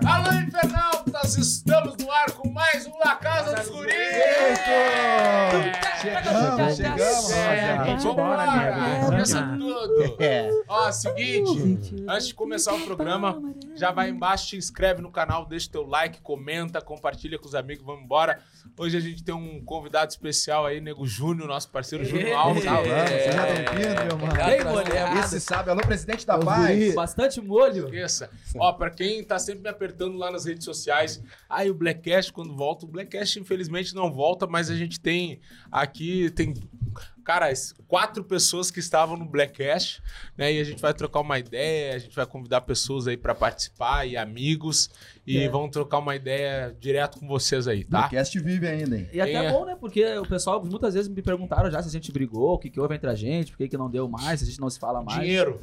Alô, internautas, estamos no ar com mais um La Casa dos Guris! Chegamos! Vamos lá, começa tudo! Ó, seguinte, antes de começar o programa, já vai embaixo, te inscreve no canal, deixa teu like, comenta, compartilha com os amigos, vamos embora. Hoje a gente tem um convidado especial aí, Nego Júnior, nosso parceiro Júnior Alves. Seja bem-vindo, meu mano. Bem molhado. Esse sabe, alô, presidente da paz. Bastante molho. Esqueça. Ó, pra quem tá sempre me apertando lá nas redes sociais, aí o Blackcast, quando volta, o Blackcast infelizmente não volta, mas a gente tem aqui, cara, 4 pessoas que estavam no Blackcast, né? E a gente vai trocar uma ideia, a gente vai convidar pessoas aí pra participar e amigos, e vamos trocar uma ideia direto com vocês aí, tá? Blackcast vive ainda, hein? E até bom, né? Porque o pessoal muitas vezes me perguntaram já se a gente brigou, o que houve entre a gente, por que não deu mais, se a gente não se fala mais. Dinheiro.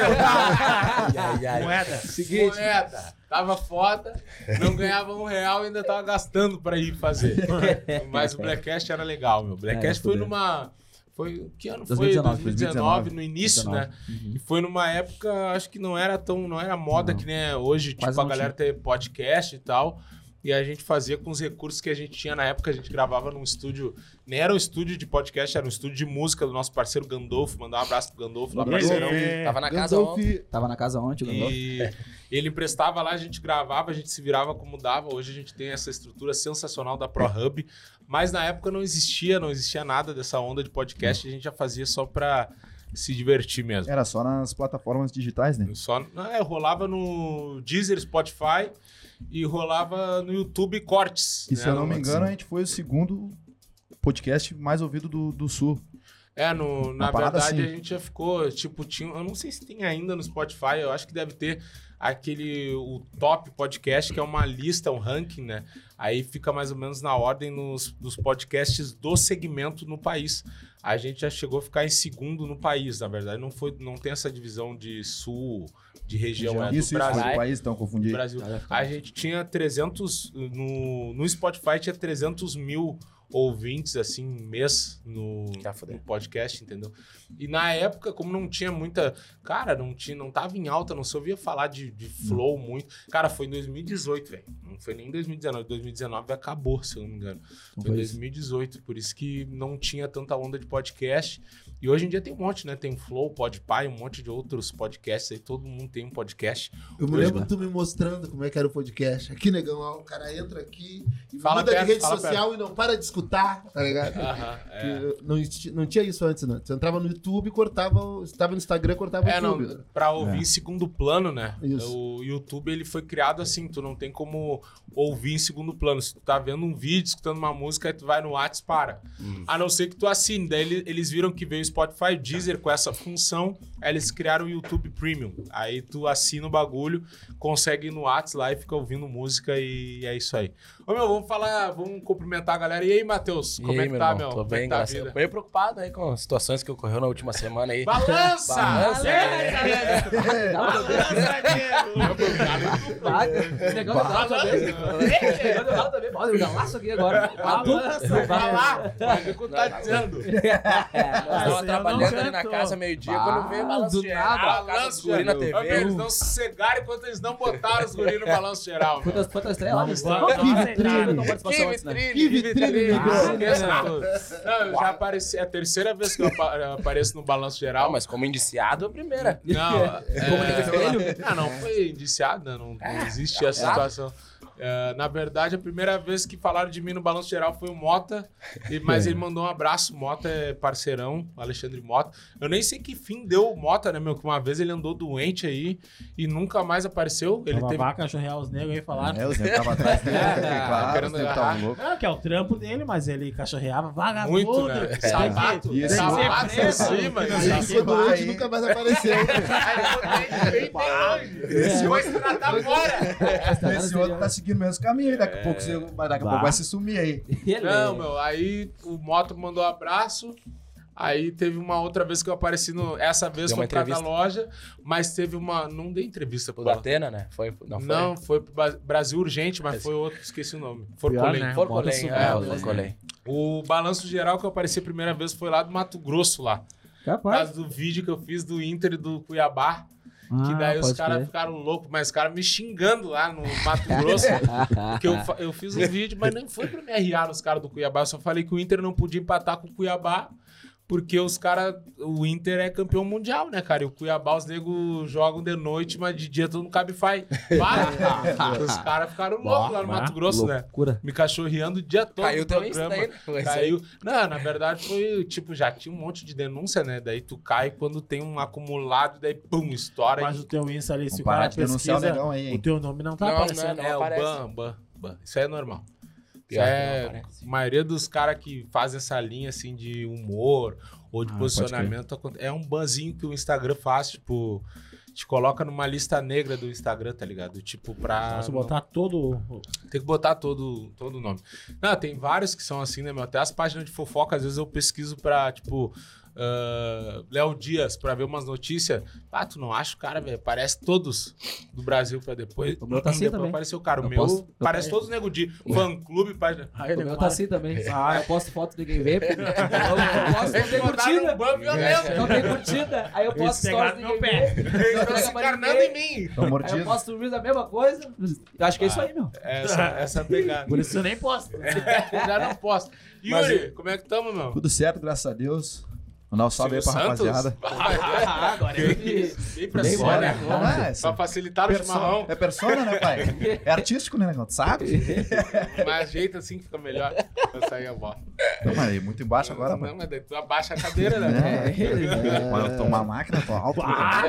Moeda. Seguinte. Moeda. Tava foda, não ganhava R$1 e ainda tava gastando pra ir fazer. Mas o Blackcast era legal, meu. O Blackcast foi numa... Que ano 2019, foi? 2019, no início, 2019. né? E foi numa época, acho que não era moda que nem é hoje, Quase tipo, a não galera ter podcast e tal. E a gente fazia com os recursos que a gente tinha na época, a gente gravava num estúdio, nem era um estúdio de podcast, era um estúdio de música do nosso parceiro Gandolfo, mandar um abraço pro Gandolfo, lá parceirão. Tava na casa ontem. Tava na casa ontem, o Gandolfo. E ele emprestava lá, a gente gravava, a gente se virava como dava. Hoje a gente tem essa estrutura sensacional da ProHub, mas na época não existia nada dessa onda de podcast, a gente já fazia só pra se divertir mesmo. Era só nas plataformas digitais, né? Rolava no Deezer, Spotify e rolava no YouTube cortes. E se eu não me engano, a gente foi o segundo podcast mais ouvido do Sul. Na parada verdade, assim. a gente já ficou, tipo, eu não sei se tem ainda no Spotify, eu acho que deve ter o top podcast, que é uma lista, um ranking, né? Aí fica mais ou menos na ordem dos podcasts do segmento no país. A gente já chegou a ficar em segundo no país, na verdade. Não tem essa divisão de sul, de região, Isso, do Brasil. do país, então, confundi. Brasil. A gente tinha 300, no Spotify tinha 300 mil ouvintes, assim, mês no podcast, entendeu? E na época, como não tinha muita... Cara, não tava em alta, não se ouvia falar de flow muito. Cara, foi em 2018, velho. Não foi nem em 2019. 2019 acabou, se eu não me engano. Foi em 2018, por isso que não tinha tanta onda de podcast. E hoje em dia tem um monte, né? Tem o Flow, Podpah, um monte de outros podcasts aí. Todo mundo tem um podcast. Eu me lembro tu me mostrando como é que era o podcast. Aqui, negão, ó, o cara entra aqui e Fala muda perto, de rede fala social perto. e não para de escutar, tá ligado? Não tinha isso antes, né? Você entrava no YouTube, estava no Instagram, cortava o YouTube. Pra ouvir em segundo plano, né? Isso. O YouTube, ele foi criado assim, tu não tem como ouvir em segundo plano. Se tu tá vendo um vídeo, escutando uma música, aí tu vai no WhatsApp, para. A não ser que tu assine. Daí eles viram que veio o Spotify, o Deezer com essa função, aí eles criaram o YouTube Premium. Aí tu assina o bagulho, consegue ir no WhatsApp lá e fica ouvindo música e é isso aí. Ô, meu, vamos cumprimentar a galera. E aí, Matheus? Como é que tá, meu? Tô bem, graças a Deus. Meio preocupado aí com as situações que ocorreu na última semana aí. Balança! Negão do Galo também. Olha o galaço aqui agora. Vai lá! Vai ver o que tá dizendo. Nós tava trabalhando ali na casa meio-dia, quando veio o balanço do geral, nada. a casa dos guri na TV. Eles não sossegaram enquanto eles não botaram os guris no balanço geral. Quantas estrelas? Que vitrine, negão. Não, eu já apareci. É a terceira vez que eu apareço no balanço geral. Não, mas como indiciado, a primeira. Não, não foi indiciado, né? Não existe essa situação. Na verdade, a primeira vez que falaram de mim no Balanço Geral foi o Mota, mas ele mandou um abraço. Mota é parceirão, Alexandre Mota. Eu nem sei que fim deu o Mota, né, meu? Que uma vez ele andou doente aí e nunca mais apareceu. Ele teve... cachorrear os negros aí falaram. Os negros estavam atrás dele, claro, querendo os negros estavam loucos. Que é o trampo dele, mas ele cachorreava vagabundo. Muito, né? Sabato. E esse Sabato em cima. Aí ficou doente e nunca mais apareceu. Esse vai se tratar fora. Esse outro tá seguindo o mesmo caminho, daqui a pouco vai se sumir aí. Não, meu, aí o Moto mandou um abraço. Aí teve uma outra vez que eu apareci essa vez foi pra da loja, mas teve uma... Não dei entrevista pro O da Atena, né? Não, foi pro Brasil Urgente, mas foi outro, esqueci o nome. Forcolém. Forcolém. O Balanço Geral que eu apareci a primeira vez foi lá do Mato Grosso, lá. Por Capaz. causa do vídeo que eu fiz do Inter e do Cuiabá. Que daí os caras ficaram loucos, mas os caras me xingando lá no Mato Grosso. Porque eu fiz um vídeo, mas nem foi pra me arriar nos caras do Cuiabá. Eu só falei que o Inter não podia empatar com o Cuiabá, porque os caras... O Inter é campeão mundial, né, cara? E o Cuiabá, os negros jogam de noite, mas de dia todo mundo Cabify. Os caras ficaram loucos lá no Mato Grosso, loucura. né? Me cachorreando o dia todo. Caiu teu Insta daí, né? Caiu. Não, na verdade foi, tipo, já tinha um monte de denúncia, né? Daí tu cai quando tem um acumulado, daí pum, estoura. Mas o teu Insta ali, se o Parar cara de denunciar pesquisa, o negão aí, hein? o teu nome não tá aparecendo. É o ban. Isso aí é normal. A maioria dos caras que fazem essa linha, assim, de humor ou de posicionamento, é um banzinho que o Instagram faz, tipo... Te coloca numa lista negra do Instagram, tá ligado? Tipo, pra... Posso botar todo... Tem que botar todo o nome. Não, tem vários que são assim, né, meu? Até as páginas de fofoca, às vezes eu pesquiso pra, tipo... Léo Dias, pra ver umas notícias. Tu não acha o cara, velho? Parece todos do Brasil pra depois. O meu tá assim também. Apareceu o cara. O meu parece todos os nego de fã-clube. Página. O meu tá assim também. Eu posto foto de ninguém vê. Eu posto, não tem curtida. Não tem curtida. Aí eu posto stories de ninguém vê. Estão se encarnando em mim. Aí eu posto a mesma coisa. Eu acho que é isso aí, meu. Essa pegada. Por isso eu nem posto. Já não posto. Yuri, como é que tamo, meu? Tudo certo, graças a Deus. Mandar um salve aí pra Santos? rapaziada. Agora Bem pra cima, né? Pra facilitar o chimarrão. É persona, né, pai? É artístico, né, negão? Tu sabe? Mas jeito assim que fica melhor pra sair a bola. Não, mas muito embaixo agora, pai. Não, mas daí tu abaixa a cadeira, né? Quando eu tomar a máquina, tô alto.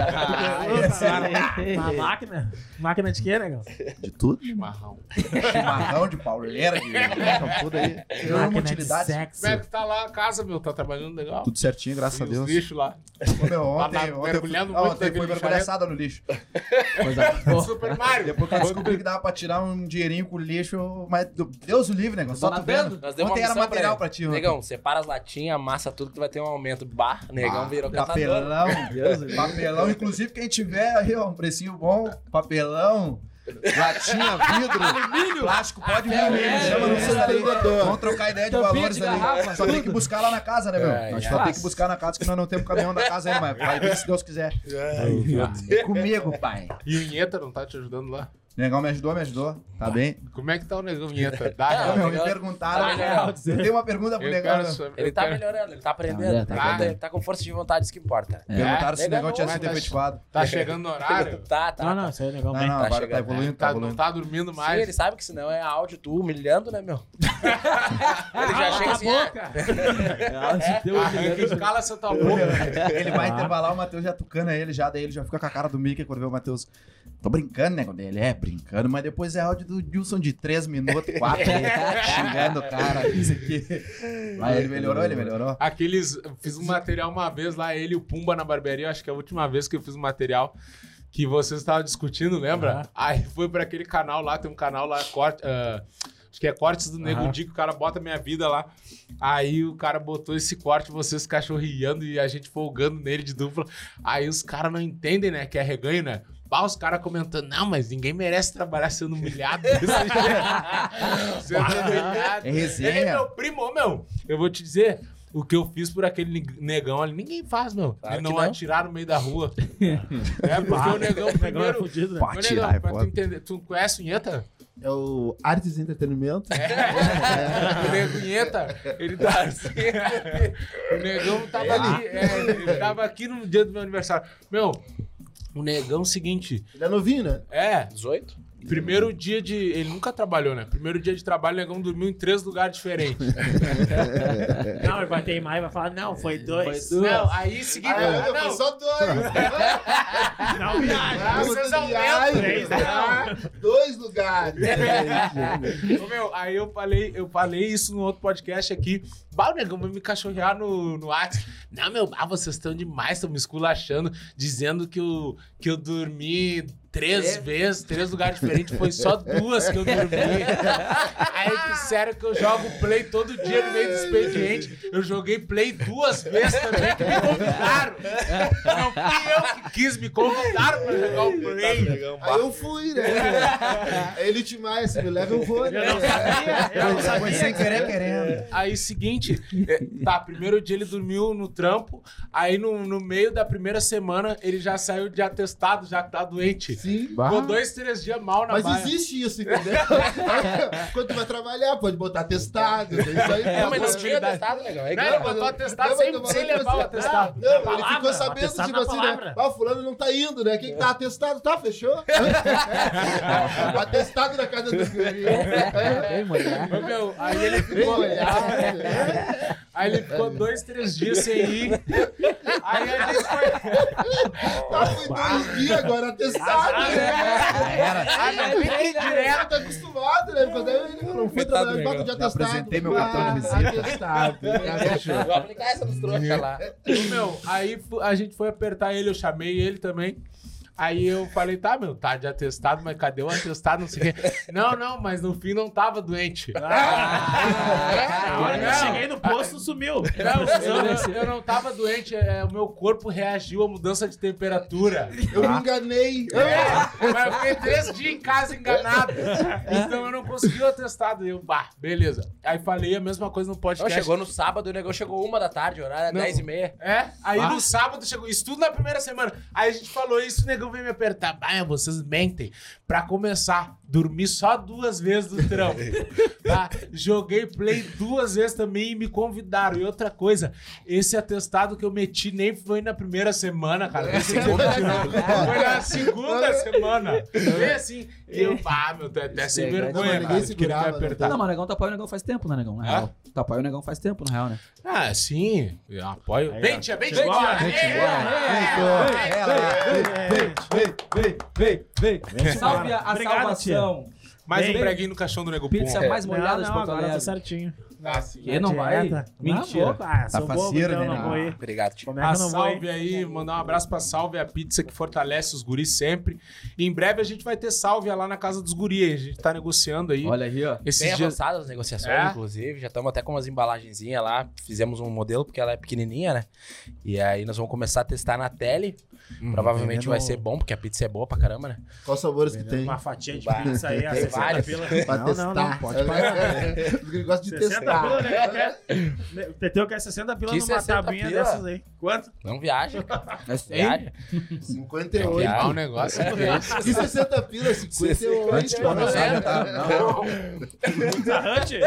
Uma máquina? Máquina de quê, negão? De tudo. Chimarrão. Chimarrão, de pauleira, de tudo aí. Tem uma utilidade. Como é que tá lá a casa, meu? Tá trabalhando legal? Tudo certinho, graças a E Deus. os lixos lá. Ô, meu, ontem mergulhando muito foi naquele mergulhaçada no lixo. Super Mario. Depois que eu descobri que dava pra tirar um dinheirinho com o lixo, mas Deus o livre, negão. Só tu vendo. Ontem era material pra ti. Negão, separa as latinhas, amassa tudo que tu vai ter um aumento. Negão virou catador. Papelão. Inclusive, quem tiver aí, ó, um precinho bom, papelão, latinha, vidro, alumínio, plástico, pode vir. Chama no celular. Vamos trocar ideia de valores ali. Só tem que buscar lá na casa, né, meu? Nós só tem que buscar na casa, que nós não temos caminhão da casa ainda, mas vai ver se Deus quiser. Comigo, pai. E o Inheta não tá te ajudando lá? O negão me ajudou, tá bem? Como é que tá o negão Inheta? Me perguntaram. Eu tenho uma pergunta pro negão. Ele tá melhorando, ele tá aprendendo. Ele tá com força de vontade, isso que importa. Perguntaram se o negão tinha sido efetivado. Tá chegando no horário? Tá. Não, isso aí é legal. Não, agora tá evoluindo, tá evoluindo. Não tá dormindo mais. Sim, ele sabe que senão é áudio, tu humilhando, né, meu? Ele já chega assim, Cala essa tua boca. Ele vai intervalar, o Matheus já tucana ele já, daí ele já fica com a cara do Mickey quando vê o Matheus. Tô brincando, né? Dele brincando, mas depois é áudio do Gilson de 3 minutos, 4, xingando o cara, isso aqui. Mas ele melhorou. Fiz um material uma vez lá, ele e o Pumba na barbearia, acho que é a última vez que eu fiz um material que vocês estavam discutindo, lembra? Aí foi pra aquele canal lá, tem um canal lá, acho que é Cortes do Nego Di, que o cara bota Minha Vida lá. Aí o cara botou esse corte, vocês cachorriando e a gente folgando nele de dupla. Aí os caras não entendem, né, que é reganho, né? Os caras comentando, não, mas ninguém merece trabalhar sendo humilhado desse jeito. Sendo humilhado. É resenha. Ele é meu primo, meu. Eu vou te dizer, o que eu fiz por aquele negão ali, ninguém faz, meu. Claro Ele não não. atirar no meio da rua. Porque o negão primeiro... é fudido, né? Pode Ô, atirar, negão, é pra tu foda. entender, tu conhece o Inheta? É o Artes e Entretenimento. O nego Inheta, ele tá assim. O negão tava ali. Ele tava aqui no dia do meu aniversário. Meu, o negão é o seguinte. Ele é novinho, né? 18? Primeiro dia de... Ele nunca trabalhou, né? Primeiro dia de trabalho, o negão dormiu em 3 lugares diferentes. Não, ele vai teimar e vai falar, não, foi 2. Não, aí seguinte... Foi só 2. Não, viagem. Vocês aumentam. 2 lugares. Ô, meu, aí eu falei isso no outro podcast aqui. O negão vai me cachorrear no WhatsApp. Não, meu, vocês estão demais, estão me esculachando, dizendo que eu dormi 3 vezes, 3 lugares diferentes, foi só 2 que eu dormi. Aí disseram que eu jogo play todo dia no meio do expediente. Eu joguei play 2 vezes também, que me convidaram. Não fui eu que quis, me convidaram pra jogar o play. Aí eu fui, né? É Elite Mais, se me leva eu vou, né? Eu não sabia. Foi sem querer, querendo. Aí, seguinte, primeiro dia ele dormiu no trampo, aí no meio da primeira semana ele já saiu de atestado, já que tá doente. Sim. Ficou 2, 3 dias mal na Mas baia. existe isso, entendeu? Quando tu vai trabalhar, pode botar atestado. Isso aí, Mas não tinha atestado, legal. É Não, igual. ele botou atestado sem levar o atestado. Não, ele ficou sabendo, atestado tipo na assim, palavra. né? Fulano não tá indo, né? Quem tá atestado, tá, fechou? Atestado na casa do guri. Bem molhado. Ô, meu, aí ele ficou... Aí ele ficou 2, 3 dias sem ir. Aí a gente foi... Tá, foi 2 dias agora atestado, né? Direto, tá acostumado, né? Quando ele não foi trabalhar de bota de atestado. Apresentei meu cartão de visita. Atestado. Vou aplicar essa nos trouxas lá. Meu, aí a gente foi apertar ele, eu chamei ele também. Aí eu falei, tá, meu, tá de atestado, mas cadê o atestado? Não sei o quê. Não, mas no fim não tava doente. A hora que eu cheguei no posto, sumiu. Eu não tava doente, o meu corpo reagiu à mudança de temperatura. Eu me enganei. Mas eu fiquei 3 dias em casa enganado. Então eu não consegui o atestado. Eu, beleza. Aí falei a mesma coisa no podcast. Chegou no sábado, o negócio chegou 1 da tarde, horário é 10h30. Aí no sábado chegou, isso tudo na primeira semana. Aí a gente falou isso, o negão veio me apertar. Vocês mentem. Pra começar, dormi só 2 vezes no trampo. Tá? Joguei play 2 vezes também e me convidaram. E outra coisa, esse atestado que eu meti nem foi na primeira semana, cara. Foi na segunda semana. Foi assim. E eu, meu, até sem vergonha, ninguém cara. segurava, Queria apertar. Não, mas o Negão tá apoia o Negão faz tempo, né, Negão? Na real. Tá apoia o Negão faz tempo, na real, né? Ah, sim. Eu apoio. Aí, Vem, ó. tia, vem, Chegou, tia. Vem. Salve a Obrigado, salvação. Mais um Vem. preguinho no caixão do Nego Pizza Pum. mais molhada de Porto agora tá Alegre. certinho. Que não vai? Dieta. Mentira. Não, tá Sou bobo, faceiro, então né? não Não vou ir. Obrigado, tio. Como é A que eu não vou salve ir? aí, mandar um abraço pra Salve, a pizza que fortalece os guris sempre. E em breve a gente vai ter Salve lá na casa dos guris. A gente tá negociando aí. Olha aí, ó. Esses Bem dias... avançadas as negociações, É? inclusive. Já estamos até com umas embalagenzinhas lá. Fizemos um modelo, porque ela é pequenininha, né? E aí nós vamos começar a testar na tele. Provavelmente vai ser bom, porque a pizza é boa pra caramba, né? Qual sabores que tem? Uma fatia de Bah, pizza aí, a tem 60 vários. pila. Pra Não, testar. não, pode pagar. Ele gosta de 60 testar. pila, né? O Teteu quer 60 pila Que numa 60 tabuinha pila? dessas aí. Quanto? Não viaja, cara. É Viaja. 58. Ah, o negócio é esse. Que 60 pila, 58. Antes de começar, já tá. Desarrante?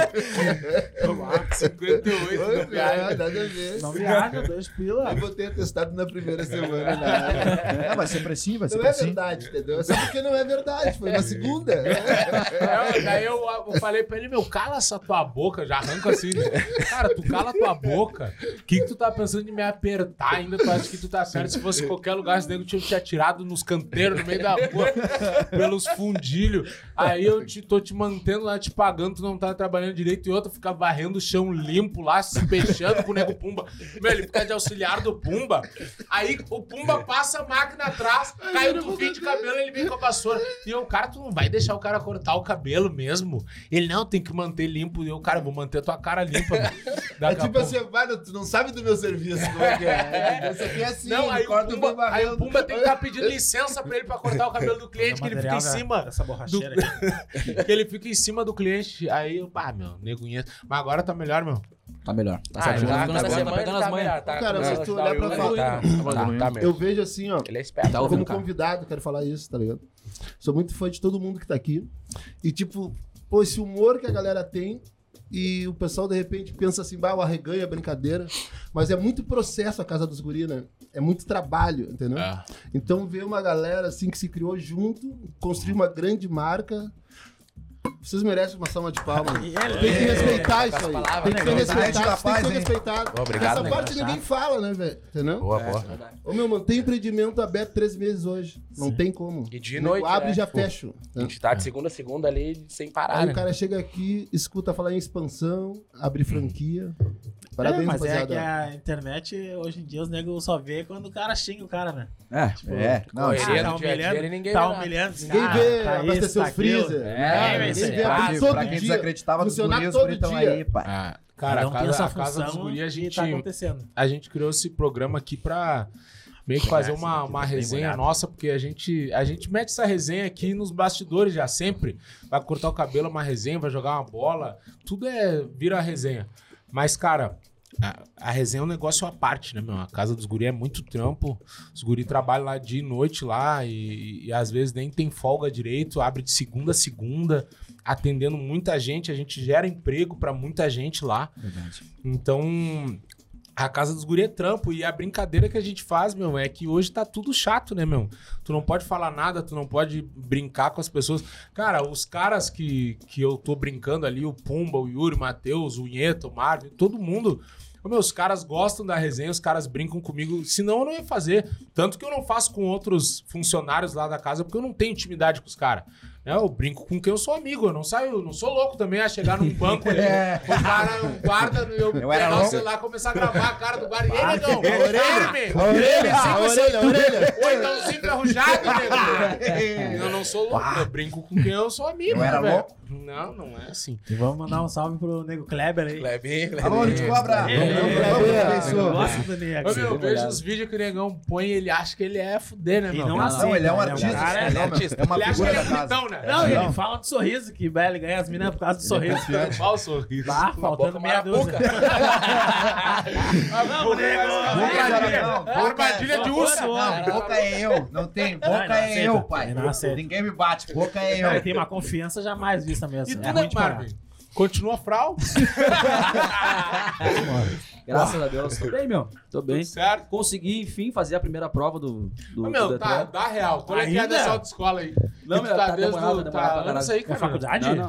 58 no viagem. Nada a ver. Não viaja, 2 pila. Eu vou ter testado na primeira semana. Né? Vai ser precinho, vai ser Não é precinho. verdade, entendeu? É só porque não é verdade. Foi na segunda. Daí eu falei pra ele, cala essa tua boca. Já arranco assim. Cara, tu cala tua boca. O que tu tá pensando de me apertar ainda? Tu acha que tu tá certo? Se fosse qualquer lugar, esse nego tinha te atirado nos canteiros, no meio da rua, pelos fundilhos. Aí eu tô te mantendo lá, te pagando, tu não tá trabalhando direito. E outro fica varrendo o chão limpo lá, se fechando com o nego Pumba. Meu, ele fica de auxiliar do Pumba. Aí o Pumba passa a máquina atrás, cai o fio de cabelo, ele vem com a vassoura. E eu, cara, tu não vai deixar o cara cortar o cabelo mesmo? Ele, não, tem que manter limpo. E eu, cara, vou manter tua cara limpa. É tipo assim, vai, tu não sabe do meu serviço, como é que é? Isso aqui é assim, Não, aí corta o o Pumba, aí o barrendo. Pumba tem que estar pedindo licença pra ele pra cortar o cabelo do cliente, que ele fica em cima. Essa borracheira aqui. Que ele fica em cima do cliente. Aí eu, meu, neguinha. Mas agora tá melhor, meu. Tá melhor. Tá Ah, certo. já Tá tá pegando as Cada manhas, semana tá pegando as tá manhas. melhor, tá? Cara, mas tu Tá, olhar pra tá Eu vejo assim, ó. Ele é esperto. Tá ouvindo, Como cara? convidado, quero falar isso, tá ligado? Sou muito fã de todo mundo que tá aqui. E, tipo, pô, esse humor que a galera tem e o pessoal, de repente, pensa assim, o arreganho é brincadeira. Mas é muito processo a Casa dos Guri, né? É muito trabalho, entendeu? É. Então, ver uma galera, assim, que se criou junto, construir uma grande marca... Vocês merecem uma salva de palmas. Tem que respeitar isso aí. Tem que ser respeitado, tem que ser respeitado. Obrigado, Essa parte ninguém fala, né, velho? Entendeu? Boa, boa. Ô, meu, mano, tem empreendimento aberto 3 meses hoje. Não tem como. E de Eu noite, abre né? e já fecho. A gente tá de segunda a segunda ali sem parar, Aí né? o cara chega aqui, escuta falar em expansão, abre franquia. Parabéns, mas rapaziada. é que a internet, hoje em dia, os negros só vê quando o cara xinga o cara, né? Não, Correria tá do dia a dia, humilhando, ninguém tá vê nada. humilhando esse Ninguém cara, vê tá abastecer isso, o tá aquilo. freezer. Ninguém Ninguém vê vê. abrir Pra todo quem dia. desacreditava dos Funcionar guris, os todo guris estão dia. aí, pai. Cara, Cada um tem essa a Casa dos função Guri, a e gente... tá acontecendo. A gente criou esse programa aqui pra meio que fazer uma resenha nossa, porque a gente mete essa resenha aqui nos bastidores já, sempre. Vai cortar o cabelo, uma resenha, vai jogar uma bola, tudo vira resenha. Mas, cara, a resenha é um negócio à parte, né, meu? A Casa dos Guri é muito trampo, os guri trabalham lá dia e noite lá e às vezes nem tem folga direito, abre de segunda a segunda, atendendo muita gente, a gente gera emprego pra muita gente lá. Verdade. Então, a Casa dos Guri é trampo e a brincadeira que a gente faz, meu, é que hoje tá tudo chato, né, meu? Tu não pode falar nada, tu não pode brincar com as pessoas. Cara, os caras que eu tô brincando ali, o Pumba, o Yuri, o Matheus, o Inheta, o Marvin, todo mundo... Os caras gostam da resenha, os caras brincam comigo, senão eu não ia fazer. Tanto que eu não faço com outros funcionários lá da casa, porque eu não tenho intimidade com os caras. Eu brinco com quem eu sou amigo, eu não saio, não sou louco também a chegar num banco ali, o cara, um guarda, eu pegar o celular, começar a gravar a cara do guarda. E aí, negão? A orelha. Oi, tãozinho ferrujado, nego. Eu não sou louco, eu brinco com quem eu sou amigo. Eu era velho. louco? Não é assim. E vamos mandar um salve pro nego Kleber aí. Alô, de cobra! Eu gosto do nego. Eu vejo os vídeos que o negão põe e ele acha que ele é fuder, né, E meu? não Não, aceita, Não, ele é um né? artista. cara Ele é um artista. É uma ele acha que figura ele é da casa. bonitão, né? Não, ele fala do sorriso, que ele ganha as minas por causa do sorriso. Qual sorriso? Tá, faltando meia dúzia. Armadilha de urso. Não, boca é eu. Não tem. Boca é eu, pai. Não aceita. Ninguém me bate. Boca é Ele eu. tem uma confiança jamais vista mesmo. E tu, É né, ruim de parar. Marvin? Continua frau? Graças a Deus, tô bem, meu. Tô bem. Certo. Consegui, enfim, fazer a primeira prova do Meu, Detran. tá, dá real. Qual é que é Ainda? dessa autoescola aí? Não, Que meu, tu tá desde demorado, o- demorado pra Eu não sei, Na cara. faculdade? Não. Não,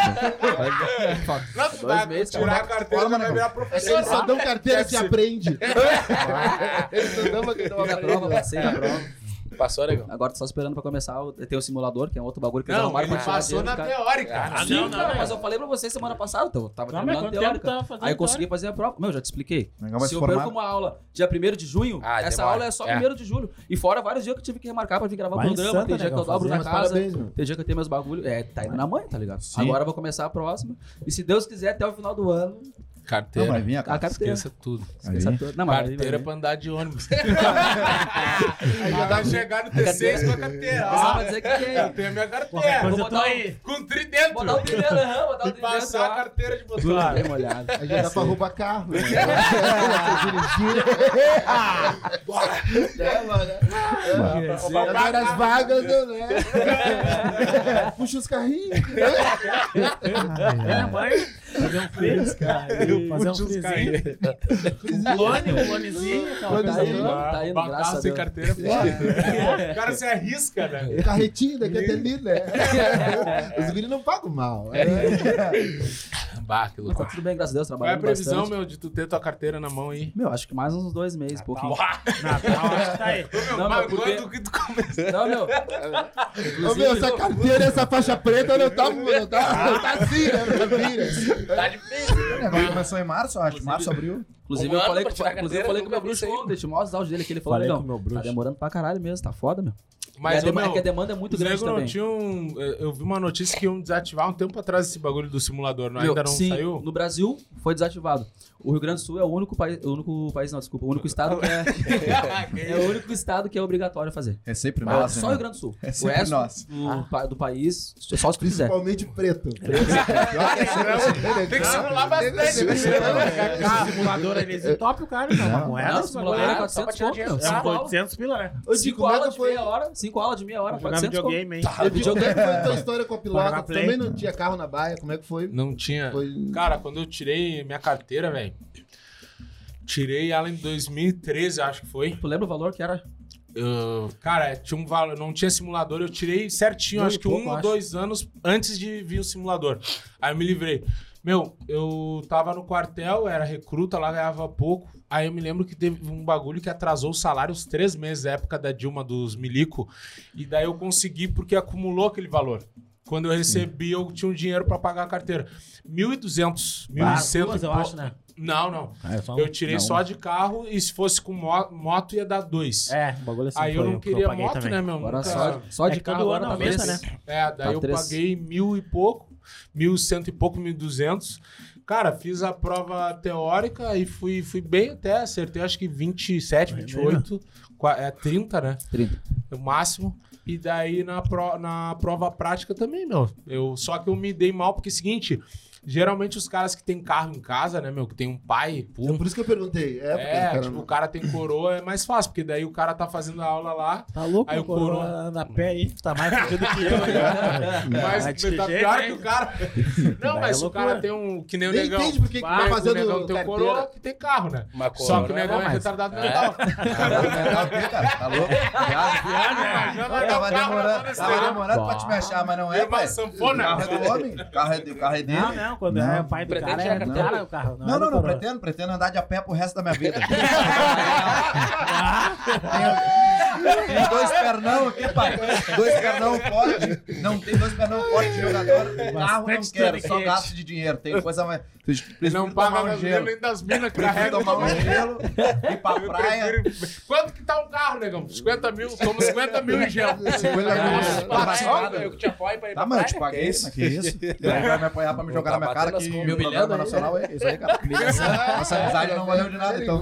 tu 2 vai meses, tirar a carteira, vai virar professor. Eles só dão carteira que aprende. Eles só dão uma que não Fiz a prova, aprende. passei na prova. Passou, negão? Agora tô só esperando pra começar. Tem o simulador, que é outro bagulho que Não, arrumaram ele pra tirar passou dinheiro na do cara. teórica. Ah, Sim, não, cara, não, mas eu falei pra vocês semana passada, então eu tava Não, mas terminando quanto tempo teórica. tu tava fazendo Aí eu consegui teórica? fazer a prova. Meu, já te expliquei. O negão vai Se se eu formar. perco uma aula dia 1º de junho, essa demora. aula é só É. 1º de julho. E fora vários dias que eu tive que remarcar pra vir gravar o Vai em programa. Santa, Tem dia que eu negão, dobro na Mas casa. parabéns, meu. Tem dia que eu tenho meus bagulhos. Tá indo na mãe, tá ligado? Agora eu vou começar a próxima. E se Deus quiser, até o final do ano, Não, Carteira. vai vir a a cara. carteira. Esqueça tudo. Esqueça tudo. Não, mas Carteira pra andar de ônibus. Aí já vai chegar no T6 com a carteira. Só Ó, pra dizer que eu tenho a minha Qualquer carteira. coisa Vou eu tô botar aí. Com tri dentro. botar o trilho, botar E o trilho. passar a carteira de motor. Claro. Bem molhado. Aí já dá pra roubar carro. Né? Agora as vagas, né? Puxa os carrinhos. Minha mãe fazer um freeze, cara. Fazer um freezinho. Um clonezinho. aquela Tá coisa indo, toda. tá indo, Carro graças a sem Deus. carteira é foda. O cara se arrisca, né? Carretinho daqui até ali, né? Os guris não pagam mal. Bah, que Mas tá loucura. tudo bem, graças a Deus, Qual é a trabalhando previsão, bastante. meu, de tu ter tua carteira na mão aí? Meu, acho que mais uns 2 meses, pouquinho. Natal, acho que tá aí. Não, Mas meu, porque... quando que tu começou? Não, meu. Ô, meu, essa carteira e essa faixa preta não tá assim, né? Vira. Tá difícil. O negócio começou em março, acho. Março, abril. Inclusive, Um eu ano falei, pra tirar a com o carteira, meu bruxo ontem, deixa eu mostrar os áudios dele aqui. Ele falou, Falei não, com o meu bruxo. tá demorando pra caralho mesmo, tá foda, meu. Mas, é, ô, meu, que a demanda é muito os grande negros não também. tinham... Eu vi uma notícia que iam desativar um tempo atrás esse bagulho do simulador. Meu, Ainda não sim, saiu? no Brasil foi desativado. O Rio Grande do Sul é o único país não, desculpa, o único estado que é o único estado que é obrigatório fazer. É sempre nós, Só o né? Rio Grande do Sul. É O sempre resto nós. do país, só se tu quiser. Principalmente preto. Tem que simular bastante. Esse simulador aí, eles entopem o cara, não. Uma moeda. Não, esse simulador bagulho é é 400 tirar conto, dinheiro. meu. uns Cinco aulas. 800 pila, né? Ô, Dico, Cinco como é aulas que de foi? meia hora, 5 aulas de meia hora, Jogar 400 conto. videogame, hein? Ô, Dico, como é que foi a tua história com a pilota? Jogar Play. Também não tinha carro na baia? Como é que foi? Não tinha... Foi- Cara, quando eu tirei minha carteira, velho... Tirei ela em 2013, acho que foi. Tu lembra o valor que era? Cara, tinha um valor, não tinha simulador, eu tirei certinho, Muito acho que pouco, 1 ou 2 anos antes de vir o simulador. Aí eu me livrei. Meu, eu tava no quartel, era recruta, lá ganhava pouco. Aí eu me lembro que teve um bagulho que atrasou o salário uns 3 meses, na época da Dilma, dos milico. E daí eu consegui porque acumulou aquele valor. Quando eu recebi, eu tinha um dinheiro pra pagar a carteira. 1.200, 1.100 duas, eu acho, né? Não. Eu tirei só de carro e se fosse com moto ia dar 2. O bagulho assim. Aí eu não queria moto, também. Né, meu? Agora só de carro agora tá 3. Né? Daí eu paguei 1.000 e pouco, 1.100 e pouco, 1.200. Cara, fiz a prova teórica e fui bem até, acertei acho que 27, 28, 30, né? 30. O máximo. E daí na prova prática também, meu. Só que eu me dei mal porque é o seguinte... Geralmente os caras que tem carro em casa, né, meu, que tem um pai... É por isso que eu perguntei. O cara tem coroa, é mais fácil, porque daí o cara tá fazendo a aula lá... Tá louco, aí o coroa na pé aí, tá mais fudido que eu. Mas tá pior que o cara... Não, mas o cara tem um... Que nem o Negão. Entende por que tá fazendo o Negão tem coroa que tem carro, né? Só que o Negão é retardado mental. Tá louco? Tava demorando pra te me achar, mas não é, pai. O carro é do homem, o carro é dele. Não, quando é o pai do cara, é do cara o carro. Não, pretendo andar de a pé pro resto da minha vida. Tem 2 pernão aqui, pai. 2 pernão forte. Não tem 2 pernão forte de jogador. Carro não quero, só gasto de dinheiro. Tem coisa mais... Não paga mais gelo nem das minas que carregam tomar um gelo e ir pra praia. Quanto que tá um carro, negão? 50 mil? Toma 50 mil em gelo. 50 mil. Eu que te apoio pra ir pra praia. Tá, mas eu te paguei isso. Que isso? Vai me apoiar pra me jogar na minha cara que o programa nacional é isso aí, cara. Nossa amizade não valeu de nada, então.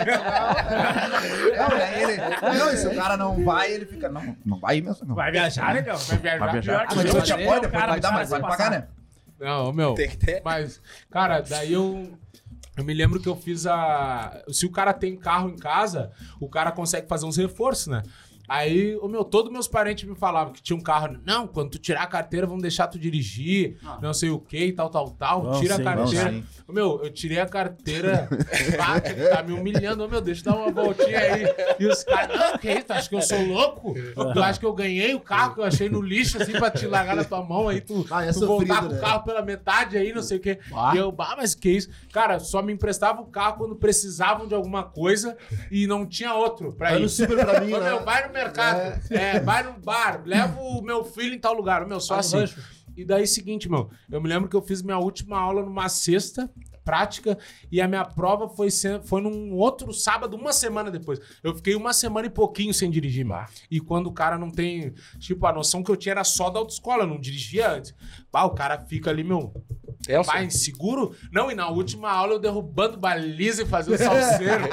Não, e se o cara não vai, ele fica... Não vai mesmo. Vai viajar, negão? Vai viajar. Mas você te apoia, depois vai dar, mas vai pagar, né? Não, meu. Tem que ter. Mas, cara, daí eu me lembro que eu fiz se o cara tem carro em casa, o cara consegue fazer uns reforços, né? Aí, todos meus parentes me falavam que tinha um carro. Não, quando tu tirar a carteira, vão deixar tu dirigir, não sei o que, tal. Tira a carteira. Eu tirei a carteira, tá me humilhando. Deixa eu dar uma voltinha aí. E os caras, não, que isso? Tu acha que eu sou louco? Tu acha que eu ganhei o carro que eu achei no lixo, assim, pra te largar na tua mão aí, tu voltar com o carro pela metade aí, não sei o quê. E eu, mas que isso? Cara, só me emprestava o carro quando precisavam de alguma coisa e não tinha outro pra ir. Super pra mim, né? Vai no mercado, vai no bar, leva o meu filho em tal lugar, só assim. E daí, seguinte, eu me lembro que eu fiz minha última aula numa sexta prática e a minha prova foi num outro sábado, uma semana depois. Eu fiquei uma semana e pouquinho sem dirigir, E quando o cara não tem, a noção que eu tinha era só da autoescola, eu não dirigia antes. O cara fica ali, vai inseguro? Não, e na última aula eu derrubando baliza e fazendo salseiro.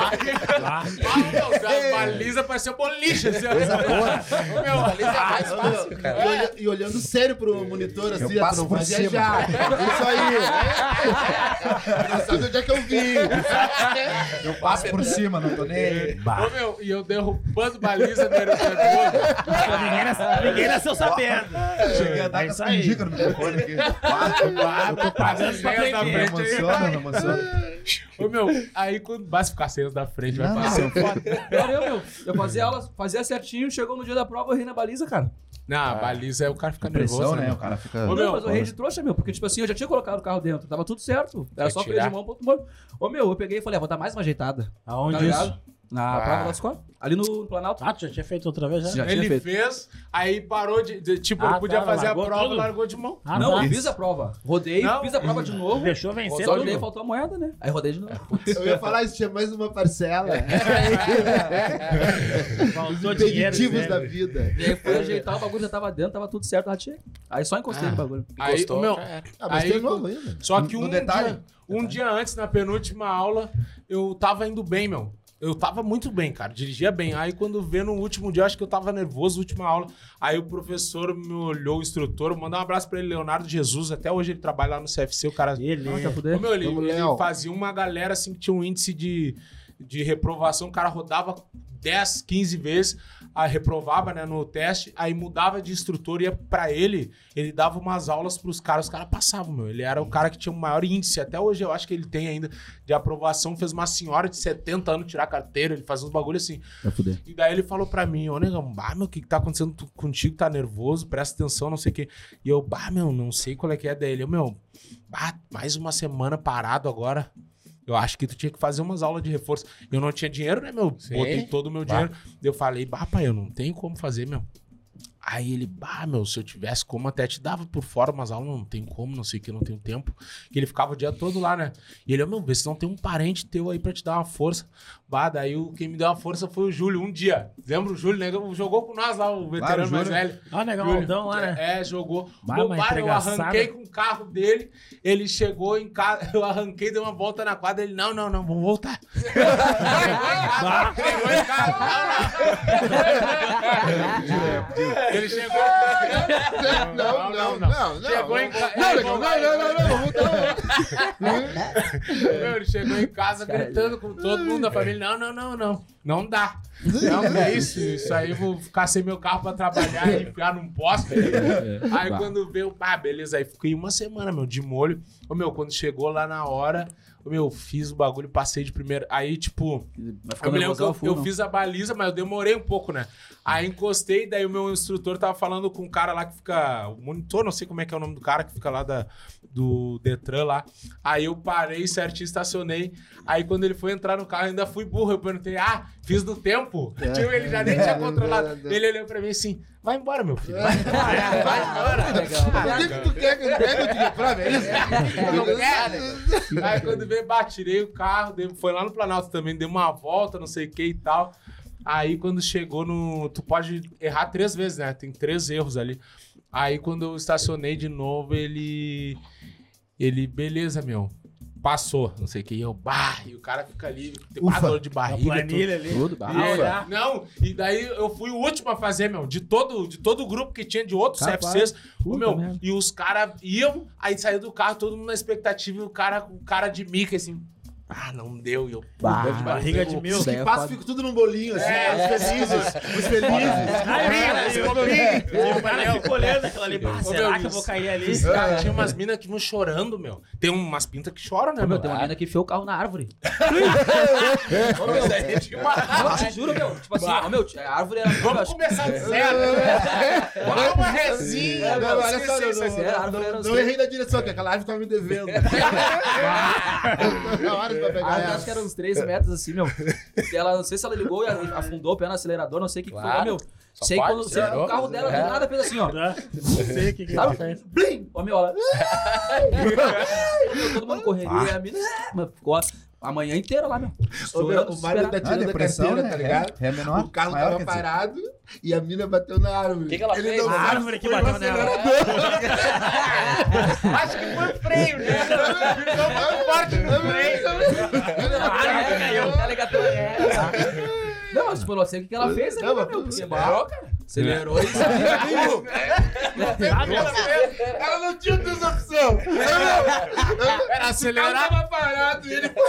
Baliza parecia boliche. Assim, baliza é mais fácil, cara. E olhando sério pro monitor, assim, eu passo por cima. Isso aí. Não sabe onde é que eu vim. Eu passo por cima, não tô nem aí. E eu derrubando baliza nervoso. Ninguém nasceu sabendo. Cheguei a dar com essa dica no microfone aqui. Eu tô pagando pra aprender. Não emociona. Aí quando vai ficar cenas da frente, vai passar. Eu fazia aula, fazia certinho, chegou no dia da prova, eu ri na baliza, cara. Não, a baliza é o cara fica pressão, nervoso, né? O cara fica... Mas eu rei de trouxa, porque, eu já tinha colocado o carro dentro, tava tudo certo. Era só freio de mão, ponto morto. Eu peguei e falei, vou dar mais uma ajeitada. Aonde isso? Na prova da escola. Ali no Planalto. Tu já tinha feito outra vez, já? Ele fez, aí parou de podia fazer a prova, largou de mão. Eu fiz a prova. Rodei, fiz a prova de novo. Deixou vencer só que faltou a moeda, né? Aí rodei de novo. Eu ia falar isso, tinha mais uma parcela. Faltou dinheiro. Impeditivos da vida. E aí foi ajeitar, o bagulho já tava dentro, tava tudo certo, aí só encostei no bagulho. Aí, mas tem novo ainda. Só que um dia antes, na penúltima aula, eu tava indo bem, Eu tava muito bem, cara. Dirigia bem. Aí quando vê no último dia, acho que eu tava nervoso, última aula. Aí o professor me olhou, o instrutor, mandou um abraço pra ele, Leonardo Jesus. Até hoje ele trabalha lá no CFC, o cara... Ele fazia uma galera assim que tinha um índice de reprovação. O cara rodava 10, 15 vezes, aí reprovava, né, no teste, aí mudava de instrutor, ia pra ele dava umas aulas pros caras, os caras passavam, ele era o cara que tinha o maior índice, até hoje eu acho que ele tem ainda, de aprovação, fez uma senhora de 70 anos tirar carteira, ele fazia uns bagulho assim. E daí ele falou pra mim, negão, o que tá acontecendo contigo, tá nervoso, presta atenção, não sei o quê. E eu, não sei qual é que é dele, mais uma semana parado agora. Eu acho que tu tinha que fazer umas aulas de reforço. Eu não tinha dinheiro, né, Botei todo o meu dinheiro. Eu falei, pai, eu não tenho como fazer, Aí ele, meu, se eu tivesse como, até te dava por fora umas aulas, não tem como, não sei o que, não tenho tempo. Que ele ficava o dia todo lá, né? E ele, meu, vê se não tem um parente teu aí pra te dar uma força. Daí quem me deu uma força foi o Júlio, um dia. Lembra o Júlio, negão? Jogou com nós lá, o veterano mais velho. Ah, negão, Aldão lá, né? Jogou. Eu arranquei com o carro dele, ele chegou em casa, eu arranquei, dei uma volta na quadra, ele, não, vamos voltar. Chegou em casa, não. Ele chegou... Não. Chegou em casa... Não. Ele chegou em casa gritando com todo mundo da família. Não dá. Não, é isso aí eu vou ficar sem meu carro pra trabalhar e enfiar num poste. Aí quando veio, beleza, aí fiquei uma semana, meu, de molho. Quando chegou lá na hora, fiz o bagulho, passei de primeiro. Aí, tipo, eu me lembro que eu fiz a baliza, mas eu demorei um pouco, né? Aí encostei, daí o meu instrutor tava falando com um cara lá que fica... O monitor, não sei como é que é o nome do cara, que fica lá do Detran lá. Aí eu parei certinho, estacionei. Aí quando ele foi entrar no carro, ainda fui burro. Eu perguntei, fiz do tempo? Tipo, ele já nem tinha controlado. Ele olhou pra mim assim, vai embora, meu filho. Vai embora. O que tu quer que eu pegue o dinheiro pra ver? Não quero. Aí quando veio, tirei o carro, foi lá no Planalto também, dei uma volta, não sei o que e tal. Aí quando chegou tu pode errar 3 vezes, né? Tem 3 erros ali. Aí quando eu estacionei de novo, ele beleza, meu. Passou, não sei o que, e o cara fica ali, tem dor de barriga. Planilha ali. Tudo, Não, e daí eu fui o último a fazer, meu, de todo o grupo que tinha de outros CFCs, e os caras iam, aí saiu do carro, todo mundo na expectativa, e o cara de mica, assim, não deu, e eu... barriga de mil. Os que passam ficam tudo num bolinho, assim, os felizes. O cara ficou olhando aquilo ali, será que eu vou cair ali? Tinha umas minas que vão chorando, meu. Tem umas pintas que choram, né, meu? Tem uma mina que enfiou o carro na árvore. Eu te juro, meu. Tipo assim, a árvore era... Vamos começar do zero, né? Uma resinha. Não errei na direção, que aquela árvore tava me devendo. Acho que eram uns 3 metros assim, meu. Ela, não sei se ela ligou e afundou o pé no acelerador, não sei o que foi, meu. Sei quando o carro dela do nada fez assim, ó. Não sei o que ela fez. Blim! Ó, meu, ela... Todo mundo correria, a mina... Ficou a manhã inteira lá, meu. O Mário tá tirando a carteira, tá ligado? É menor. O carro tava parado e a mina bateu na árvore. O que ela fez? A árvore que bateu nela. Acho que foi freio, né? Foi forte no freio. Não, mas tipo, eu não sei o que ela fez, né, meu? Acelerou, cara. Acelerou e Ela não tinha outra opção. Era acelerar. Tava parado e ele...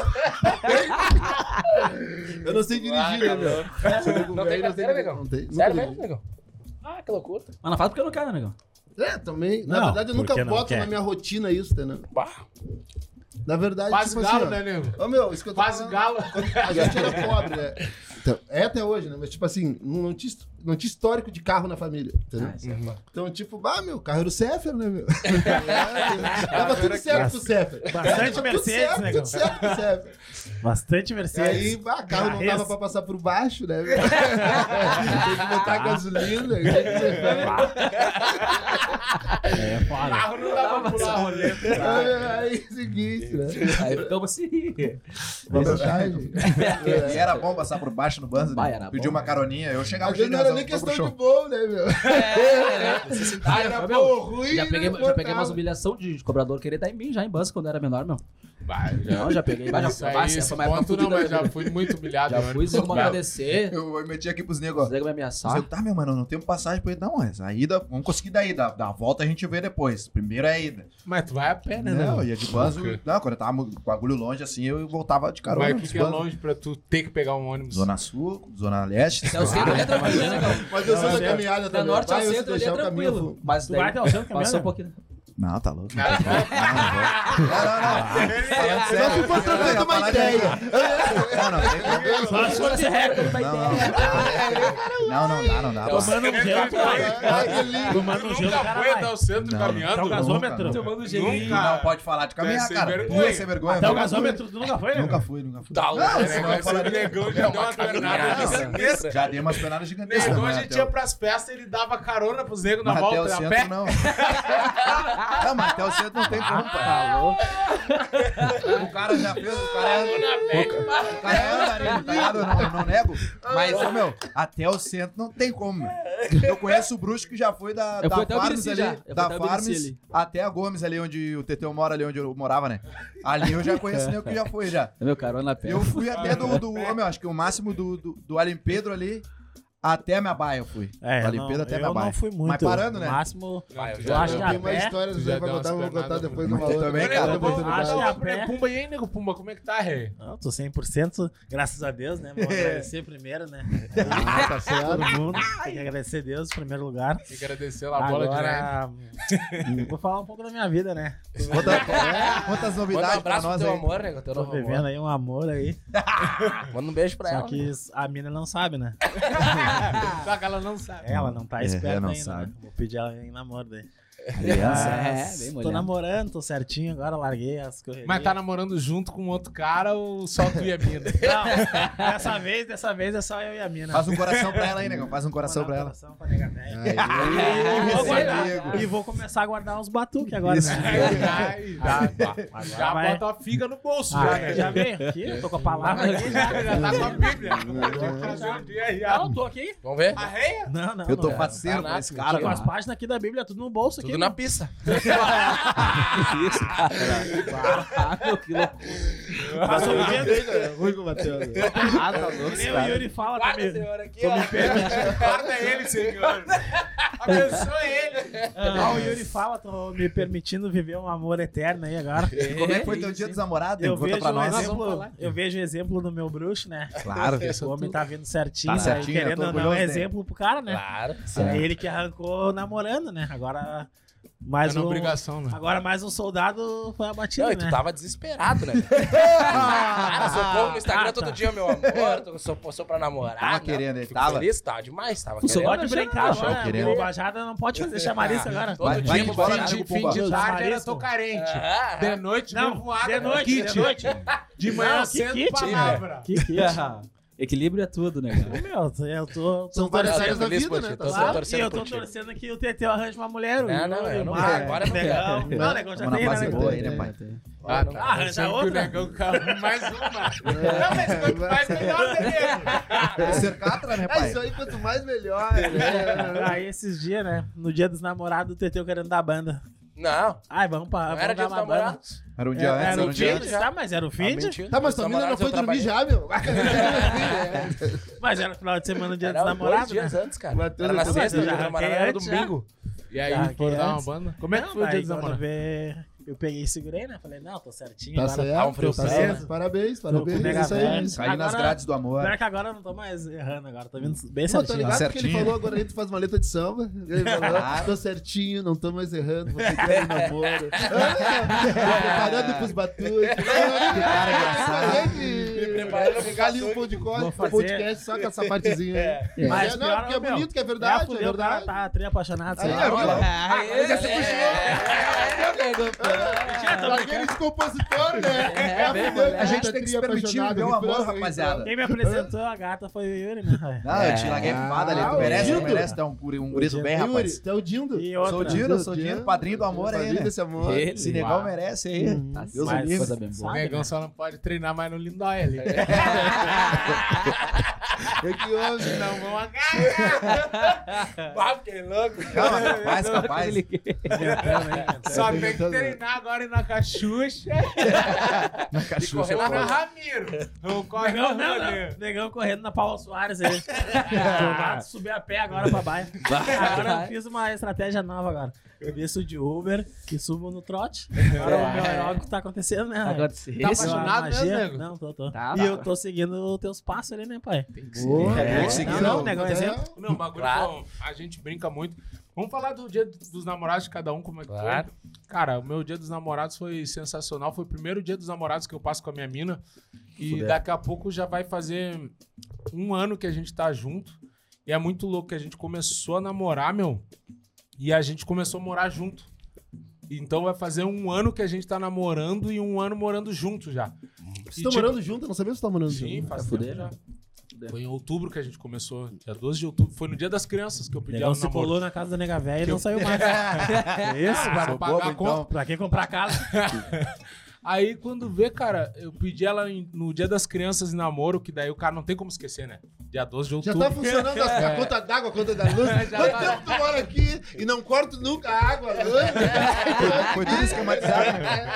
Eu não sei dirigir, né, meu? Não tem carteira, negão? Não tem. Sério mesmo, negão? Que loucura. Mas não faz porque eu não quero, né, negão? Também. Na Não, verdade, eu nunca porque não boto quer. na minha rotina isso, entendeu? Na verdade, Quase tipo galo, assim, né, nego? Ô, meu, isso que eu tô Quase falando, galo. a gente era pobre, né? Então, até hoje, né? Mas, tipo assim, não tinha histórico de carro na família, entendeu? Então, tipo, meu carro era o Céfiro, né, meu? Tava tudo certo com o Céfiro. Bastante Mercedes, né, tudo certo com o Céfiro. Bastante E Mercedes. aí, carro não dava pra passar por baixo, né? Tem que botar gasolina. É O foda. carro não dava pra pular rolê. Aí, seguinte, né? Aí ficamos assim. Uma vantagem. E era bom passar por baixo no banzo, Vai, né? era Pedir bom. uma caroninha, eu chegava Às vezes não era nem vamos pro questão show. de bom, né, meu? Era bom, ruim. Já peguei importava. umas humilhação de cobrador querer dar em mim já em banco quando eu era menor, meu. Não, já peguei. Isso aí, esse ponto não, mas já fui muito humilhado. Já fui sem como agradecer. Eu meti aqui pros negros. Os negros me ameaçar. Tá, meu mano, não temos passagem pra ir. Não, mas a ida, vamos conseguir da ida. Da volta a gente vê depois. Primeiro é a ida. Mas tu vai a pé, né? Não, eu ia de banzo. Não, quando eu tava com o bagulho longe assim, eu voltava de carona. Mas o que é longe pra tu ter que pegar um ônibus? Zona Sul, Zona Leste. É o centro é tranquilo, né, cara? Mas eu sou da caminhada Da também. norte ao Vai, eu centro ali é deixar o caminho tranquilo. Mas Tu vai até o centro passou um caminhando? pouquinho. Não, tá louco. Não. Só se for trocando uma ideia. Não. Só se fosse recorde da ideia. Não dá. Tomando um gelo, tomando um gelo, Nunca foi até o centro Até o caminhando. gasômetro. Tomando gelinho. Não pode falar de caminhar, Sem cara. vergonha. Não ia ser vergonha. Até o gasômetro tu nunca foi, né? Nunca fui. Tá louco. O negão já deu uma pernada gigantesca. Já dei umas penadas O gigantescas. negão, a né, gente até ia pras festas e ele dava carona pros negros na Mas até o volta, a centro, pé. não. Não, mas até o centro não tem como, pai. Tá louco. O cara já fez, o cara é andarilho, tá ligado? Eu não nego. Mas, meu, até o centro não tem como, meu. Eu conheço o bruxo que já foi da fui até o Farms Birici ali, já. Eu da fui até o Birici Farms ali. até a Gomes ali, onde o Teteu mora, ali onde eu morava, né? Ali eu já conheço nego que já foi, já. É meu carona a pé. Eu fui até meu, acho que o máximo do Além Pedro ali, até a minha baia eu fui. É, Do Além Pedro até a minha eu baia. não fui muito. Mas parando, né? No máximo, Vai, eu eu já- acho que Tem a uma pé... história, Tu você já vai deu contar, umas vou contar pernadas depois muito. numa outra. Também, Ô, cara, nego, depois vamos- acho que dá a uma pé- Pumba aí, nego Pumba, como é que tá, rei? Não, tô 100%, graças a Deus, né? Vou agradecer primeiro, né? Ah, tá certo. Todo mundo. Tem que agradecer a Deus em primeiro lugar. Tem que agradecer lá a bola de neve. Agora, vou falar um pouco da minha vida, né? Quantas Manda um novidades pra abraço pro nós teu aí? amor, né? Teu Tô novo vivendo amor. aí um amor aí. Manda um beijo pra Só ela. que a mina não sabe, né? Só que ela não sabe. Ela não tá esperta não ainda, sabe. né? Vou pedir ela em namoro daí. Aliança. Mas bem tô molhado. namorando, tô certinho agora, larguei as correrias. Mas tá namorando junto com outro cara ou só tu e a mina? Não, dessa vez é só eu e a mina. Faz um coração pra ela aí, negão. Faz um coração pra ela. Coração pra nega velha. Aí, E vou esse guardar- amigo. E vou começar a guardar uns batuques agora, Isso. né? Já, já vai. bota a figa no bolso, Ah, né? já veio aqui, tô com a palavra aqui já. Já tá com a Bíblia. Tem que fazer um dia aí. Não, tô aqui. Vamos ver? Arreia? Não, não. Eu tô não. parceiro com esse cara, Tô com as mano. páginas aqui da Bíblia, tudo no bolso aqui. Tudo na pista. Isso, cara. Ah, meu, que loucura. Mas tô vivendo. Ruim com o Matheus. Ah, tá louco, Nem o cara. Yuri fala também. aqui, Guarda ele, senhor. Abençoe ele. Ah, o Yuri fala, tô me permitindo viver um amor eterno aí agora. Como é que foi teu dia dos namorados? Eu Conta vejo, pra um nós. exemplo do meu bruxo, né? Claro. O homem tá vindo certinho, Tá aí certinho, eu querendo tô ou não, é orgulhoso dele. exemplo pro cara, né? Claro. É ele que arrancou namorando, né? Agora mais É na um, obrigação, né? agora mais um soldado foi abatido, Não, e né? tu tava desesperado, né? Cara, socorro no Instagram Ah, tá. todo dia, meu amor. Sou pra namorar. Tava Não, querendo, ele fico tava. feliz, tava demais, tava Tu só querendo. gosta de brincar Show, agora, querendo. bobajada não pode fazer chamariz agora. Todo Vai, dia, vai no embora, fim né, de- com o Fim de Pumba. tarde era Marisco. tô carente. Ah, De noite, Não, nevoada de no noite, kit. de noite. De manhã Não, que cedo, kit, palavra. Que kit? Equilíbrio é tudo, né, cara? Meu, eu tô São várias Eu áreas tô da feliz vida, por né? ti, Tá tô certo. torcendo E eu tô por ti. torcendo que o Teteu arranje uma mulher. Não, eu não Mar- quero, agora não Negão. quero. Não, Negão já Vamos tem, na né, fase Negão? boa aí, né, pai? Ah, tá. Arranja Sempre outra? que o negão quer mais uma. Não, mas quanto mais melhor, né, nego? Cercatra, né, É pai? isso aí, quanto mais melhor. Né? Aí esses dias, né? No dia dos namorados, o Teteu querendo dar banda. Não, Ai, vamos não era dar dia dos uma banda. namorados. Era um dia antes, Era era o um dia fim, antes. tá? Mas era o fim de... mentindo. Tá, mas tua Os mina não namorados foi eu dormir trabalhei. já, meu? Mas era final de semana, dia dos Era 2 namorados, né? dias antes, cara. Matheus, Era na eu sexta, já dia dos arranquei namorados era antes, já. domingo. E aí, Já, foram que dar uma antes. banda? Como é que Não, foi o dia daí dos quando namorados? eu peguei e segurei, né? Falei, não, tô certinho. Tá agora certo, frio tá preso, certo. né? Parabéns, Tô com parabéns. nega Isso aí. velha. Caí nas Agora- grades do amor. Pior que agora eu não tô mais errando agora, tô vindo bem Pô, tá certinho. ligado que ele Certinho. falou agora aí, tu faz uma letra de samba. Ele falou, Claro. tô certinho, não tô mais errando, vou pegar no namoro. Tô preparando pros batuques. Que cara engraçado. Me preparando pro pegar ali um batuque. podcast, Vou fazer- podcast só com essa partezinha aí. Mas Não, pior porque é meu, bonito, que é é verdade, fuder, é o cara verdade. tá tri apaixonado. Aí, sei lá. viu? Aí já se Aquele de compositor, né? A gente tem que se permitir viver o amor, rapaziada. Quem me apresentou a gata foi o Yuri, né? Não, eu te larguei fumada ali. Tu merece dar um gurizo bem, Yuri, rapaz. tu é o Dindo. E Sou o outra, Dino, sou o Dino, padrinho do amor aí, Padrinho né? desse amor. Ele. Se negão merece aí. Mas Deus o livre. coisa bem O boa. negão só não pode treinar mais no Lindóia ali. É que houve. Não vão agarrar. Ah, fiquei louco. Calma, capaz, capaz. Só tem que treinar agora ir na Cachucha e correr lá na Ramiro. Ou corre Negão, na não, rolê. não. Negão correndo na Paula Soares aí. Vou subir a pé agora pra baia. Agora eu fiz uma estratégia nova agora. Eu desço de Uber e subo no trote. Agora o meu aeróbico tá acontecendo, né? Tá acontecendo. Tá apaixonado mesmo, Magia? nego? Não, tô. Tá, E tá. eu tô seguindo os teus passos ali, né, pai? Boa, Tem boa. que seguir, Não, não. não, negão, exemplo. Meu, o bagulho Claro. bom, a gente brinca muito, Vamos falar do dia dos namorados de cada um, como é que foi? Cara, o meu dia dos namorados foi sensacional. Foi o primeiro dia dos namorados que eu passo com a minha mina. E daqui a pouco já vai fazer 1 ano que a gente tá junto. E é muito louco que a gente começou a namorar, meu. E a gente começou a morar junto. Então vai fazer 1 ano que a gente tá namorando e 1 ano morando junto já. Vocês estão morando junto? Eu não sabia se estão morando junto. Sim, faz tempo já. Foi em outubro que a gente começou, dia 12 de outubro. Foi no dia das crianças que eu pedi ela se colou na casa da nega velha e não saiu mais. Isso, vai pagar a conta. Pra quem comprar casa? Aí, quando vê, cara, eu pedi ela no dia das crianças em namoro, que daí o cara não tem como esquecer, né? Dia 12 de outubro. Já tá funcionando a conta d'água, a conta da luz. Quanto tempo tu mora aqui e não corto nunca a água, a luz? Foi tudo esquematizado.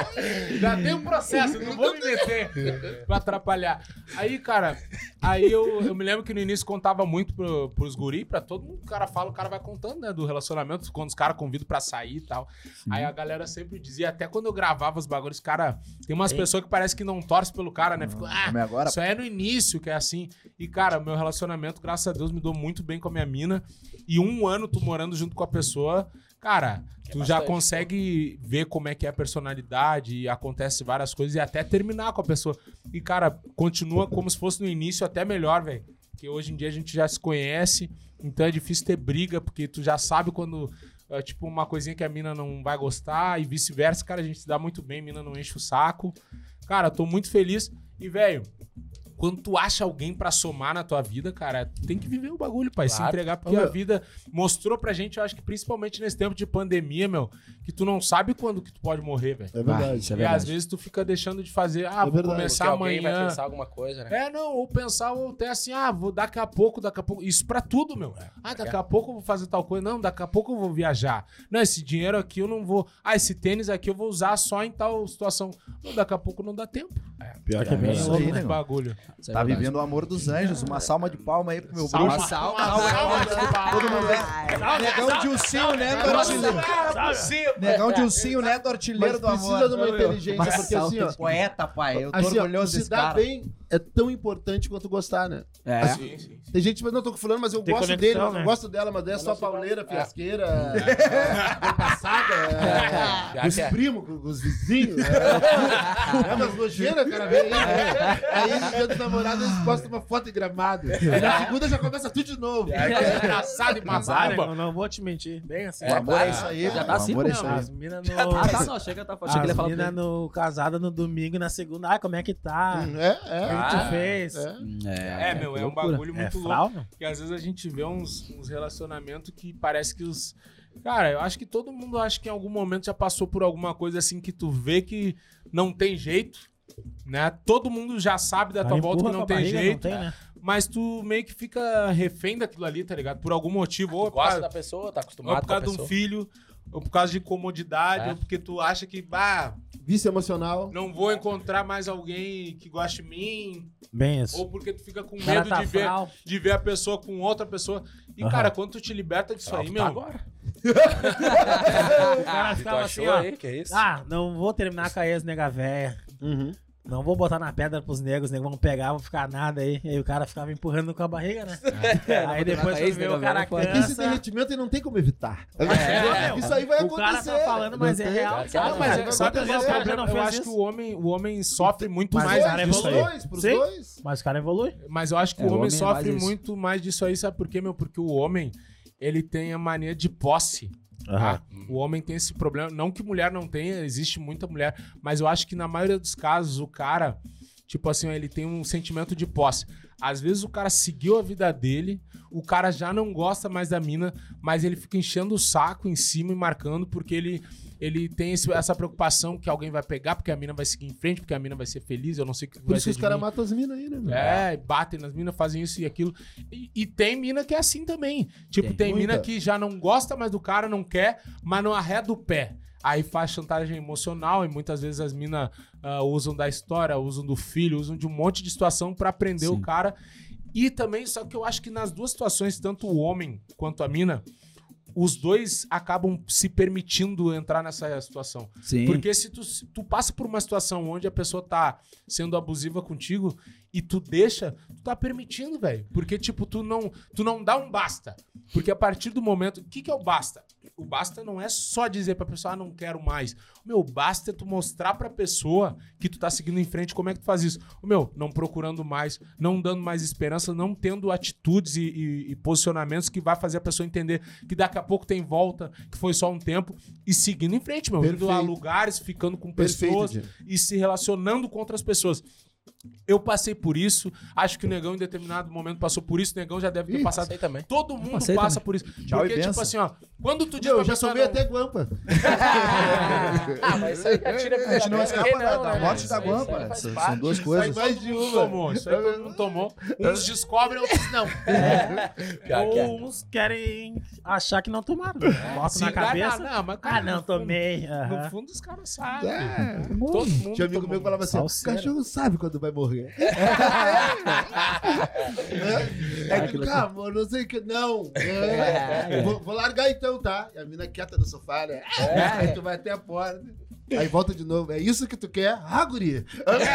Já tem um processo, não vou me meter pra atrapalhar. Aí, cara, eu me lembro que no início contava muito pros guri, pra todo mundo. O cara fala, o cara vai contando, né, do relacionamento, quando os caras convidam pra sair e tal. Sim. Aí a galera sempre dizia, até quando eu gravava os bagulhos, cara, tem umas pessoas que parece que não torcem pelo cara, né? Ficam, agora... isso é no início que é assim. E, cara, meu relacionamento, graças a Deus, me dou muito bem com a minha mina. E 1 ano tu morando junto com a pessoa, cara, tu já consegue ver como é que é a personalidade, e acontece várias coisas, e até terminar com a pessoa. E, cara, continua como se fosse no início, até melhor, velho. Porque hoje em dia a gente já se conhece, então é difícil ter briga, porque tu já sabe quando... tipo, uma coisinha que a mina não vai gostar, e vice-versa. Cara, a gente se dá muito bem, a mina não enche o saco. Cara, tô muito feliz. E, velho... Quando tu acha alguém pra somar na tua vida, cara, tem que viver o bagulho, pai. Claro. Se entregar, porque a vida mostrou pra gente, eu acho que principalmente nesse tempo de pandemia, meu, que tu não sabe quando que tu pode morrer, velho. É verdade. E às vezes tu fica deixando de fazer, vou começar porque amanhã. Alguém vai pensar alguma coisa, né? Ou pensar, ou até assim, vou daqui a pouco. Isso pra tudo, meu. Daqui a pouco eu vou fazer tal coisa. Não, daqui a pouco eu vou viajar. Não, esse dinheiro aqui eu não vou. Esse tênis aqui eu vou usar só em tal situação. Não, daqui a pouco não dá tempo. Pior que é bem isso aí, né, bagulho. Tá vivendo o amor dos anjos. Uma salva de palma aí pro meu bruxo. Salva Todo mundo é. Negão de ursinho, né, do artilheiro. Negão de ursinho, né, do artilheiro do amor. Precisa de uma inteligência, porque assim, ó... Poeta, pai. Eu tô assim, orgulhoso desse cara. Se dar bem é tão importante quanto gostar, né? Sim. Tem gente, mas não tô falando, mas eu tem gosto conexão, dele, né? eu gosto dela, mas é só pauleira, fiasqueira, passada, os primos, os vizinhos, umas nojeiras, cara, vem aí no dia dos namorados eles postam uma foto em Gramado. Aí na segunda já começa tudo de novo. Engraçado e babado. Não vou te mentir. Bem assim. O amor é isso aí, já tá assim, amor é não, isso aí. As minas no... não, chega, tá As minas no casada no domingo e na segunda. Como é que tá? O que tu fez? Meu, é um bagulho muito louco. Fraude? Que às vezes a gente vê uns relacionamentos que parece que os... Cara, eu acho que todo mundo acha que em algum momento já passou por alguma coisa assim que tu vê que não tem jeito, né? Todo mundo já sabe da tua volta que não tem jeito, não tem, né? mas tu meio que fica refém daquilo ali, tá ligado? Por algum motivo. Ou gosta da pessoa, tá acostumado ou por causa de um filho, ou por causa de comodidade, ou porque tu acha que, vício emocional. não vou encontrar mais alguém que goste de mim. Bem isso. Ou porque tu fica com medo de ver a pessoa com outra pessoa. E, cara, quando tu te liberta disso aí, meu... Agora. O cara ficava assim, ó. Que é isso? Não vou terminar com a ex-nega véia. Não vou botar na pedra pros negros, os negros vão pegar, vão ficar nada aí. E aí o cara ficava empurrando com a barriga, né? Aí depois tu vê o cara cansa. Aqui esse derretimento e não tem como evitar. Isso aí vai acontecer. O cara tá falando, mas é real. Eu acho que o homem sofre muito mais disso aí. Pros dois. Mas o cara evolui. Mas eu acho que o homem sofre muito mais disso aí, sabe por quê, meu? Porque o homem, ele tem a mania de posse. O homem tem esse problema, não que mulher não tenha, existe muita mulher, mas eu acho que na maioria dos casos o cara, tipo assim, ele tem um sentimento de posse. Às vezes o cara seguiu a vida dele, o cara já não gosta mais da mina, mas ele fica enchendo o saco em cima e marcando porque ele tem essa preocupação que alguém vai pegar, porque a mina vai seguir em frente, porque a mina vai ser feliz, eu não sei o que vai ser. Por isso que os caras matam as minas aí, né? Batem nas minas, fazem isso e aquilo. E tem mina que é assim também. Tipo, tem mina que já não gosta mais do cara, não quer, mas não arreda o pé. Aí faz chantagem emocional e muitas vezes as minas usam da história, usam do filho, usam de um monte de situação pra prender o cara. E também, só que eu acho que nas duas situações, tanto o homem quanto a mina, os dois acabam se permitindo entrar nessa situação. Sim. Porque se tu passa por uma situação onde a pessoa tá sendo abusiva contigo e tu deixa, tu tá permitindo, velho. Porque, tipo, tu não dá um basta. Porque a partir do momento... O que é o basta? O basta não é só dizer pra pessoa, não quero mais. O basta é tu mostrar pra pessoa que tu tá seguindo em frente. Como é que tu faz isso? Não procurando mais, não dando mais esperança, não tendo atitudes e posicionamentos que vai fazer a pessoa entender que daqui a pouco tem volta, que foi só um tempo, e seguindo em frente, indo a lugares, ficando com pessoas e se relacionando com outras pessoas. Eu passei por isso, acho que o Negão em determinado momento passou por isso, o Negão já deve ter passado. Passei também. Todo mundo passa por isso. Tchau. Porque, tipo assim, ó, quando tu diz Eu já tomei até guampa. Mas isso aí atira A gente não escapa da morte né? da guampa. São duas coisas. mais de uma. Isso aí todo mundo tomou. Uns descobrem, outros não. Ou uns querem achar que não tomaram. Bota na cabeça. Não, mas, cara, não tomei. No fundo, os caras sabem. Todo mundo. Tinha amigo meu que falava assim: o cachorro sabe quando vai morrer. Calma, não sei o que. Não. Vou largar então, tá? E a mina quieta no sofá, né? Aí tu vai até a porta. Aí volta de novo. É isso que tu quer? Guri.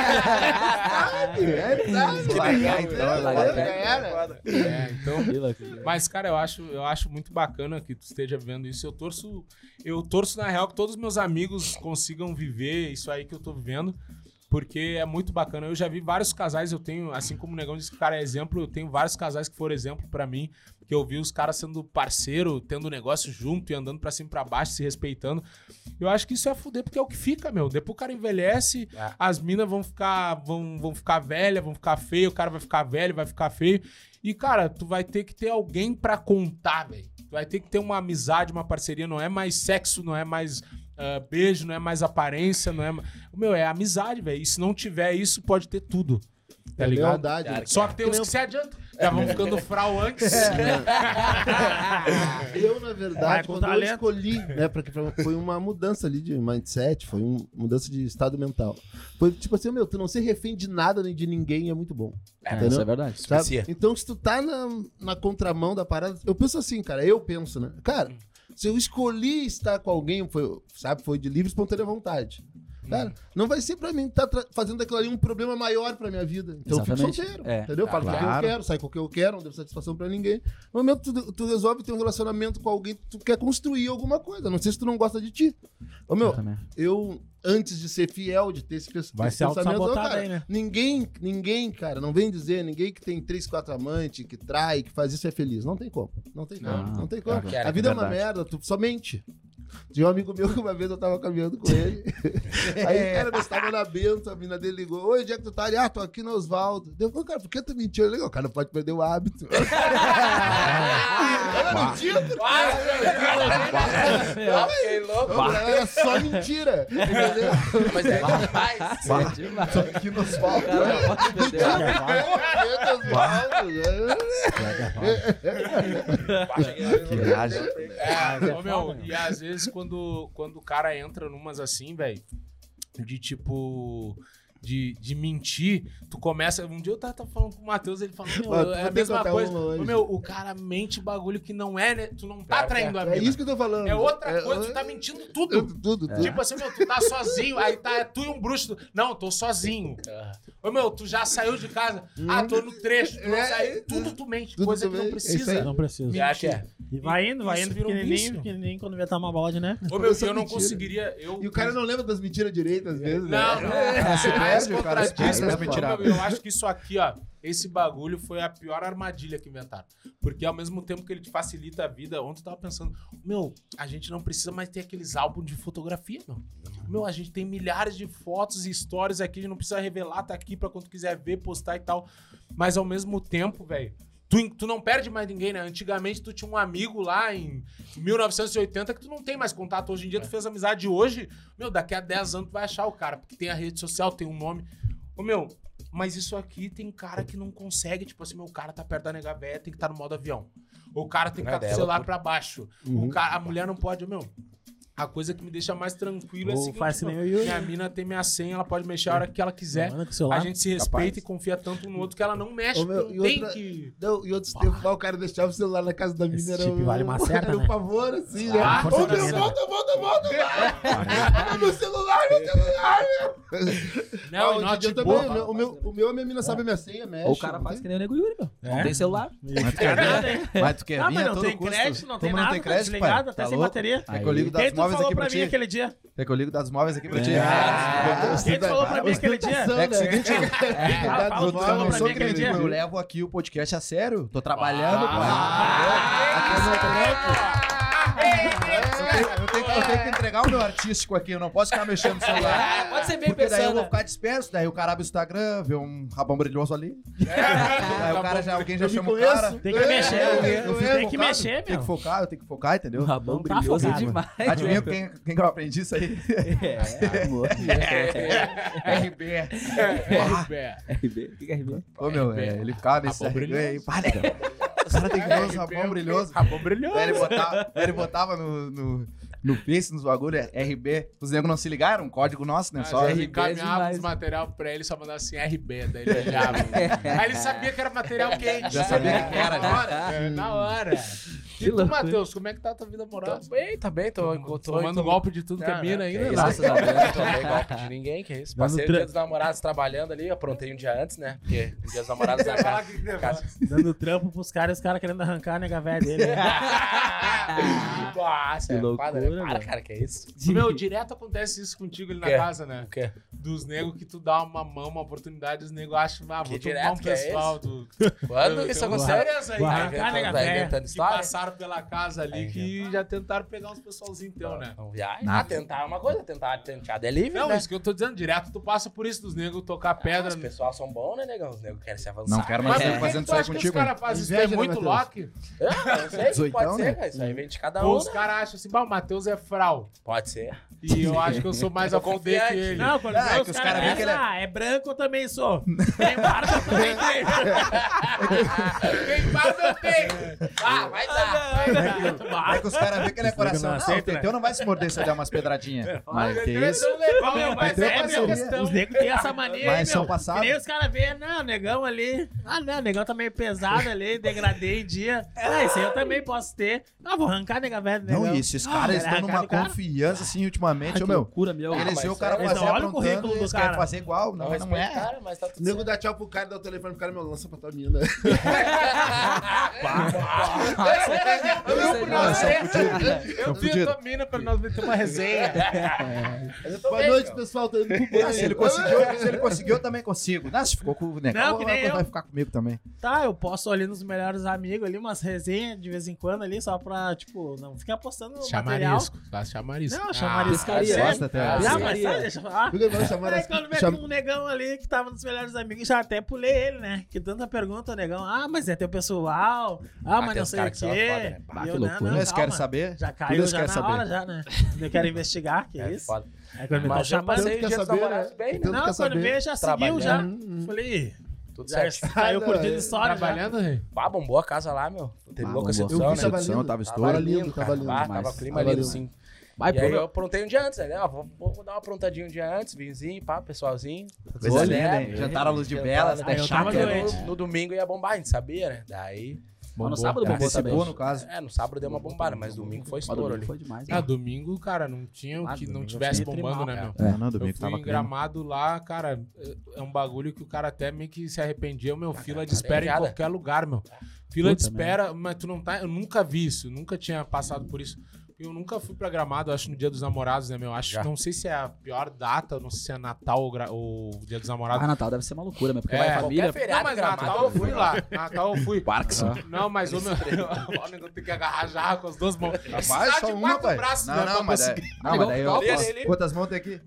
Mas, cara, eu acho muito bacana que tu esteja vendo isso. Eu torço, na real, que todos os meus amigos consigam viver isso aí que eu tô vivendo. Porque é muito bacana. Eu já vi vários casais, eu tenho, assim como o Negão disse que o cara é exemplo, eu tenho vários casais que foram exemplo pra mim, que eu vi os caras sendo parceiro, tendo negócio junto e andando pra cima e pra baixo, se respeitando. Eu acho que isso é fuder, porque é o que fica, meu. Depois o cara envelhece, as minas vão ficar velhas, vão ficar feias, o cara vai ficar velho, vai ficar feio. E, cara, tu vai ter que ter alguém pra contar, velho. Tu vai ter que ter uma amizade, uma parceria, não é mais sexo, não é mais... beijo, não é mais aparência, não é... é amizade, velho. E se não tiver isso, pode ter tudo. Tá ligado? Só que tem uns que se adiantam. Já vão ficando frau antes. Eu, na verdade, quando eu escolhi, né, porque foi uma mudança ali de mindset, foi uma mudança de estado mental. Foi tipo assim, tu não ser refém de nada nem de ninguém é muito bom. Isso é verdade. Sabe? Então, se tu tá na contramão da parada, eu penso assim, cara, né? Cara, se eu escolhi estar com alguém, foi de livre e espontânea vontade. Cara, não vai ser pra mim estar fazendo aquilo ali um problema maior pra minha vida. Então eu fico solteiro, entendeu? Falo o que eu quero, sai com o que eu quero, não devo satisfação pra ninguém. No momento tu resolve ter um relacionamento com alguém, tu quer construir alguma coisa. Não sei se tu não gosta de ti. Eu antes de ser fiel, de ter esse pensamento, cara, né? Ninguém, cara, não vem dizer, ninguém que tem 3, 4 amantes, que trai, que faz isso é feliz. Não tem como. Não tem como. A vida é uma merda, tu somente. Tinha um amigo meu que uma vez eu tava caminhando com ele. Aí, cara, nós tava na Bento, a mina dele ligou: oi, onde é que tu tá ali? Tô aqui no Osvaldo. Eu falei: cara, por que tu mentiu? Ele ligou: o cara não pode perder o hábito. Era mentira. Era só mentira. Entendeu? Mas é demais. Só aqui no Osvaldo. E às vezes quando o cara entra numas assim, velho, de tipo... De mentir, tu começa... Um dia eu tava falando com o Matheus, ele falou, é a mesma coisa. O cara mente bagulho que não é, né? Tu não tá traindo a mina. É isso que eu tô falando. É outra coisa, tu tá mentindo tudo. Tudo. Tipo assim, tu tá sozinho, aí tá tu e um bruxo. Não, eu tô sozinho. Tu já saiu de casa. Tô no trecho. Tu não saiu. Tudo tu mente, coisa que não precisa. Não precisa. Me acha. E vai indo, pequenininho, quando vê tá uma bode, né? Eu não conseguiria... E o cara não lembra das mentiras direitas, às vezes. Não. Eu acho que isso aqui, ó, esse bagulho foi a pior armadilha que inventaram. Porque ao mesmo tempo que ele te facilita a vida, ontem eu tava pensando, a gente não precisa mais ter aqueles álbuns de fotografia, a gente tem milhares de fotos e histórias aqui, a gente não precisa revelar, tá aqui pra quando tu quiser ver, postar e tal. Mas ao mesmo tempo, velho, tu não perde mais ninguém, né? Antigamente tu tinha um amigo lá em 1980 que tu não tem mais contato. Hoje em dia tu fez amizade hoje, daqui a 10 anos tu vai achar o cara, porque tem a rede social, tem um nome. Mas isso aqui tem cara que não consegue, tipo assim, o cara tá perto da nega véia, tem que estar no modo avião. O cara tem que estar com o celular pra baixo. A mulher não pode, a coisa que me deixa mais tranquilo é a seguinte, minha mina tem minha senha, ela pode mexer a hora que ela quiser. A gente se respeita e confia tanto um no outro que ela não mexe. E outros tempos, o cara deixava o celular na casa da mina. Vale uma certa, era um pavor, assim, né? Volta! Meu celular! Não, hoje em dia também, o meu, a minha mina sabe a minha senha, mexe. Ou o cara faz que nem o Nego Yuri, meu. Não tem celular. Mas tu quer vir? Mas tu quer vir mas a não todo tem custo? crédito, não tem Como nada, não tem tá crédito, desligado, pai? até Tá sem louco? bateria. É que eu ligo Quem das tu móveis falou aqui pra pra mim ti. aquele dia? É que eu ligo das móveis aqui pra ti. Quem tu falou pra mim aquele dia? É que o seguinte, Fala, eu tu falou pra sou mim aquele dia. eu levo aqui o podcast a sério. Tô trabalhando, pai. Aqui é meu trampo. Eu tenho que entregar o meu artístico aqui, eu não posso ficar mexendo no celular. Pode ser bem Porque daí eu pensando. vou ficar disperso, daí o cara abre o Instagram, vê um rabão brilhoso ali. Aí o cara já, alguém já chama o cara. Tem que mexer, tem que mexer, Tem meu. que focar, entendeu? O rabão Não tá brilhoso é focado. demais. Adivinha quem que eu aprendi isso aí? Amor. RB. RB. O que é RB? Ô, meu, ele ficava nesse Rabão RB aí. Para, negão. Os caras têm que ver os rabão brilhoso. Rabão brilhoso. Daí ele botava no Face, nos bagulho, RB. Os negros não se ligaram, um código nosso, né? Só Ele RB encaminhava demais. os material pra ele, só mandava assim RB, daí ele olhava. Aí ele sabia que era material quente. Já sabia que era, na hora. Na hora. E tu, loucura. Matheus, como é que tá a tua vida amorosa? Tá bem. Tô Tomando golpe de tudo que é mina ainda, que né? isso, não tomei golpe de ninguém, que isso. Passei o tra- dia dos namorados trabalhando ali, aprontei um dia antes, né? Porque o dia dos namorados na casa. Dando trampo pros caras e os caras querendo arrancar a nega velha dele. né? Nossa, Que loucura, para, mano. cara, que é isso? Meu, direto acontece isso contigo ali na quê? casa, né? O quê? Dos negros que tu dá uma mão, uma oportunidade, os negros acham, vou Que tomar direto um que é pessoal do... Quando Eu isso tenho aconteceu? várias aí, Vou né? arrancar, nega Vai velha. inventando Que história? passaram pela casa ali, que já tentaram pegar uns pessoalzinhos teu, né? Não viaja. Tentar é uma coisa, tentar delivery, Não, né? isso que eu tô dizendo, direto tu passa por isso, dos negros tocar pedra. Os pessoal são bons, né, negão? Os negros querem se avançar. Não quero Mas mais por tempo que fazendo tu isso aí acha que os contigo. caras fazem isso? É Inveja, né, muito Matheus? Loki? Eu não sei, 18, pode ser, né? cara. Isso aí vem de cada Ou um. os né? caras acham assim, bah, o Matheus é frau. Pode ser. E eu acho que eu sou mais a fuder que ele. Não, quando É, vê que os os caras cara veem que ele é- é branco, eu também sou. Tem barba, eu também tenho. Quem barba eu tenho. Ah, vai dar. É que os caras veem que ele é coração. Não, o aceita, Teteu não vai se morder se eu der umas pedradinhas. Mas que isso? Meu, mas Teteu é minha parceria. questão. Os negros têm essa mania aí, Mas são meu. passados. Que nem os caras veem, não, negão ali. Ah, não, negão tá meio pesado ali, degradei em dia. Ah, isso aí eu também posso ter. Ah, vou arrancar nega velha do negão. Não, e esses caras estão arrancar numa de cara. confiança, assim, ultimamente, Que ô, meu. loucura, meu. Eles mas veem o cara eles fazer não olham o aprontando currículo e do eles querem cara. fazer igual. Não, não é. Cara, mas tá O tudo nego certo. dá tchau pro cara, dá o telefone pro cara, meu, lança pra tua mina. Eu vi a tua mina pra nós ter uma resenha. Boa noite, pessoal, tô indo pro banho. Se ele conseguiu, eu também consigo. Não, se ficou com o negócio, Não, que nem eu. vai ficar comigo também. Tá, eu posto ali nos melhores amigos ali, umas resenhas de vez em quando ali, só pra, tipo, não ficar postando material. Chamarisco. Faz chamarisco. Não, chamariscaria. gosta até. Ah, mas sabe, deixa eu falar. Porque vai chamar Aí assim, quando vê chama- um negão ali que tava nos melhores amigos, já até pulei ele, né? Que tanta pergunta, negão. Ah, mas é teu pessoal. Ah, mas tem não uns sei o caras que são quê. foda, né? E eu, que loucura. Eles querem calma. saber? Já Tudo caiu eles já querem na saber. hora, já, né? Eu quero investigar, que É isso. foda. Aí quando me estão Mas já chamando. passei o quer dia dos saber, namorados né? bem, né? Tanto Não, quer quando saber. veio já seguiu, já. Falei, Tudo já certo. saiu curtindo história, já. Trabalhando, rei? Ah, bombou a casa lá, meu. Teve Ah, louca bombou. recepção, Eu né? vi, tava Recepção, lindo. tava Tava estouro. lindo, tava lindo. Tava demais. clima Tava lindo, lindo. sim. Vai, E aí pô, eu aprontei um dia antes, né? Vou dar uma aprontadinha um dia antes, vinzinho, pá, pessoalzinho. Coisa Olha, linda, hein? Jantaram à luz de velas, Aí até eu tava chácara. doente. No domingo ia bombar, a gente sabia, né? Daí. no sábado bombou também. Antecipou, no caso. É, no sábado deu uma bombada, mas domingo foi Mas estouro domingo ali. foi demais. Ah, né? domingo, cara, não tinha o Ah, que não domingo tivesse eu fiquei bombando, né, trimal, meu? É, não, Eu domingo fui tava em Gramado lá, cara, é um bagulho que o cara até meio que se arrependia, meu, fila de espera em arejada. qualquer lugar, meu. Fila de Puta espera, mas tu não tá, eu nunca vi isso, nunca tinha passado por isso. Eu nunca fui pra Gramado, acho no Dia dos Namorados, né, meu? Acho, Já. não sei se é a pior data, não sei se é Natal ou Dia dos Namorados. Ah, Natal deve ser uma loucura, meu. Porque É, vai a família. qualquer feriado. Não, mas Gramado, Natal eu fui lá. Natal eu fui. Parkinson. Não, mas o meu. O negócio tem que agarrar já com as duas mãos. Rapaz, só uma, pai. braços, Não, né, não, pra mas daí, conseguir. não, mas daí eu Olha posso. ele. Quantas mãos tem aqui?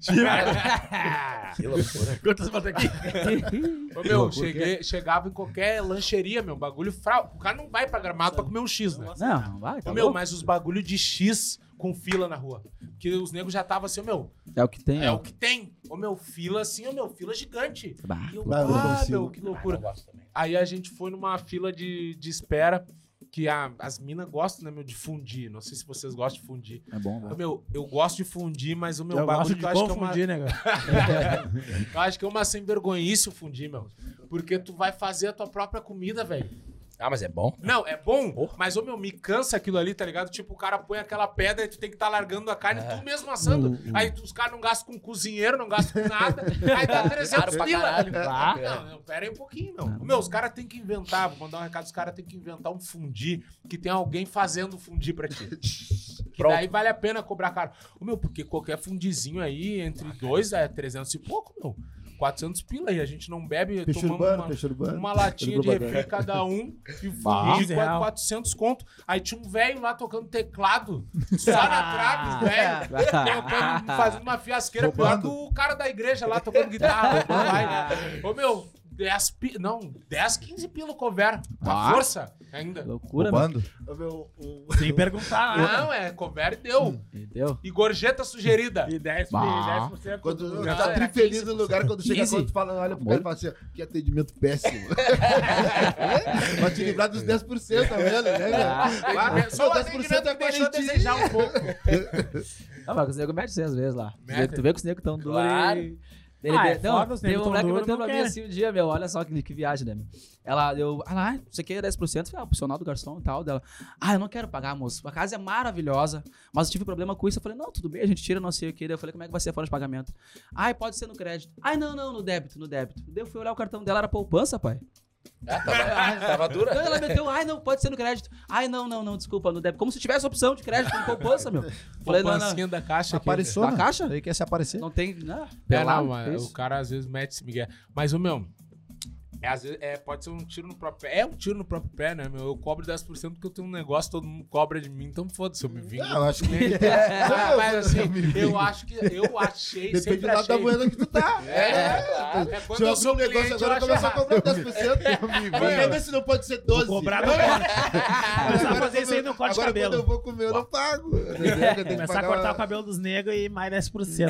Que loucura. Quantas botas aqui? Ô, meu, chegava em qualquer lancheria, meu, bagulho frau. O cara não vai pra Gramado pra comer um X, né? Não, não vai. Tá Ô, meu, louco? mas os bagulho de X com fila na rua. Que os negros já estavam assim, ô, meu, É o que tem, é ó. o que tem. Ô, meu, fila assim, ô, meu, fila gigante. Bah. E eu, Bah, eu não consigo. meu, que loucura. Eu gosto também. Aí a gente foi numa fila de espera que as minas gostam, né, meu, de fundir. Não sei se vocês gostam de fundir. É bom, Ô, velho. meu, eu gosto de fundir, mas o meu Eu bagulho gosto que de eu acho que é uma... confundir, né, cara? Eu acho que é uma sem vergonhice o fundir, meu. Porque tu vai fazer a tua própria comida, velho. Ah, mas é bom? Não, é bom, mas, ô meu, me cansa aquilo ali, tá ligado? Tipo, o cara põe aquela pedra e tu tem que estar largando a carne, tu mesmo assando. Aí os caras não gastam com cozinheiro, não gastam com nada. Aí dá 300 pila. Não, pera aí um pouquinho, meu. Meu, os caras têm que inventar, vou mandar um recado, os caras têm que inventar um fundi, que tem alguém fazendo fundi pra ti. Que daí vale a pena cobrar caro. Ô meu, porque qualquer fundizinho aí, entre dois, é 300 e pouco, meu. 400 pila aí, a gente não bebe, tomamos uma latinha de refri cada um e fundi de 400 conto. Aí tinha um velho lá tocando teclado, só na trave, velho, fazendo uma fiasqueira pior que o cara da igreja lá tocando guitarra. Ô meu, 10, 15 pila o cover. A força ainda. Loucura, mano. Sem perguntar. Não, cover e deu. E gorjeta sugerida. E 10%. Quando tu tá bem feliz no lugar, quando chega quando tu fala, olha pro cara e fala assim, que atendimento péssimo. Pra te livrar dos 10%, tá vendo, né, cara? Só o 10% é deixou a desejar um pouco. Não, mas o nego mete 6 vezes lá. Tu vê que os negros tão duros. Claro. Tem um moleque que meteu pra mim assim um dia, meu. Olha só que viagem, né, meu? Você quer 10%? Falei, opcional do garçom e tal. Dela, eu não quero pagar, moço. A casa é maravilhosa, mas eu tive problema com isso. Eu falei, não, tudo bem, a gente tira, não sei o que. Daí eu falei, como é que vai ser a folha de pagamento? Pode ser no crédito. Não, no débito. Daí eu fui olhar o cartão dela, era poupança, pai. Tava dura? Não, ela meteu, não, pode ser no crédito. Não, desculpa, no débito. Como se tivesse opção de crédito com poupança, meu. Falei, poupancinha da caixa. Apareceu na caixa? Aí quer se aparecer. Não tem, mas o cara às vezes mete esse migué. Mas o meu... às vezes, pode ser um tiro no próprio pé. É um tiro no próprio pé, né, meu? Eu cobro 10% porque eu tenho um negócio, todo mundo cobra de mim, então foda-se, eu me vingo. Eu acho que... mas assim, eu achei, depende sempre do lado da moeda que tu tá. Quando se eu sou um negócio cliente, agora começar a cobrar 10%, vamos ver se não pode ser 12%. Vou cobrar no corte. Começar a fazer isso aí no corte de cabelo. Quando eu vou comer, eu não pago. Começar a cortar o cabelo dos negros e mais 10%.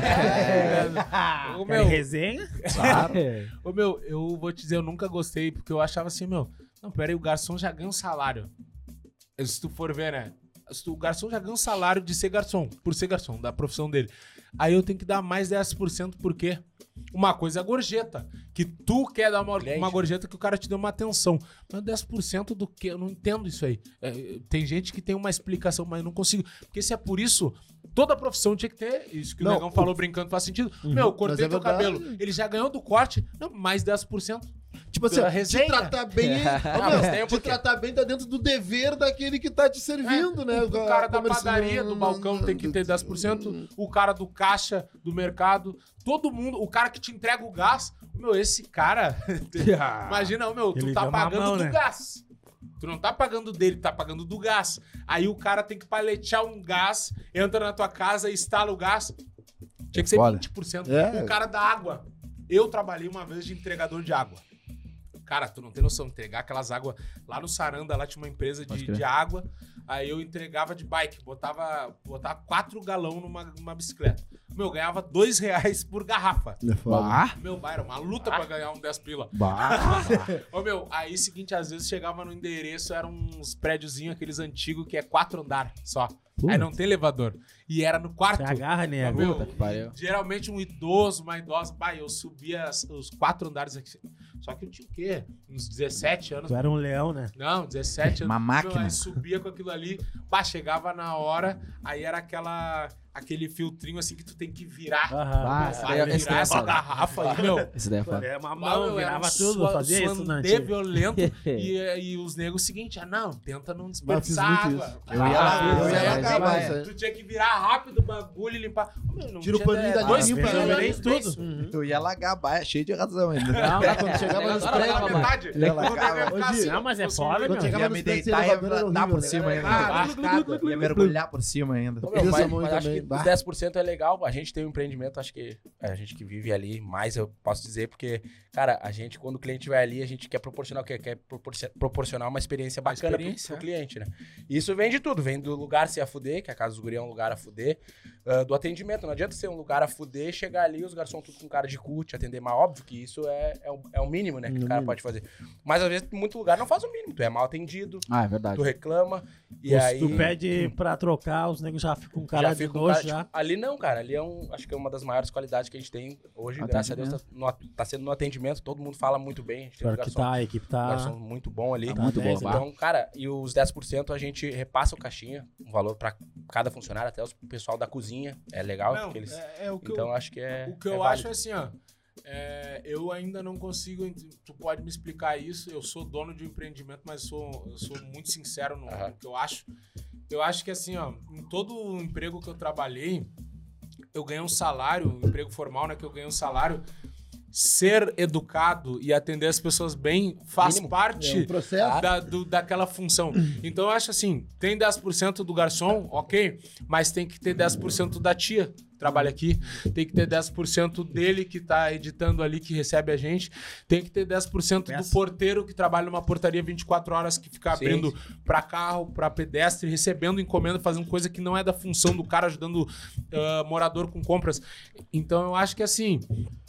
O meu resenha? Claro. O meu, eu vou te dizer, eu nunca gostei, porque eu achava assim, meu, não, pera aí, o garçom já ganha um salário. Se tu for ver, né? O garçom já ganha um salário de ser garçom, por ser garçom, da profissão dele. Aí eu tenho que dar mais 10%, por quê? Uma coisa é a gorjeta, que tu quer dar uma gorjeta que o cara te deu uma atenção. Mas 10% do quê? Eu não entendo isso aí. Tem gente que tem uma explicação, mas eu não consigo. Porque se é por isso, toda profissão tinha que ter, isso que o Negão falou brincando faz sentido. Meu, cortei teu cabelo, ele já ganhou do corte, não, mais 10%. Tipo assim, te tratar bem, te tratar bem tá dentro do dever daquele que tá te servindo, né? O cara da padaria, do balcão tem que ter 10%, o cara do caixa, do mercado, todo mundo, o cara que te entrega o gás, meu, esse cara, imagina, meu, tu tá pagando do gás. Tu não tá pagando dele, tá pagando do gás. Aí o cara tem que paletear um gás, entra na tua casa e instala o gás. Tinha que ser 20%. O cara da água. Eu trabalhei uma vez de entregador de água. Cara, tu não tem noção, entregar aquelas águas lá no Saranda, lá tinha uma empresa de água, aí eu entregava de bike, botava 4 galões numa bicicleta. Meu, eu ganhava R$2 por garrafa. Meu, era uma luta pra ganhar um 10 pila. Ô, meu, aí seguinte, às vezes chegava no endereço, eram uns prédiozinhos, aqueles antigos, que é 4 andares só. Aí não tem elevador. E era no quarto. Você agarra, né? Geralmente um idoso, uma idosa. Eu subia os 4 andares aqui. Só que eu tinha o quê? Uns 17 anos. Tu era um leão, né? Não, 17 anos. Uma máquina. Aí subia com aquilo ali. Chegava na hora. Aí era aquele filtrinho assim que tu tem que virar. Virar essa garrafa aí, meu. Esse daí é foda. Era uma mão, virava tudo, fazia isso, né? Violento. E os negros, seguinte, tenta não desperdiçar água. Eu ia lagar baia. Tu tinha que virar rápido o bagulho e limpar. Tira o paninho da limpa, né? Tudo. Eu ia lagar baia, cheio de razão ainda. Não, quando chegava nos prédios, Não, mas é foda, meu. Ia me deitar e ia dar por cima ainda. Ia mergulhar por cima ainda. Mas acho que os 10% é legal. A gente tem um empreendimento, acho que a gente que vive ali, mais eu posso dizer, porque, cara, a gente, quando o cliente vai ali, a gente quer proporcionar o quê? Quer proporcionar uma experiência bacana pro cliente, né? E isso vem de tudo. Vem do lugar se a fuder, que a Casa dos Guri é um lugar a fuder, do atendimento. Não adianta ser um lugar a fuder, chegar ali, os garçons tudo com cara de cu, te atender. Mas óbvio que isso é o mínimo, né? Que o cara pode fazer. Mas às vezes, muito lugar não faz o mínimo. Tu é mal atendido. É verdade. Tu reclama. E aí... Tu pede pra trocar, os negros já ficam com cara de doido. roxo já. Ali não, cara. Ali acho que é uma das maiores qualidades que a gente tem hoje. Graças a Deus tá sendo no atendimento. Todo mundo fala muito bem. A gente tem um garçom, a equipe tá... garçom muito bom ali. Tá muito bom. Então, cara, e os 10% a gente repassa o caixinha, um valor pra cada funcionário, até o pessoal da cozinha. É legal. Não, porque eles... o que então, acho que é o que eu acho é assim, ó. Eu ainda não consigo... Tu pode me explicar isso. Eu sou dono de um empreendimento, mas eu sou muito sincero no que eu acho. Eu acho que assim, ó, em todo emprego que eu trabalhei, eu ganhei um salário, um emprego formal, né, que eu ganhei um salário. Ser educado e atender as pessoas bem faz parte daquela função. Então eu acho assim, tem 10% do garçom, ok, mas tem que ter 10% da tia que trabalha aqui, tem que ter 10% dele que tá editando ali, que recebe a gente, tem que ter 10% do porteiro que trabalha numa portaria 24 horas, que fica abrindo para carro, para pedestre, recebendo encomenda, fazendo coisa que não é da função do cara, ajudando morador com compras. Então eu acho que assim...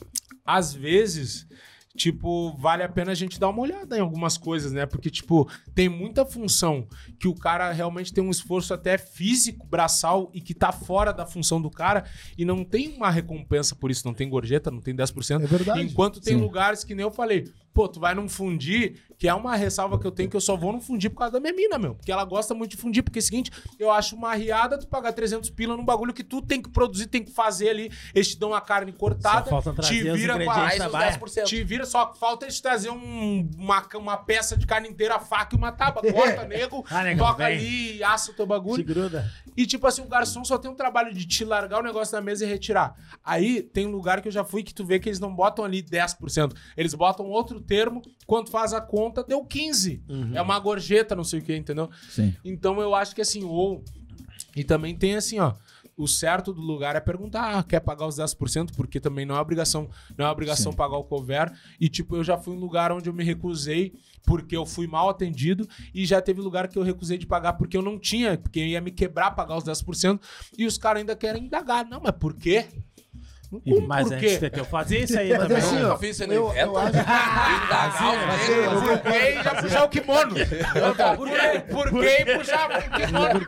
Às vezes, tipo, vale a pena a gente dar uma olhada em algumas coisas, né? Porque, tipo, tem muita função que o cara realmente tem um esforço até físico, braçal, e que tá fora da função do cara e não tem uma recompensa por isso, não tem gorjeta, não tem 10%. É verdade. Enquanto tem lugares que nem eu falei, pô, tu vai num fundir, que é uma ressalva que eu tenho, que eu só vou num fundir por causa da minha mina, meu. Porque ela gosta muito de fundir, porque é o seguinte, eu acho uma riada tu pagar 300 pila num bagulho que tu tem que produzir, tem que fazer ali, eles te dão a carne cortada, te vira te vira, só falta eles trazer uma peça de carne inteira, faca e uma tábua, corta, nego, toca ali, assa o teu bagulho. Se gruda. E tipo assim, o garçom só tem um trabalho de te largar o negócio da mesa e retirar. Aí tem um lugar que eu já fui que tu vê que eles não botam ali 10%. Eles botam outro termo, quando faz a conta, deu 15%. É uma gorjeta, não sei o que, entendeu? Sim. Então eu acho que assim, e também tem assim, ó, o certo do lugar é perguntar, quer pagar os 10%? Porque também não é obrigação pagar o couvert. E tipo, eu já fui em um lugar onde eu me recusei porque eu fui mal atendido, e já teve lugar que eu recusei de pagar porque eu não tinha, porque ia me quebrar pagar os 10%, e os caras ainda querem indagar. Não, mas por quê? Mas por quê? Eu fazia isso aí também. Assim, eu fiz isso no evento. Eu acho E já puxar o kimono. Por quê puxar o kimono?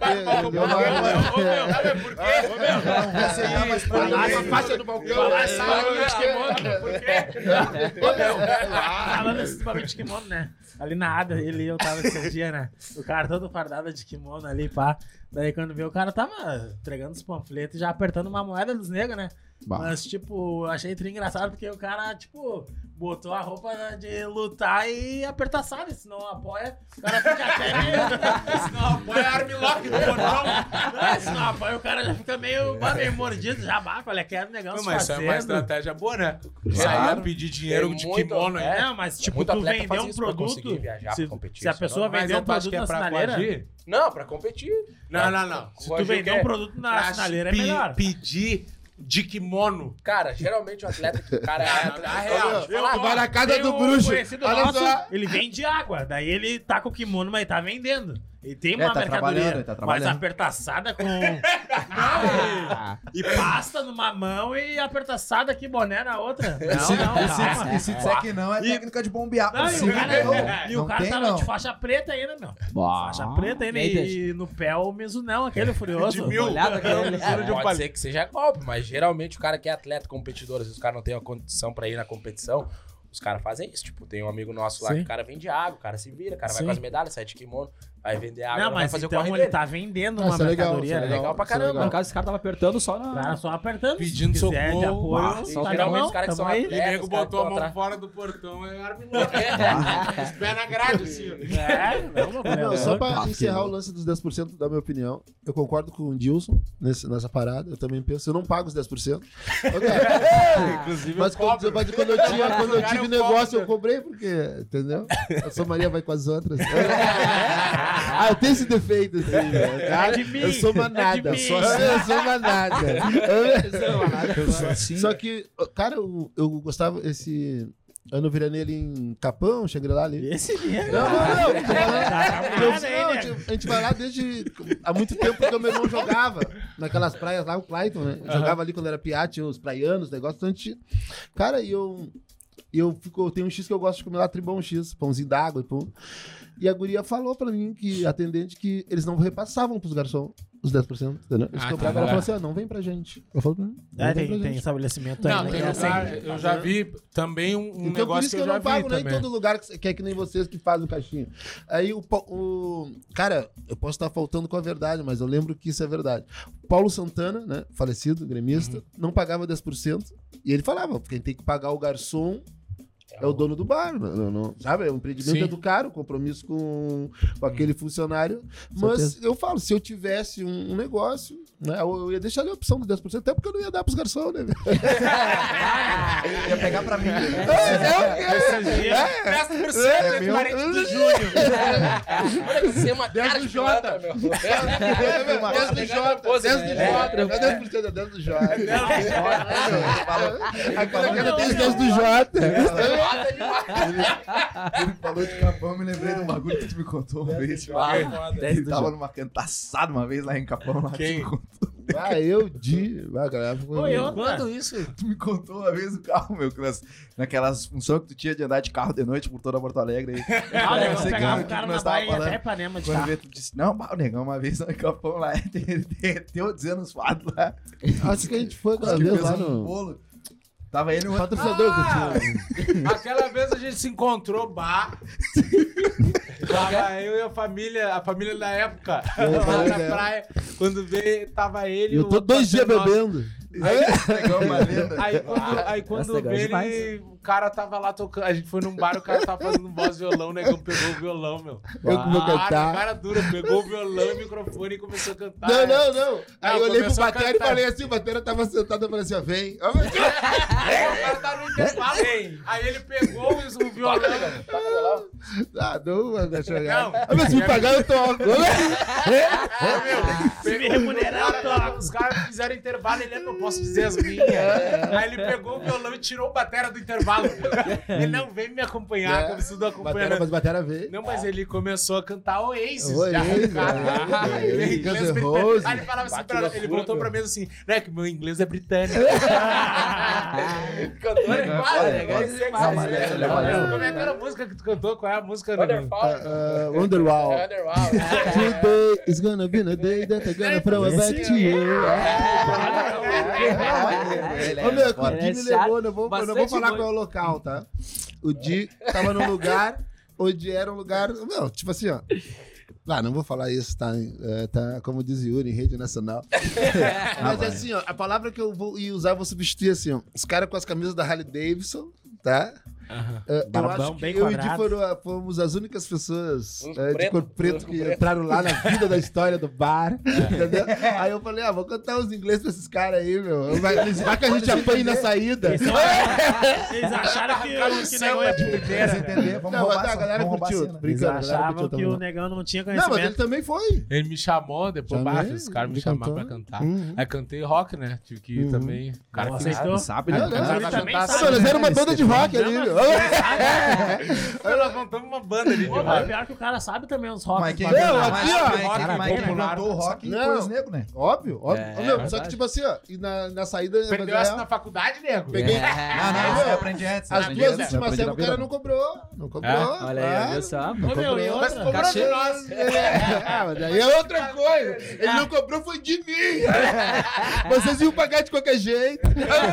Por quê? Não vou aceitar mais pra ninguém. A faixa do balcão. Por quê? Falando nesses bagulho de kimono, né? Ali na ADA, eu tava esse dia, né? O cara todo fardado de kimono ali, pá. Daí quando veio, o cara tava entregando os panfletos e já apertando uma moeda dos negros, né? Mas, tipo, achei tudo engraçado porque o cara, tipo, botou a roupa de lutar e apertaçada. Se não apoia, o cara fica até meio... Se não apoia, armlock do portão. Se não apoia, o cara já fica meio mordido. Já baca, olha, quero negão se mas isso é uma estratégia boa, né? Sair a pedir dinheiro de kimono. Não, mas, tipo, tu vender um produto... Se a pessoa vender um produto na sinaleira... Não, pra competir. Não. Se tu vender um produto na sinaleira, é melhor. Pedir de kimono. Cara, geralmente o atleta, cara, vai na casa do bruxo. Olha só. Ele vende água, daí ele tá com o kimono, mas tá vendendo. Ele tem uma mercadoria, mas apertaçada com... E pasta numa mão e apertaçada aqui, boné na outra. Não. E se disser que não, é técnica de bombear. E o cara tava de faixa preta ainda, meu. Faixa preta ainda. E no pé o Mizunão, aquele furioso. De mil. Pode ser que seja golpe, mas geralmente o cara que é atleta, competidor, às vezes o cara não tem a condição pra ir na competição, os caras fazem isso. Tipo, tem um amigo nosso lá que o cara vende água, o cara se vira, o cara vai com as medalhas, sai de kimono, vai vender água, vai fazer então o corre ele tá vendendo uma mercadoria. Legal pra caramba. No caso, esse cara tava apertando só na... Cara, só apertando. Pedindo socorro. De apoio. Geralmente os caras que são E o atletas, nego botou a mão fora do portão e armlock. Os pés na grade, assim. Não, só pra encerrar o lance dos 10%, da minha opinião, eu concordo com o Dilson nessa parada. Eu também penso, eu não pago os 10%. Inclusive, mas quando eu tive negócio, eu cobrei, porque, entendeu? A sua Maria vai com as outras. Eu tenho esse defeito, assim, cara. Eu sou manada. Eu sou manada. Só que, cara, eu gostava esse... ano eu veranei ali em Capão, Xangri-Lá ali. Esse dia. Não. A gente vai lá desde há muito tempo que o meu irmão jogava naquelas praias lá, o Clayton, né? Jogava ali quando era piate, os praianos, negócio. Então a gente... Cara, eu tenho um X que eu gosto de comer lá, Tribom X, pãozinho d'água e pão. E a guria falou pra mim, que atendente, que eles não repassavam pros garçons. os 10%, entendeu? Eles cobravam, ela falou assim, não vem pra gente. Eu falo, tem estabelecimento aí. Não, tem lugar, eu já vi também um então, negócio por isso que eu não pago nem em também. todo lugar que é que nem vocês que fazem o caixinha. Aí cara, eu posso estar faltando com a verdade, mas eu lembro que isso é verdade. Paulo Santana, né, falecido, gremista, não pagava 10%, e ele falava, quem tem que pagar o garçom é o dono do bar, não, sabe? O empreendimento é do cara, o compromisso com aquele funcionário. Mas eu falo, se eu tivesse um negócio, né, eu ia deixar ali a opção do 10%, até porque eu não ia dar pros garçons, né? Ia pegar pra mim. 10% é 40 de junho. Olha que você é uma cara de Jota, meu. 10 do Jota. 10 do Jota. Agora tem 10 do Jota. Ele falou de Capão, me lembrei de um bagulho que tu me contou uma vez. Ele tava numa cantaçada uma vez lá em Capão. Lá Quem? Quando isso? Tu me contou uma vez no carro, meu, naquelas funções que tu tinha de andar de carro de noite por toda Porto Alegre. Aí. Eu sei que o cara na Bahia até Ipanema de carro. Tu disse, não, o negão, uma vez lá em Capão lá, ele derreteu dizendo os fatos lá. Acho que a gente foi aquela vez lá no bolo. Tava ele no patrocinador que tinha. Aquela vez a gente se encontrou, tava eu e a família da época, lá na praia. Quando veio, tava ele. Eu tô 2 dias bebendo. Aí quando veio, o cara tava lá tocando. A gente foi num bar, o cara tava fazendo voz violão, o negão pegou o violão, meu. Eu que vou cantar. O cara dura, pegou o violão e o microfone e começou a cantar. Não. Aí eu olhei pro Batera e falei assim, o Batera tava sentado, eu falei assim, ó, vem. O cara tá no intervalo. Aí ele pegou o violão. Não, vai chorar. Mas se me pagar, eu toco. Se me remunerar, eu toco. Os caras fizeram intervalo, ele não posso dizer as minhas. Aí ele pegou o violão e tirou o batera do intervalo. Ele não vem me acompanhar, como se não acompanha. Mas Batera veio. Não, mas ele começou a cantar Oasis. Oasis, Ele Guns N' Roses. Aí ele falava assim, ele voltou pra mesa assim, né, que meu inglês é britânico. Cantor é Como é que era a música que tu cantou? Qual é a música? Wonderwall. Today is gonna be the day that I'm gonna throw it back to you. Ô, meu, o Di me levou, eu não vou falar qual é o local, tá? O Di tava num lugar onde era um lugar... Meu, tipo assim, ó. Não vou falar isso, tá? Tá, como diz Yuri, em rede nacional. Mas assim, ó, a palavra que eu vou usar, eu vou substituir assim, ó. Os caras com as camisas da Harley Davidson, tá? Eu acho que eu e o Di fomos as únicas pessoas de cor preto que entraram lá na vida da história do bar, entendeu? Aí eu falei, vou cantar os ingleses pra esses caras aí, meu. Vai que a gente apanha na saída. Eles acharam que o negão é de primeira. Entender? Vamos roubar a galera curtiu. Eles achavam que o negão não tinha conhecimento. Não, mas ele também foi. Ele me chamou, depois os caras me chamaram pra cantar. Aí cantei rock, né? Tive que ir também. O cara aceitou. Sabe, né? Ele também sabe. Eles eram uma banda de rock ali, meu. Nós montamos uma banda ali de Pô, mas rock. pior que o cara sabe também os rock. Mas quem aqui, ó. plantou o rock foi os negros, né? Óbvio. Meu, só que tipo assim, ó, e na saída... Aprendeu essa na faculdade, nego? Peguei... Não, eu aprendi antes. As duas últimas séries o cara não cobrou. Não cobrou. Olha aí, viu só? Ô, meu, e Mas outra? cobrou de nós. Mas daí é outra coisa. Ele não cobrou, foi de mim. Vocês iam pagar de qualquer jeito.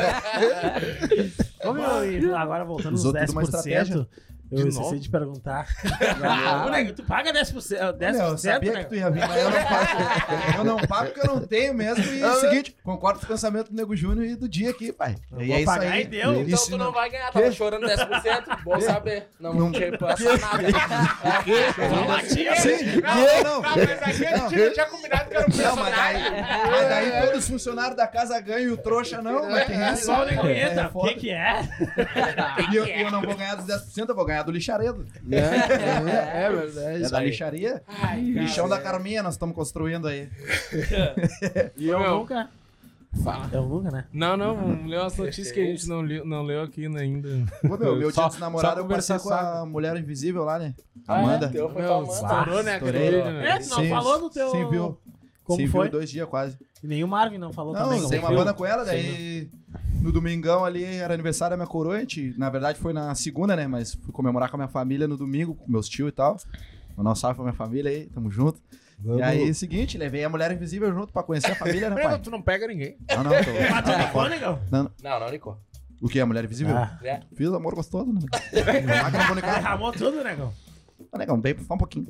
Ô, meu, e agora voltando Os nos outros uma 10%, estratégia. eu esqueci de perguntar. Ô, nego, tu paga 10%, 10%, Eu sabia que tu ia vir, mas eu não pago. Eu não pago porque eu não tenho mesmo. E é o seguinte, concordo com o pensamento do Nego Júnior e do Dia aqui, pai. E é isso pagar aí. e deu. Então tu não vai ganhar, tava chorando 10%, bom saber. Não tinha passado nada. Não batia, Sim, Não, mas aqui a gente não tinha combinado que era um Não, personagem. mas daí todos os funcionários da casa ganham e o trouxa não, mas tem É isso. só o negoeta. O foda. que é? E eu não vou ganhar dos 10%, eu vou ganhar do lixaredo. É verdade. É da lixaria? Lixão da Carminha, nós estamos construindo aí. E eu nunca... Eu nunca, né? Não, leu as notícias que a gente não leu aqui ainda. Pô, meu Só- dia dos namorados só eu conversei conversar com a mulher invisível lá, né? Amanda. Então foi Meu, pra Amanda. estourou, né? aquele estourei. vídeo, né? É, tu não falou do teu... Sim, viu? Como Sim, foi? viu 2 dias quase. E nem o Marvin não falou Não, também. tem como uma foi. banda com ela, daí no domingão ali era aniversário da minha coroa, a gente, na verdade foi na segunda, né, mas fui comemorar com a minha família no domingo, com meus tios e tal. Mandar um salve pra minha família aí, tamo junto. E aí, seguinte, levei a Mulher Invisível junto pra conhecer a família, né, pai? Tu não pega ninguém. Não, tô... Mas tu licou, negão? Não licou. O que? A Mulher Invisível? É. Fiz amor gostoso, né? Não vou negar. Derramou tudo, negão? Negão, bem só um pouquinho.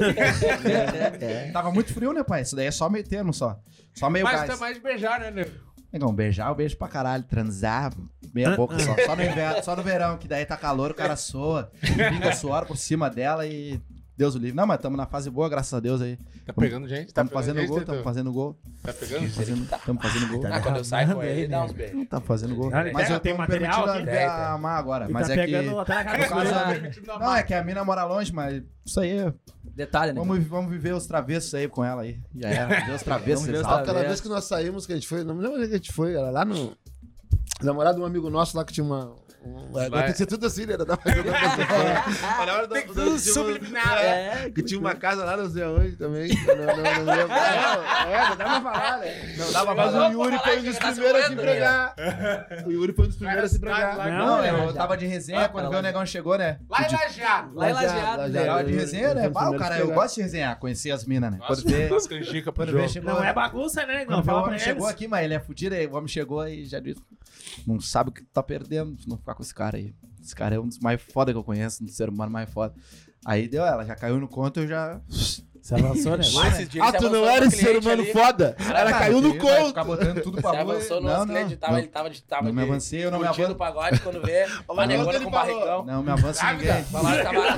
Tava muito frio, né, pai? Isso daí é só meio termo, só. Só meio Mas gás. tá mais de beijar, né, nego? Negão, beijar eu beijo pra caralho. Transar, meia boca só. Só no inverno, só no verão, que daí tá calor, o cara soa. Pinga suor por cima dela e... Deus o livre. Não, mas tamo na fase boa, graças a Deus aí. Tá pegando gente? Estamos fazendo gol, estamos fazendo gol. Tá pegando? Estamos fazendo gol. Quando eu saio com ele, dá uns beijos. Não tá fazendo gol. Olha, Mas eu tem tô me material permitindo aqui? amar agora. E Mas tá é que... pegando até na no cara. caso, não, é que a mina mora longe, mas isso aí é... Detalhe, né? Vamos viver os travessos aí com ela aí. Já era. Viver os travessos. Vamos ver os exato. Aquela vez que nós saímos, que a gente foi, não me lembro onde que a gente foi, era lá no... Namorado de um amigo nosso lá que tinha uma... Agora tem que ser tudo assim, né? Tem que tudo subliminar. Que tinha uma casa lá, não sei aonde também. Não lembro. Não dá pra falar, né? Não dá pra falar. Mas o Yuri foi um dos primeiros a se empregar. O Yuri foi um dos primeiros a se empregar. Não, eu tava de resenha quando o negão chegou, né? Lá em Lajeado. Lá em Lajeado, né? Tava de resenha, né? Pá, o cara, eu gosto de resenhar, conhecer as minas, né? Quando vê... Nossa, canjica pro Quando vê, jogo. chegou... Não é bagunça, né, negão? Quando vê, o Fala pra homem chegou eles. aqui, mas ele é fudido, aí o homem chegou e já disse... Não sabe o que tá perdendo se não ficar com esse cara aí. Esse cara é um dos mais foda que eu conheço, um dos seres humanos mais foda. Aí deu ela, já caiu no conto, eu já... Você avançou, né? Tu não era esse ser humano foda? Ela caiu no Vai conto. ficar botando tudo pra Você rua. avançou no cliente, ele tava Não me avancei, eu não me curtindo avanço. o pagode quando vê a negona com barrigão. Não me avanço ninguém. Falaram que tava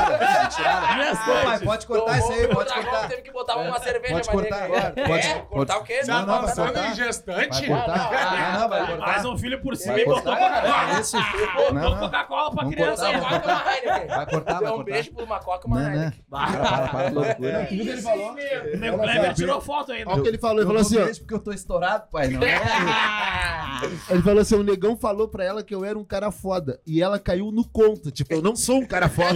Pô, pai, pode cortar isso aí, pode cortar. Teve que botar uma cerveja Pode pra cortar nega. agora. Pode Cortar o quê? Não, vai Passando cortar. em gestante? Vai cortar. Não, vai cortar. Mais um filho por cima Vai e botou cortar. Isso. Coca-Cola. Não, não. Coca-Cola pra Vamos criança. cortar, aí. vamos Coca e uma Heineken. Vai cortar, vai Deu um cortar. beijo por uma Coca e uma Não, não. Heineken. Para, loucura. O que ele falou? O nego Kleber tirou foto ainda. Olha o que ele falou. Ele falou assim, ó. Porque eu tô estourado, pai. Não é? Ele falou assim, o negão falou pra ela que eu era um cara foda. E ela caiu no conto. Tipo, eu não sou um cara foda.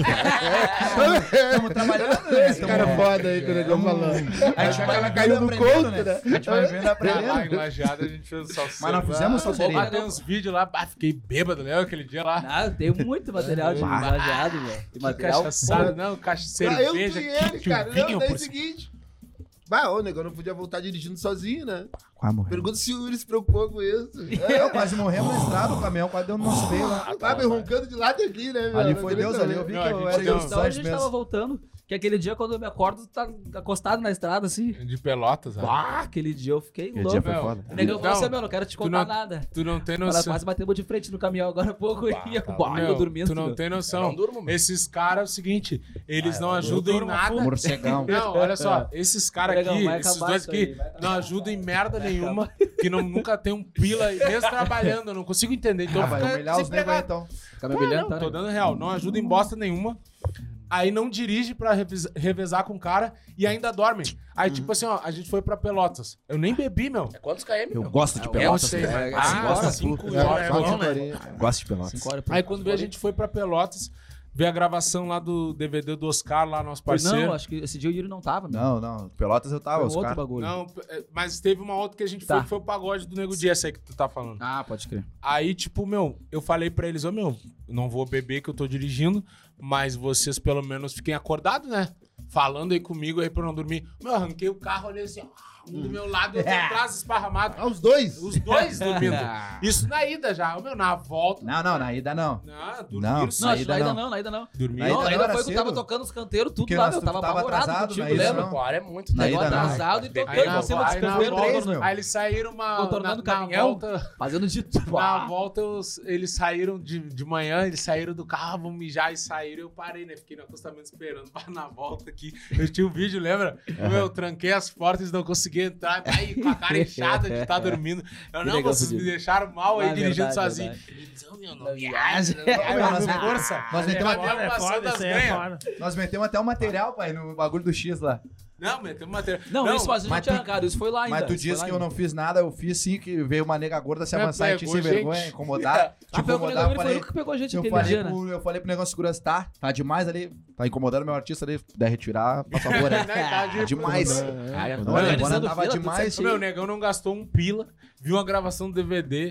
Estamos trabalhando, né? Esse cara foda aí que o negão falou. A gente vai Ela caiu no aprendendo, conto, né? A gente vai vivendo e Lá em aprendendo. Lajeado a gente fez o salseiro. Mas nós fizemos salseirinho. Ah, tem uns vídeos lá, fiquei bêbado, né? Aquele dia lá. Ah, eu tenho muito material de lajeado, velho. Tem material. Cachaçado, não, cerveja, Eu e ele, que cara. o vinho Não, daí é por o seguinte. Bah, ô, negão, não podia voltar dirigindo sozinho, né? Quase morreu. Pergunta se o Yuri se preocupou com isso. Eu quase morremos na estrada, o caminhão quase deu no nosso meio lá. Tava roncando de lado aqui, né? meu? Ali foi Deus, ali eu vi Não, que a eu gente era deu- os Então a anjos gente tava mesmo. voltando, que aquele dia quando eu me acordo, tá acostado na estrada, assim. De Pelotas, né? Ah, aquele dia eu fiquei Aquele louco. dia foi Meu, foda. O negão falou Não, assim, meu, não quero te contar nada. Tu não tem Ela noção. quase bateu de frente no caminhão agora há pouco. Bah, E eu, tá eu dormindo. Tu não meu. tem Eu noção. não durmo, meu. Esses caras é o seguinte, eles não ajudam em nada. Morcegão. Não, olha só, esses caras Legal, aqui, vai esses acabar dois isso aí, aqui, vai acabar. não ajudam em merda nenhuma, que nunca tem um pila, mesmo trabalhando, eu não consigo entender. Então Ah, vai fica humilhar os negros aí, desempregado. então. Fica me humilhando, Não, tá? tô né? dando real, não ajuda em bosta nenhuma. Aí não dirige pra revezar com o cara e ainda dorme. Aí, tipo assim, ó, a gente foi pra Pelotas. Eu nem bebi, meu. É quantos KM, Eu meu? gosto de Eu Pelotas. sei, cara. mas gosto assim, de 5 tudo. horas. bom, bom, né? Gosto de Pelotas. 5 horas. Aí quando a gente foi pra Pelotas, ver a gravação lá do DVD do Oscar, lá, nosso parceiro. Não, acho que esse dia o Yuri não tava, meu. Não. Pelotas eu tava, Foi um os outro caras. bagulho. Não, mas teve uma outra que a gente Tá. foi, que foi o pagode do Nego Dia, essa aí que tu tá falando. Ah, pode crer. Aí, tipo, meu, eu falei pra eles, ô, meu, não vou beber que eu tô dirigindo, mas vocês pelo menos fiquem acordados, né? Falando aí comigo aí pra eu não dormir. Meu, eu arranquei o carro, olhei assim, ó, um do meu lado e outro atrás, esparramado. Ah, os dois? Os dois dormindo. Isso na ida já. Ô, meu, na volta. Não, na ida não. Não, dormiram Não, sim. Não, acho que ida na ida não. não, na ida não. Dormiram. Na Não, ida na não, ida era foi que eu tava cedo. tocando os canteiros, tudo Porque lá, nós meu. Tava tava apavorado atrasado, contigo, na ida lembra? não. Pô, é muito Na tempo. ida não. Atrasado e Aí tocando na em cima dos aí na canteiros, volta- três, meu. Aí eles saíram Contornando o na caminhão. volta. fazendo de tudo. Na volta, eles saíram de manhã, eles saíram do carro, vão mijar e saíram. Eu parei, né? Fiquei no acostamento esperando pra na volta aqui. Eu tinha um vídeo, lembra? Eu tranquei as portas e não consegui entrar. Aí, com a cara inchada de estar dormindo. Eu, não, legal, vocês me Felipe. deixaram mal aí Ah, dirigindo verdade, sozinho. verdade. Eles, "Ô, meu, não viaja. Aí, nós- meu, força. nós metemos Aí, É passou foda, das isso aí é ganhas. foda. Nós metemos até um material, pai, no bagulho do X lá. Não, metemos material. Não, isso mas a mas gente tinha tu- arrancado, isso foi lá ainda. Mas tu isso foi disse lá que eu ainda. não fiz nada, eu fiz sim, que veio uma nega gorda se É, avançar em ti pegou sem gente. vergonha, incomodar. Te Ah, pegou o incomodar, negão, eu ele foi falei... o que pegou a gente Eu aquele falei, dia, né? eu falei pro negócio de segurança, tá demais ali, tá incomodando meu artista ali, puder retirar, por favor, né? Tá Tá demais. Ah, Não, organizando agora tava fila, tudo demais. Ô, meu, o negão não gastou um pila, viu a gravação do DVD,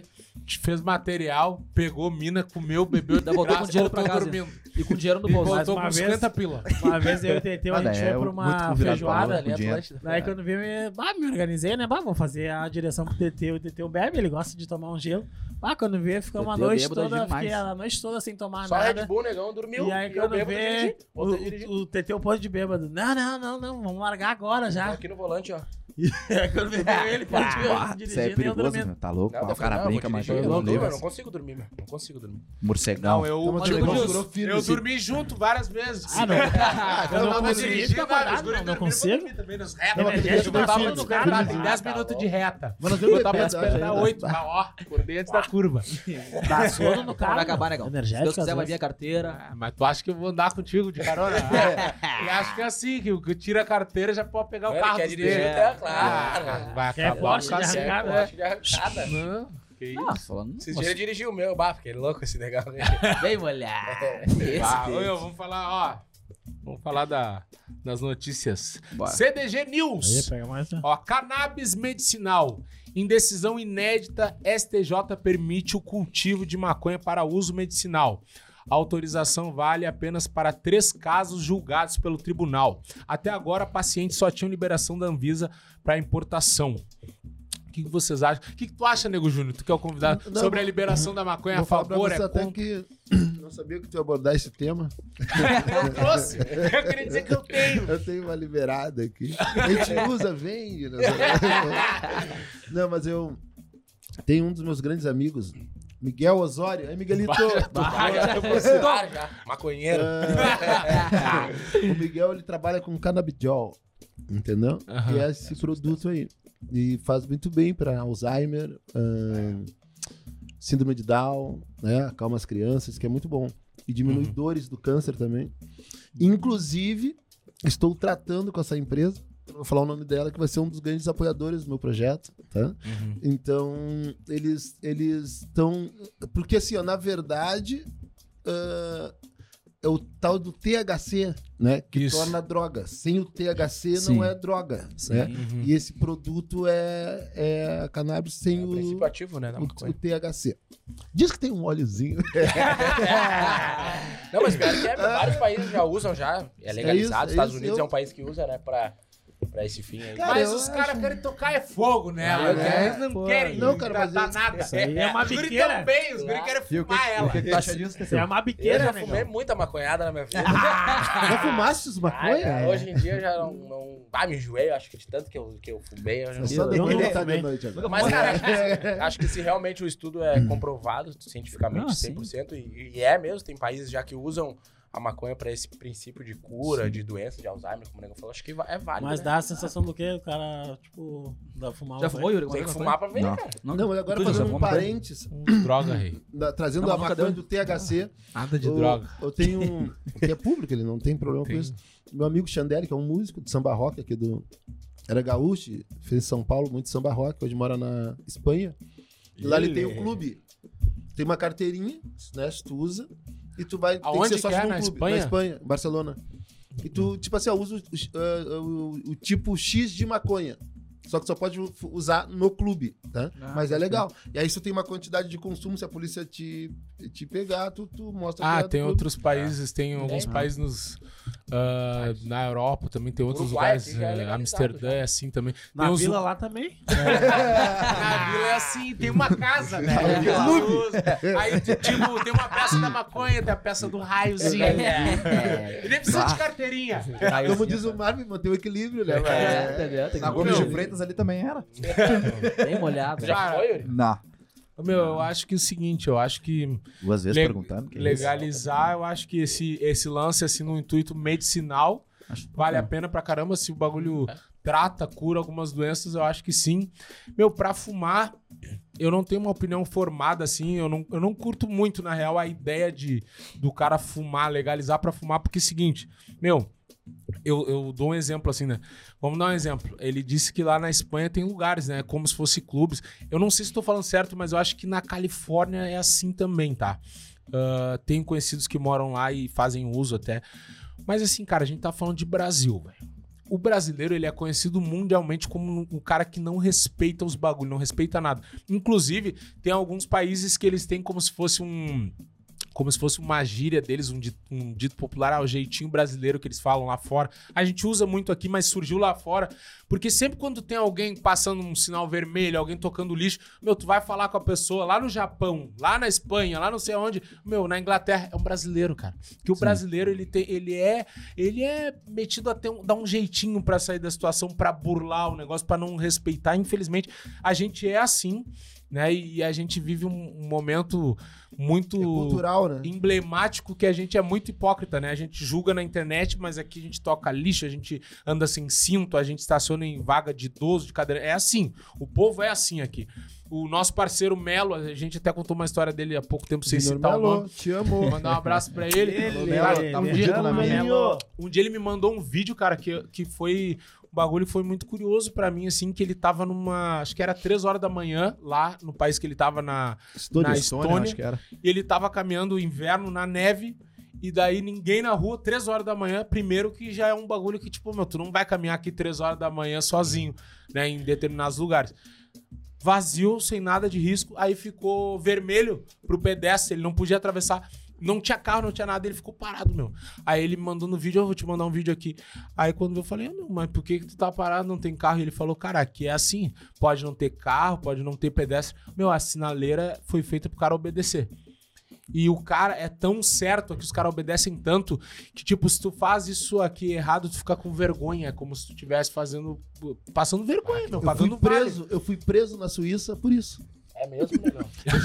fez material, pegou mina, comeu, bebeu, voltou com dinheiro pra casa. Dormindo. E com dinheiro no bolso. Voltou com 50 pila. Uma vez eu e o Teteu, a gente foi pra uma feijoada ali, Atlântida. Daí quando vi, me organizei, né? Vou fazer a direção pro Teteu. O Teteu bebe, ele gosta de tomar um gelo. Quando vê, ficamos a noite toda, fiquei a noite toda sem tomar Só nada. Red Bull, negão, dormiu. E aí quando vê, o Teteu pôs de bêbado. Não, vamos largar agora já. Aqui no volante, ó. E aí quando vê ele, pode dirigindo Isso é perigoso, meu. Tá louco? Não, O cara brinca, mas eu não não consigo dormir, meu. Não consigo dormir. Morcegão. Não, eu dormi junto várias vezes. Eu não consegui. Não consigo. Eu tava no carro, 10 minutos de reta. Eu tava pra despertar 8, por dentro da curva. Dá sono no carro. Vai acabar, negão. Se Deus quiser, vai vir a carteira. Mas tu acha que eu vou andar contigo de carona? Eu acho que é assim, que tira a carteira já pode pegar o carro. Quer dirigir, claro. Vai acabar Porsche o de cacete. arrancada. Não, que isso. Ah, falando. Esses dias ele dirigiu o meu, porque ele é louco esse negócio. Vem, mulher. Vamos falar, vamos falar das notícias. Bora. CDG News. Pega mais, né? Cannabis medicinal. Em decisão inédita, STJ permite o cultivo de maconha para uso medicinal. A autorização vale apenas para 3 casos julgados pelo tribunal. Até agora, pacientes só tinham liberação da Anvisa para importação. O que vocês acham? O que tu acha, Nego Júnior? Tu que é o convidado sobre a liberação da maconha a favor? É até que não sabia que tu ia abordar esse tema. Eu trouxe. Eu queria dizer que eu tenho. Eu tenho uma liberada aqui. A gente usa, vende. Não, mas eu tenho um dos meus grandes amigos, Miguel Osório. Aí, Miguelito. Já. Maconheiro. O Miguel, ele trabalha com canabidiol, entendeu? Que é esse produto aí. E faz muito bem para Alzheimer, síndrome de Down, né? Acalma as crianças, que é muito bom. E diminui dores do câncer também. Inclusive, estou tratando com essa empresa, vou falar o nome dela, que vai ser um dos grandes apoiadores do meu projeto, tá? Então, eles estão... Porque assim, ó, na verdade, é o tal do THC, né? Que torna droga. Sem o THC não é droga, né? E esse produto é a cannabis sem o princípio ativo, né? O THC. Diz que tem um óleozinho. Não, mas pior que vários países já usam, já. É legalizado. Estados Unidos é um país que usa, né? Pra esse fim aí. Cara, mas os caras querem tocar fogo nela. Eles não querem tratar nada. É uma biqueira. Os guris querem fumar ela. O que tu acha disso? É uma biqueira, Eu já né? fumei muita maconhada na minha vida. Já fumaste os maconha? Hoje em dia eu já não... me enjoei, acho que de tanto que eu fumei. Eu já... Só depois tá de noite agora. Mas, cara, acho que se realmente o estudo é comprovado cientificamente 100%, e é mesmo, tem países já que usam a maconha pra esse princípio de cura, de doença, de Alzheimer, como o Nego falou, acho que é válido. Mas né? dá a sensação do quê? O cara, tipo, dá fumar. Já fumou, Yuri? Tem que fumar pra ver, cara. Não, mas agora fazendo um parênteses, Droga, rei. trazendo a maconha do THC. Nada de droga. Eu tenho um... que é público, ele não tem problema com isso. Meu amigo Xandelli, que é um músico de samba rock aqui era gaúcho, fez em São Paulo, muito samba rock, hoje mora na Espanha. E lá ele tem um clube. Tem uma carteirinha, né, se tu usa, e tu vai... Aonde tem que ser sócio que é? de um Na clube. Espanha? Na Espanha, em Barcelona. E tu, tipo assim, usa o tipo X de maconha. Só que só pode usar no clube, tá? Mas é legal. E aí, se tu tem uma quantidade de consumo, se a polícia te pegar, tu mostra que é do tem clube. outros países, tem alguns países na Europa também, tem outros Uruguai, lugares, aqui já é legalizado Amsterdã já. é assim também. Na Tem vila lá também? Na vila é assim, tem uma casa, né? Aí, tipo, tem uma peça da maconha, tem a peça do raiozinho. E nem precisa de carteirinha. Como diz o Marvin, manter o equilíbrio, né? Entendeu? Tem Na que- Gomes de Freitas ali também era. Bem molhado. Já foi, Yuri? Não. Eu acho que é o seguinte, eu acho que 2 vezes perguntando. que legalizar, eu acho que esse lance, assim, no intuito medicinal, vale a pena pra caramba. Se o bagulho trata, cura algumas doenças, eu acho que sim. Pra fumar, eu não tenho uma opinião formada, assim, eu não curto muito, na real, a ideia do cara fumar, legalizar pra fumar, porque é o seguinte, eu dou um exemplo assim, né? Vamos dar um exemplo. Ele disse que lá na Espanha tem lugares, né? Como se fosse clubes. Eu não sei se estou falando certo, mas eu acho que na Califórnia é assim também, tá? Tenho conhecidos que moram lá e fazem uso até. Mas assim, cara, a gente tá falando de Brasil, velho. o brasileiro, ele é conhecido mundialmente como um cara que não respeita os bagulhos, não respeita nada. Inclusive, tem alguns países que eles têm como se fosse uma gíria deles, um dito popular, o jeitinho brasileiro que eles falam lá fora. A gente usa muito aqui, mas surgiu lá fora, porque sempre quando tem alguém passando um sinal vermelho, alguém tocando lixo, tu vai falar com a pessoa lá no Japão, lá na Espanha, lá não sei onde, na Inglaterra, é um brasileiro, cara. Que o brasileiro, ele é metido a dar um jeitinho pra sair da situação, pra burlar o negócio, pra não respeitar. Infelizmente, a gente é assim, né? E a gente vive um momento muito cultural, né? Emblemático, que a gente é muito hipócrita, né? A gente julga na internet, mas aqui a gente toca lixo, a gente anda sem cinto, a gente estaciona em vaga de idoso, de cadeira. É assim. O povo é assim aqui. O nosso parceiro Melo, a gente até contou uma história dele há pouco tempo, sem citar o nome. Te amo. Vou mandar um abraço pra ele. Um dia ele me mandou um vídeo, cara, que foi... O bagulho foi muito curioso pra mim, assim, que ele tava acho que era 3 horas da manhã, lá no país que ele tava na Estônia. Acho que era. E ele tava caminhando o inverno na neve, e daí ninguém na rua, 3 horas da manhã, primeiro que já é um bagulho que, tipo, tu não vai caminhar aqui 3 horas da manhã sozinho, né, em determinados lugares. Vazio, sem nada de risco, aí ficou vermelho pro pedestre, ele não podia atravessar. Não tinha carro, não tinha nada, ele ficou parado, Aí ele me mandou no vídeo, eu vou te mandar um vídeo aqui. Aí quando eu falei, mas por que tu tá parado, não tem carro? E ele falou, cara, aqui é assim, pode não ter carro, pode não ter pedestre. A sinaleira foi feita pro cara obedecer. E o cara é tão certo que os caras obedecem tanto que, tipo, se tu faz isso aqui errado, tu fica com vergonha. É como se tu estivesse passando vergonha, pagando preso. Eu fui preso na Suíça por isso. É mesmo, legal.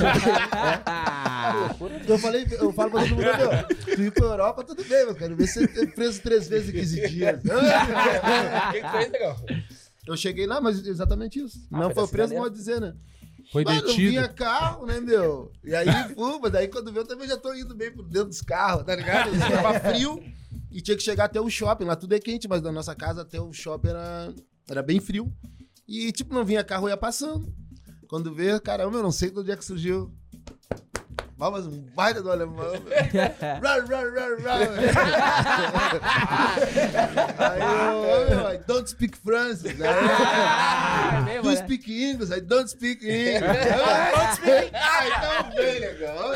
Eu falo pra todo mundo, tu ir pra Europa, tudo bem, eu quero ver você ser preso 3 vezes em 15 dias. O que fez, legal? Eu cheguei lá, mas exatamente isso. Não foi preso, pode dizer, né? Foi mas detido. Não vinha carro, né, E aí, mas daí quando veio, eu também já tô indo bem por dentro dos carros, tá ligado? Tava frio e tinha que chegar até o shopping. Lá tudo é quente, mas da nossa casa até o shopping era bem frio. E, tipo, não vinha carro, eu ia passando. Quando veio, caramba, eu não sei de onde é que surgiu. Mas um baita do alemão. Aí I don't speak French. Do speak English, I don't speak English. Então bem legal.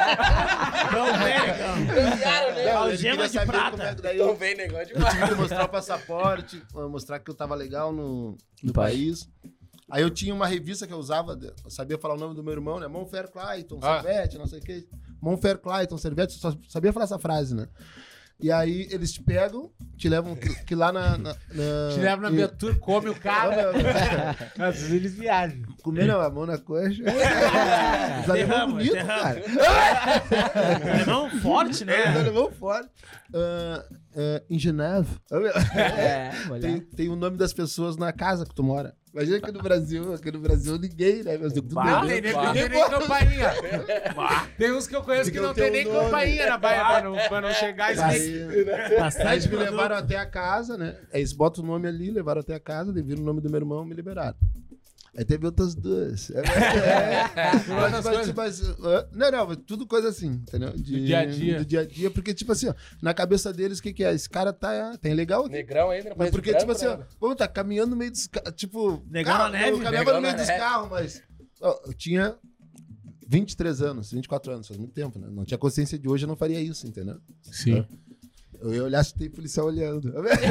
Algema de prata. Então bem legal demais. Eu tive que mostrar o passaporte, mostrar que eu tava legal no país. Aí eu tinha uma revista que eu usava, eu sabia falar o nome do meu irmão, né? Monfer Clayton, Servete, não sei o que. Monfer Clayton, Servete, só sabia falar essa frase, né? E aí eles te pegam, te levam que lá te levam na Betur, come o cara. Às vezes eles viajam. Comendo a mão na coxa. Os alemão bonito, cara. Alemão forte, né? Os alemão forte. Em Geneve. Tem o nome das pessoas na casa que tu mora. Imagina aqui no Brasil ninguém, né? Mas tudo não tem nem campainha. Tem uns que eu conheço que não tem nem campainha na baia pra não chegar e Aí eles me levaram até a casa, né? Aí eles botam o nome ali, levaram até a casa, viram o nome do meu irmão e me liberaram. Aí teve outras duas. Não, tudo coisa assim, entendeu? Do dia a dia. Do dia a dia, porque, tipo assim, ó, na cabeça deles, o que é? Esse cara tá legal aqui. Negrão ainda, não porque, tipo assim, ó, vamos tá caminhando no meio dos carros, tipo... Negão na neve. Eu caminhava no meio dos carros, mas... Ó, eu tinha 23 anos, 24 anos, faz muito tempo, né? Não tinha consciência de hoje, eu não faria isso, entendeu? Sim. Então, eu ia olhar se tem policial olhando.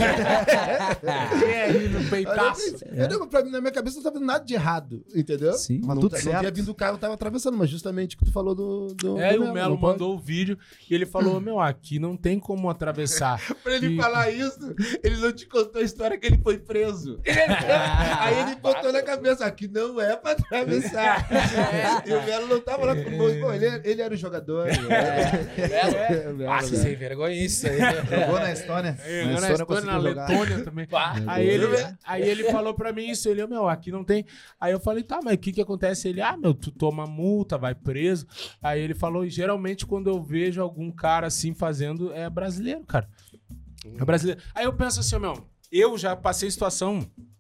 aí no peitaço. Pra mim, na minha cabeça, não tava vendo nada de errado, entendeu? Sim, mas não, tudo não certo. tinha vindo o carro, eu tava atravessando, mas justamente o que tu falou do e o Melo mandou o vídeo e ele falou, aqui não tem como atravessar. Pra ele falar isso, ele não te contou a história que ele foi preso. Aí ele botou na cabeça, aqui não é pra atravessar. E o Melo não tava lá com o bolso. Ele era o jogador. Nossa, sem vergonha isso aí. Jogou na Estônia. Na Letônia também. Aí ele falou pra mim isso. Ele, aqui não tem. Aí eu falei, tá, mas o que acontece? Ele, tu toma multa, vai preso. Aí ele falou, geralmente quando eu vejo algum cara assim fazendo, é brasileiro, cara. É brasileiro. Aí eu penso assim, eu já passei situação...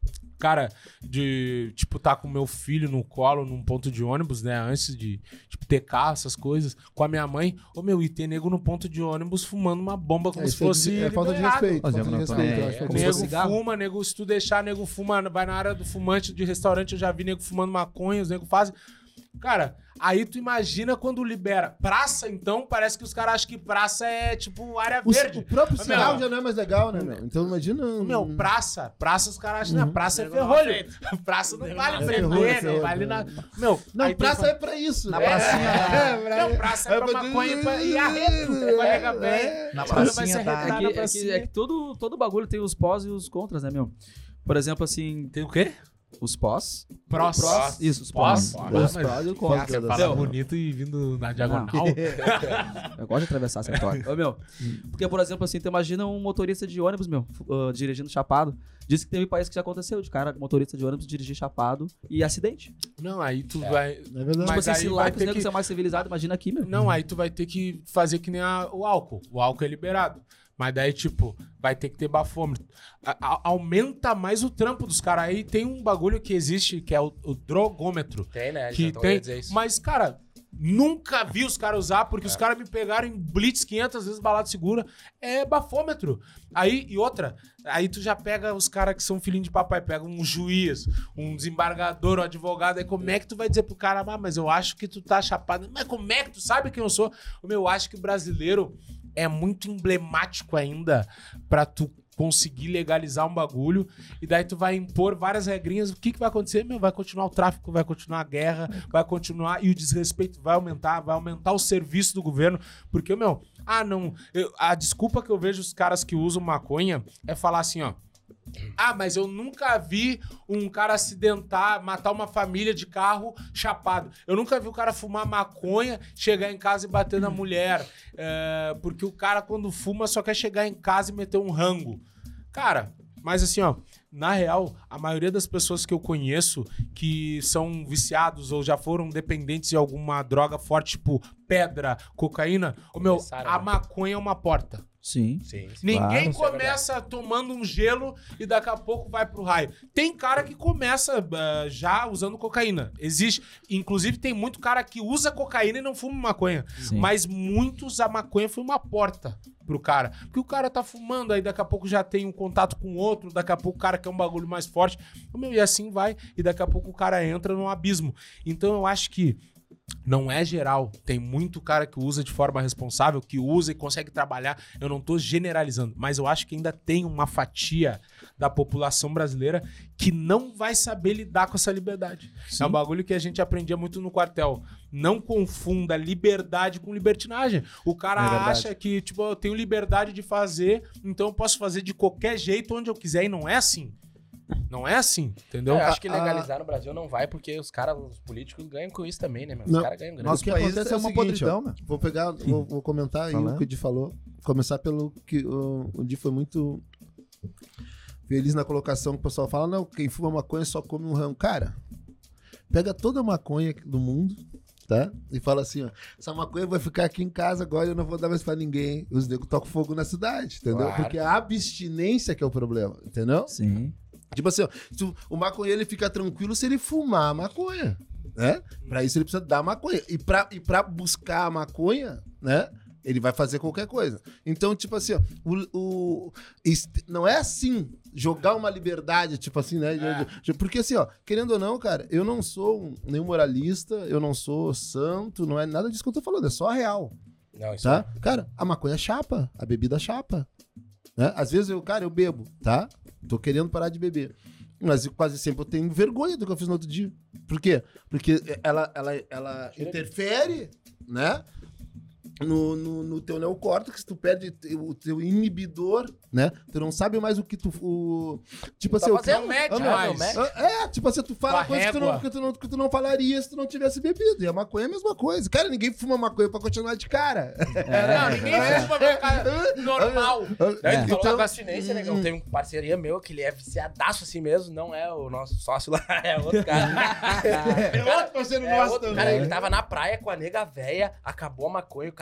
cara, de, tipo, tá com meu filho no colo num ponto de ônibus, né? Antes de, tipo, ter carro, essas coisas, com a minha mãe. E ter nego no ponto de ônibus fumando uma bomba como se fosse. É falta de respeito. Falta de respeito, eu acho. Nego fuma, nego, se tu deixar, nego fuma, vai na área do fumante de restaurante, eu já vi nego fumando maconha, os nego fazem. Cara, aí tu imagina quando libera. Praça, então, parece que os caras acham que praça é, tipo, área verde. O próprio sinal já não é mais legal, né, meu? Então imagina... Praça os caras acham, né? Praça é ferrolho. Praça não vale prender, não vale nada. Não, praça é pra isso. Na pracinha... Não, praça é pra maconha e arreto. Carrega bem. Na pracinha tá... É que todo bagulho tem os pós e os contras, né, meu? Por exemplo, assim... Tem o quê? Os pós. Prós. Isso, os pós. Os prós e o contra. Você fala bonito e vindo na diagonal. Eu gosto de atravessar essa história. Porque, por exemplo, assim, tu imagina um motorista de ônibus, dirigindo chapado. Diz que teve país que já aconteceu, de cara, motorista de ônibus dirigir chapado e acidente. Não, aí tu vai... É verdade. Tipo assim, se lá que os negros que... são mais civilizados, imagina aqui, meu. Não, aí tu vai ter que fazer que nem o álcool. O álcool é liberado. Mas daí, tipo, vai ter que ter bafômetro. Aumenta mais o trampo dos caras. Aí tem um bagulho que existe, que é o drogômetro. Tem, né? Que tem, mas, cara, nunca vi os caras usar, porque os caras me pegaram em blitz 500 vezes balada segura. É bafômetro. Aí, e outra, aí tu já pega os caras que são filhinho de papai, pega um juiz, um desembargador, um advogado, aí como é que tu vai dizer pro cara, mas eu acho que tu tá chapado. Mas como é que tu sabe quem eu sou? Eu acho que o brasileiro é muito emblemático ainda pra tu conseguir legalizar um bagulho e daí tu vai impor várias regrinhas. O que vai acontecer? Vai continuar o tráfico, vai continuar a guerra, vai continuar e o desrespeito vai aumentar o serviço do governo, porque, a desculpa que eu vejo os caras que usam maconha é falar assim, mas eu nunca vi um cara acidentar, matar uma família de carro chapado. Eu nunca vi o cara fumar maconha, chegar em casa e bater na mulher. Porque o cara, quando fuma, só quer chegar em casa e meter um rango. Cara, mas assim, na real, a maioria das pessoas que eu conheço que são viciados ou já foram dependentes de alguma droga forte, tipo pedra, cocaína, a maconha é uma porta. Sim. Ninguém começa tomando um gelo e daqui a pouco vai pro raio. Tem cara que começa já usando cocaína. Existe. Inclusive, tem muito cara que usa cocaína e não fuma maconha. Sim. Mas muitos, a maconha foi uma porta pro cara. Porque o cara tá fumando, aí daqui a pouco já tem um contato com outro, daqui a pouco o cara quer um bagulho mais forte. E assim vai. E daqui a pouco o cara entra num abismo. Então, eu acho que não é geral, tem muito cara que usa de forma responsável, que usa e consegue trabalhar, eu não tô generalizando, mas eu acho que ainda tem uma fatia da população brasileira que não vai saber lidar com essa liberdade. Sim. É um bagulho que a gente aprendia muito no quartel, não confunda liberdade com libertinagem. O cara acha que, tipo, eu tenho liberdade de fazer, então eu posso fazer de qualquer jeito, onde eu quiser, e não é assim. Não é assim, entendeu? Eu acho que legalizar no Brasil não vai, porque os políticos ganham com isso também, né, meu? Os caras ganham grana. Nosso país acontece é uma podridão, né? Vou comentar aí o que o Di falou. Começar pelo que o Di foi muito feliz na colocação que o pessoal fala, não, quem fuma maconha só come um ramo. Cara, pega toda a maconha do mundo, tá? E fala assim, essa maconha vai ficar aqui em casa agora, eu não vou dar mais pra ninguém. Os negros tocam fogo na cidade, entendeu? Claro. Porque a abstinência que é o problema, entendeu? Sim. Tipo assim, o maconheiro ele fica tranquilo se ele fumar a maconha, né? Pra isso ele precisa da maconha. E pra buscar a maconha, né? Ele vai fazer qualquer coisa. Então, tipo assim, não é assim, jogar uma liberdade, tipo assim, né? Porque assim, querendo ou não, cara, eu não sou nenhum moralista, eu não sou santo, não é nada disso que eu tô falando, é só a real. Não, isso tá? Cara, a maconha chapa, a bebida chapa. Né? Às vezes eu bebo, tá? Tô querendo parar de beber. Mas quase sempre eu tenho vergonha do que eu fiz no outro dia. Por quê? Porque ela interfere, né? No teu neocórtex, tu perde o teu inibidor, né? Tu não sabe mais o que tu... tipo assim... tipo assim, tu fala coisas que tu não falaria se tu não tivesse bebido. E a maconha é a mesma coisa. Cara, ninguém fuma maconha pra continuar de cara. Não, ninguém fuma maconha normal. Tu falou com abstinência, né? Tem uma parceria meu que ele é viciadaço assim mesmo. Não é o nosso sócio lá, é outro cara. É outro parceiro nosso também. Cara, ele tava na praia com a nega véia, acabou a maconha, o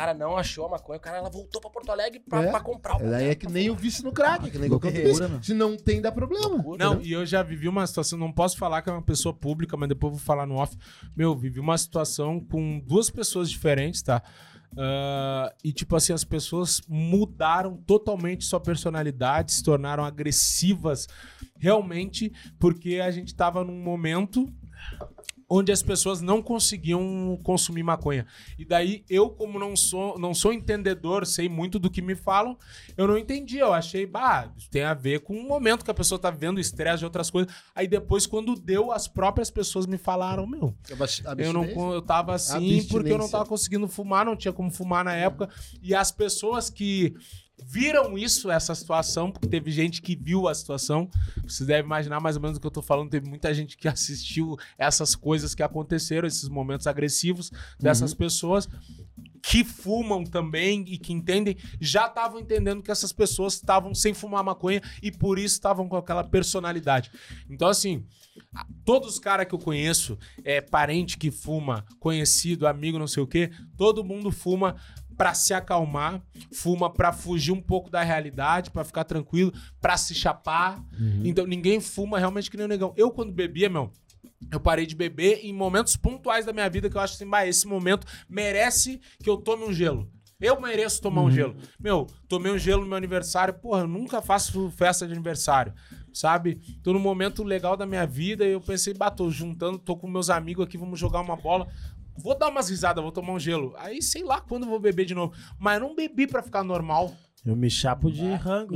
cara não achou a maconha, ela voltou pra Porto Alegre pra comprar o Daí é que nem o vício no crack, que nem qualquer vício. Se não tem, dá problema. Não, e eu já vivi uma situação, não posso falar que é uma pessoa pública, mas depois eu vou falar no off. Vivi uma situação com 2 pessoas diferentes, tá? E tipo assim, as pessoas mudaram totalmente sua personalidade, se tornaram agressivas realmente, porque a gente tava num momento onde as pessoas não conseguiam consumir maconha. E daí eu, como não sou entendedor, sei muito do que me falam, eu não entendi. Eu achei, isso tem a ver com o momento que a pessoa tá vivendo, estresse de outras coisas. Aí depois, quando deu, as próprias pessoas me falaram, eu tava assim porque eu não tava conseguindo fumar, não tinha como fumar na época. E as pessoas que viram essa situação, porque teve gente que viu a situação. Você deve imaginar mais ou menos o que eu tô falando. Teve muita gente que assistiu essas coisas que aconteceram, esses momentos agressivos dessas pessoas que fumam também e que entendem, já estavam entendendo que essas pessoas estavam sem fumar maconha e por isso estavam com aquela personalidade. Então, assim, todos os caras que eu conheço, parente que fuma, conhecido, amigo, não sei o quê, todo mundo fuma pra se acalmar, fuma pra fugir um pouco da realidade, pra ficar tranquilo, pra se chapar. Então ninguém fuma realmente que nem o negão. Eu, quando bebia, eu parei de beber em momentos pontuais da minha vida que eu acho assim, esse momento merece que eu tome um gelo. Eu mereço tomar um gelo. Tomei um gelo no meu aniversário. Porra, eu nunca faço festa de aniversário, sabe? Tô num momento legal da minha vida e eu pensei, tô com meus amigos aqui, vamos jogar uma bola. Vou dar umas risadas, vou tomar um gelo. Aí, sei lá quando eu vou beber de novo. Mas eu não bebi pra ficar normal. Eu me chapo de rango.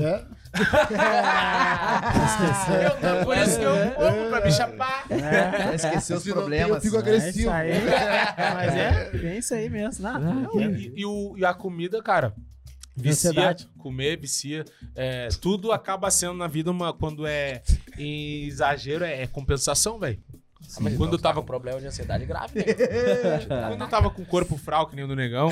Por isso que eu como pra me chapar. Esquecer os problemas. Eu fico agressivo. Mas é isso aí mesmo. E a comida, cara, vicia. Comer, vicia. Tudo acaba sendo na vida quando é em exagero, é compensação, velho. Mas quando eu tava com problema de ansiedade grave, né? Quando eu tava com o corpo fral, que nem o do negão.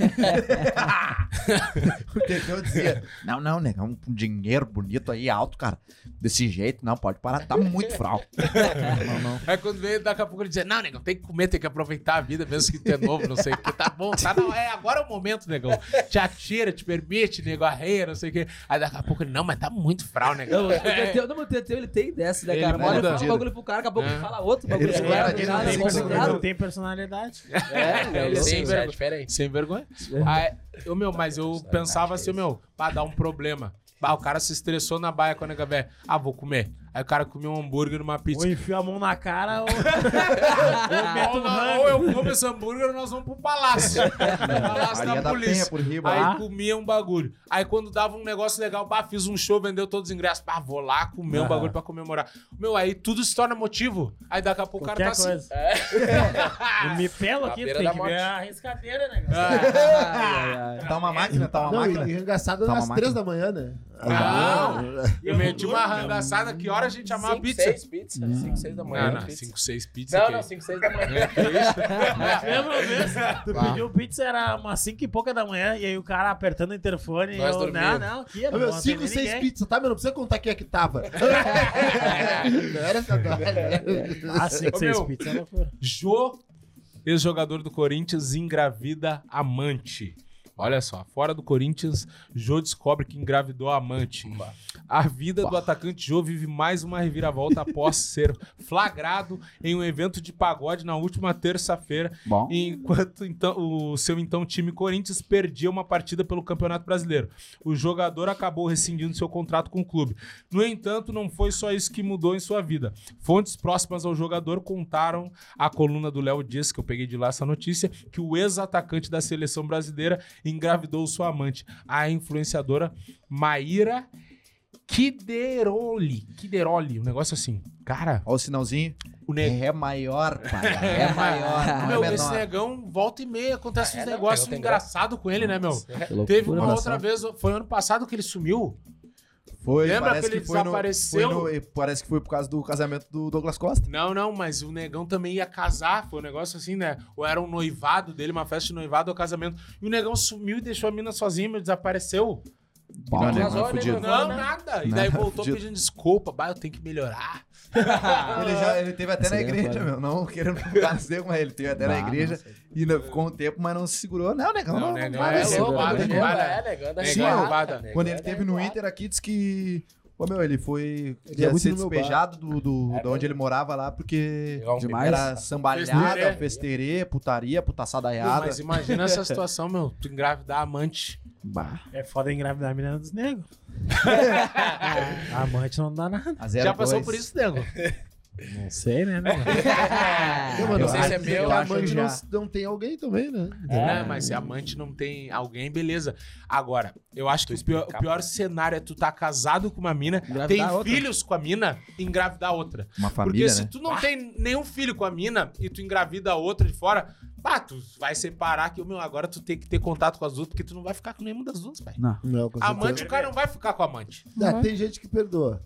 O que eu dizia? Não, negão, com dinheiro bonito aí, alto, cara. Desse jeito, não, pode parar, tá muito fral. Não. Aí quando veio, daqui a pouco ele dizia, não, negão, tem que comer, tem que aproveitar a vida, mesmo que tu é novo, não sei o que, tá bom, agora é o momento, negão. Te atira, te permite, nego, arreia, não sei o que. Aí daqui a pouco ele, não, mas tá muito fral, negão. O Teteu, ele tem dessa, né, cara? Ele fala um bagulho pro cara, daqui a pouco ele fala outro bagulho pro cara. Não tem personalidade. Ele é diferente. Sem vergonha. Mas eu pensava assim, pra dar um problema. O cara se estressou na baia com a nega velha. Vou comer. Aí o cara comeu um hambúrguer numa pizza. Ou enfio a mão na cara ou ou eu como esse hambúrguer ou nós vamos pro palácio. Palácio da polícia. Aí comia um bagulho. Aí quando dava um negócio legal, fiz um show, vendeu todos os ingressos. Vou lá comer um bagulho pra comemorar. Aí tudo se torna motivo. Aí daqui a pouco o cara tá coisa. assim. Eu me pelo aqui, tem que ver a riscadeira, né? Tá uma máquina, E engraçado às 3 da manhã, né? Eu meti uma arrangaçada, que hora a gente chamava pizza? 5, 6 pizzas. 5, 6 da manhã. 5, 6 pizzas. Não, 5, 6 da manhã. Lembra uma vez? Tu pediu pizza, era umas 5 e pouca da manhã, e aí o cara apertando o interfone. Nós dormimos. Não, aqui não. 5, 6 pizzas, tá? Mas não precisa contar quem é que tava. Não era essa dó. 5, 6 pizzas é loucura. Jô, ex-jogador do Corinthians, engravida amante. Olha só, fora do Corinthians, Jô descobre que engravidou a amante. A vida do atacante Jô vive mais uma reviravolta após ser flagrado em um evento de pagode na última terça-feira, enquanto o seu time Corinthians perdia uma partida pelo Campeonato Brasileiro. O jogador acabou rescindindo seu contrato com o clube. No entanto, não foi só isso que mudou em sua vida. Fontes próximas ao jogador contaram à coluna do Léo Dias, que eu peguei de lá essa notícia, que o ex-atacante da seleção brasileira engravidou sua amante, a influenciadora Maíra Kideroli, um negócio assim. Cara... Olha o sinalzinho. É maior, pai. É maior. Meu, esse negão, volta e meia, acontece uns negócios engraçados com ele, né, meu? Teve uma outra vez, foi ano passado que ele sumiu. Foi, lembra que ele desapareceu? Parece que foi por causa do casamento do Douglas Costa. Não, mas o negão também ia casar, foi um negócio assim, né? Ou era um noivado dele, uma festa de noivado ou casamento. E o negão sumiu e deixou a mina sozinha, mas desapareceu. Não, negão é fudido. Não, nada. E daí voltou pedindo desculpa. Bah, eu tenho que melhorar. Ele teve até na igreja, meu. Não querendo ficar no seco, mas ele teve até na igreja. E ficou um tempo, mas não se segurou. Não, negão. Não, negão vai, é negão. Negão. Quando ele teve no Inter aqui, disse que... Pô, meu, ele ia ser despejado de onde ele morava lá, porque era sambalhada, festerê, putaria, putaçadaiada. Mas imagina essa situação, meu. Tu engravidar amante. Bah. É foda engravidar a menina dos negros. A amante não dá nada. Já passou por isso, nego? Não sei, né? Não sei se é meu. A amante não tem alguém também, né? Mas se a amante não tem alguém, beleza. Agora, eu acho que o pior cenário é tu tá casado com uma mina, tem filhos com a mina e engravidar outra. Uma família, porque se tu não tem nenhum filho com a mina e tu engravida a outra de fora, tu vai separar que, agora tu tem que ter contato com as duas, porque tu não vai ficar com nenhuma das duas, pai. Não, a amante, o cara não vai ficar com a amante. Tem gente que perdoa.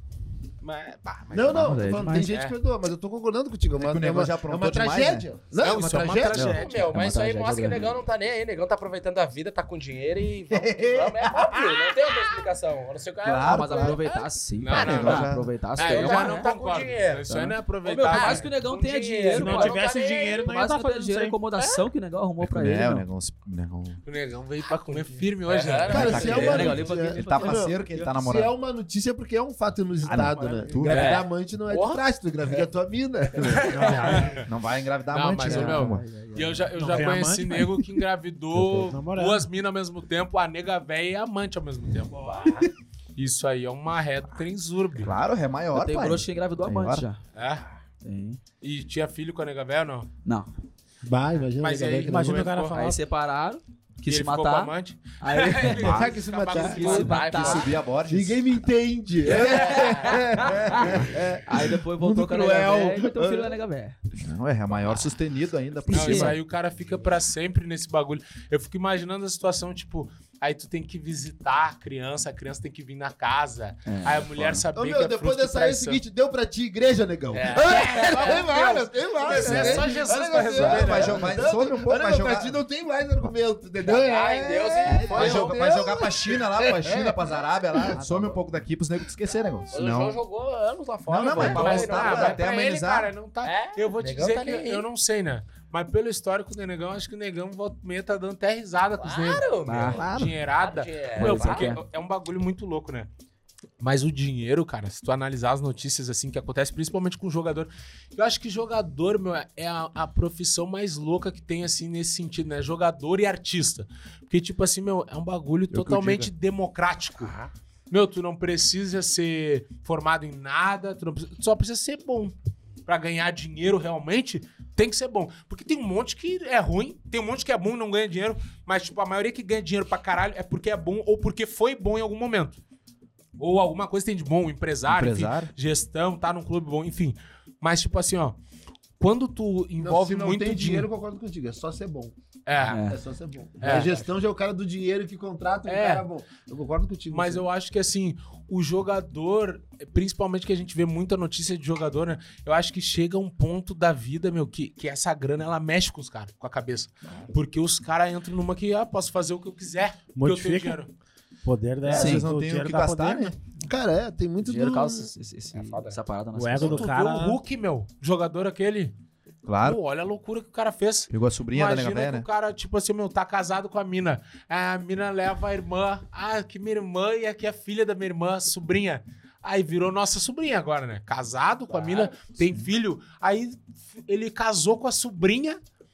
Tem gente que perdoa, mas eu tô concordando contigo. É uma tragédia. Não, é uma tragédia. Mas isso aí mostra que o negão não tá nem aí. O negão tá aproveitando a vida, tá com dinheiro e vamos. É óbvio, não tem outra explicação. A não ser que mas aproveitar sim. Aproveitar sim. Eu já não tá com dinheiro. Isso aí não é aproveitar. Por mais que o negão tenha dinheiro. Se não tivesse dinheiro, não ia estar fazendo dinheiro. A acomodação que o negão arrumou pra ele. O negão veio pra comer firme hoje. Cara, se é uma ele tá parceiro que ele tá namorando. Se é uma notícia, é porque é um fato inusitado, né? Engravidar amante não é de praxe, tu engravida a tua mina. Não vai engravidar amante, mas, e eu já conheci nego que engravidou duas minas ao mesmo tempo, a nega véia e a amante ao mesmo tempo. Isso aí é uma ré do Trenzurbe. Claro, é maior, tem broxa que engravidou amante já. Tem. E tinha filho com a nega véia ou não? Não. Imagina. Mas aí, imagina o cara falar. Aí separaram. Quis se matar. Com a amante. Aí quis se matar. Quis subir a borda. Ninguém me entende. Aí depois voltou com a nega véia e meteu o filho da nega véia. Não, é maior sustenido ainda por cima. Isso aí o cara fica pra sempre nesse bagulho. Eu fico imaginando a situação, tipo... Aí tu tem que visitar a criança tem que vir na casa. Aí a mulher saber que é depois dessa aí é o seguinte, deu pra ti igreja, negão. Tem mais. É só Jesus pra resolver. Mas sobre um pouco, vai jogar. Pra ti não tem mais argumento, entendeu? Ai, Deus, vai jogar pra China lá, pra China, pras Arábia lá. Some um pouco daqui pros negros te esquecer, negócio. O João jogou anos lá fora. Não, mas até amenizar. Eu vou te dizer que eu não sei, né? Mas pelo histórico do negão, acho que o negão volta meia tá dando até risada com os negros. Claro. Dinheirada. Porque é um bagulho muito louco, né? Mas o dinheiro, cara, se tu analisar as notícias assim que acontece, principalmente com o jogador, eu acho que jogador, meu, é a profissão mais louca que tem, assim, nesse sentido, né? Jogador e artista. Porque, tipo assim, meu, é um bagulho totalmente democrático. Meu, tu não precisa ser formado em nada, tu só precisa ser bom. Pra ganhar dinheiro realmente, tem que ser bom. Porque tem um monte que é ruim, tem um monte que é bom e não ganha dinheiro, mas, tipo, a maioria que ganha dinheiro pra caralho é porque é bom ou porque foi bom em algum momento. Ou alguma coisa tem de bom, empresário. Enfim, gestão, tá num clube bom, enfim. Mas, tipo assim, ó, quando tu envolve muito dinheiro, eu concordo contigo, é só ser bom. É só ser bom. A gestão já é o cara do dinheiro que contrata um cara bom. Eu concordo contigo. Mas eu acho que, assim, o jogador, principalmente que a gente vê muita notícia de jogador, né? Eu acho que chega um ponto da vida, meu, que essa grana, ela mexe com os caras, com a cabeça. Porque os caras entram numa que, posso fazer o que eu quiser, porque eu tenho dinheiro. Poder dela. Vocês não tem o que gastar, né? Cara, tem muito dinheiro essa parada. O ego do cara... O Hulk, meu, jogador aquele... Claro. Pô, olha a loucura que o cara fez. Pegou a sobrinha da nega véia, né? O cara, tipo assim, meu, tá casado com a mina. A mina leva a irmã. Que minha irmã e aqui a filha da minha irmã, sobrinha. Aí virou nossa sobrinha agora, né? Casado com a mina, tem filho. Aí ele casou com a sobrinha.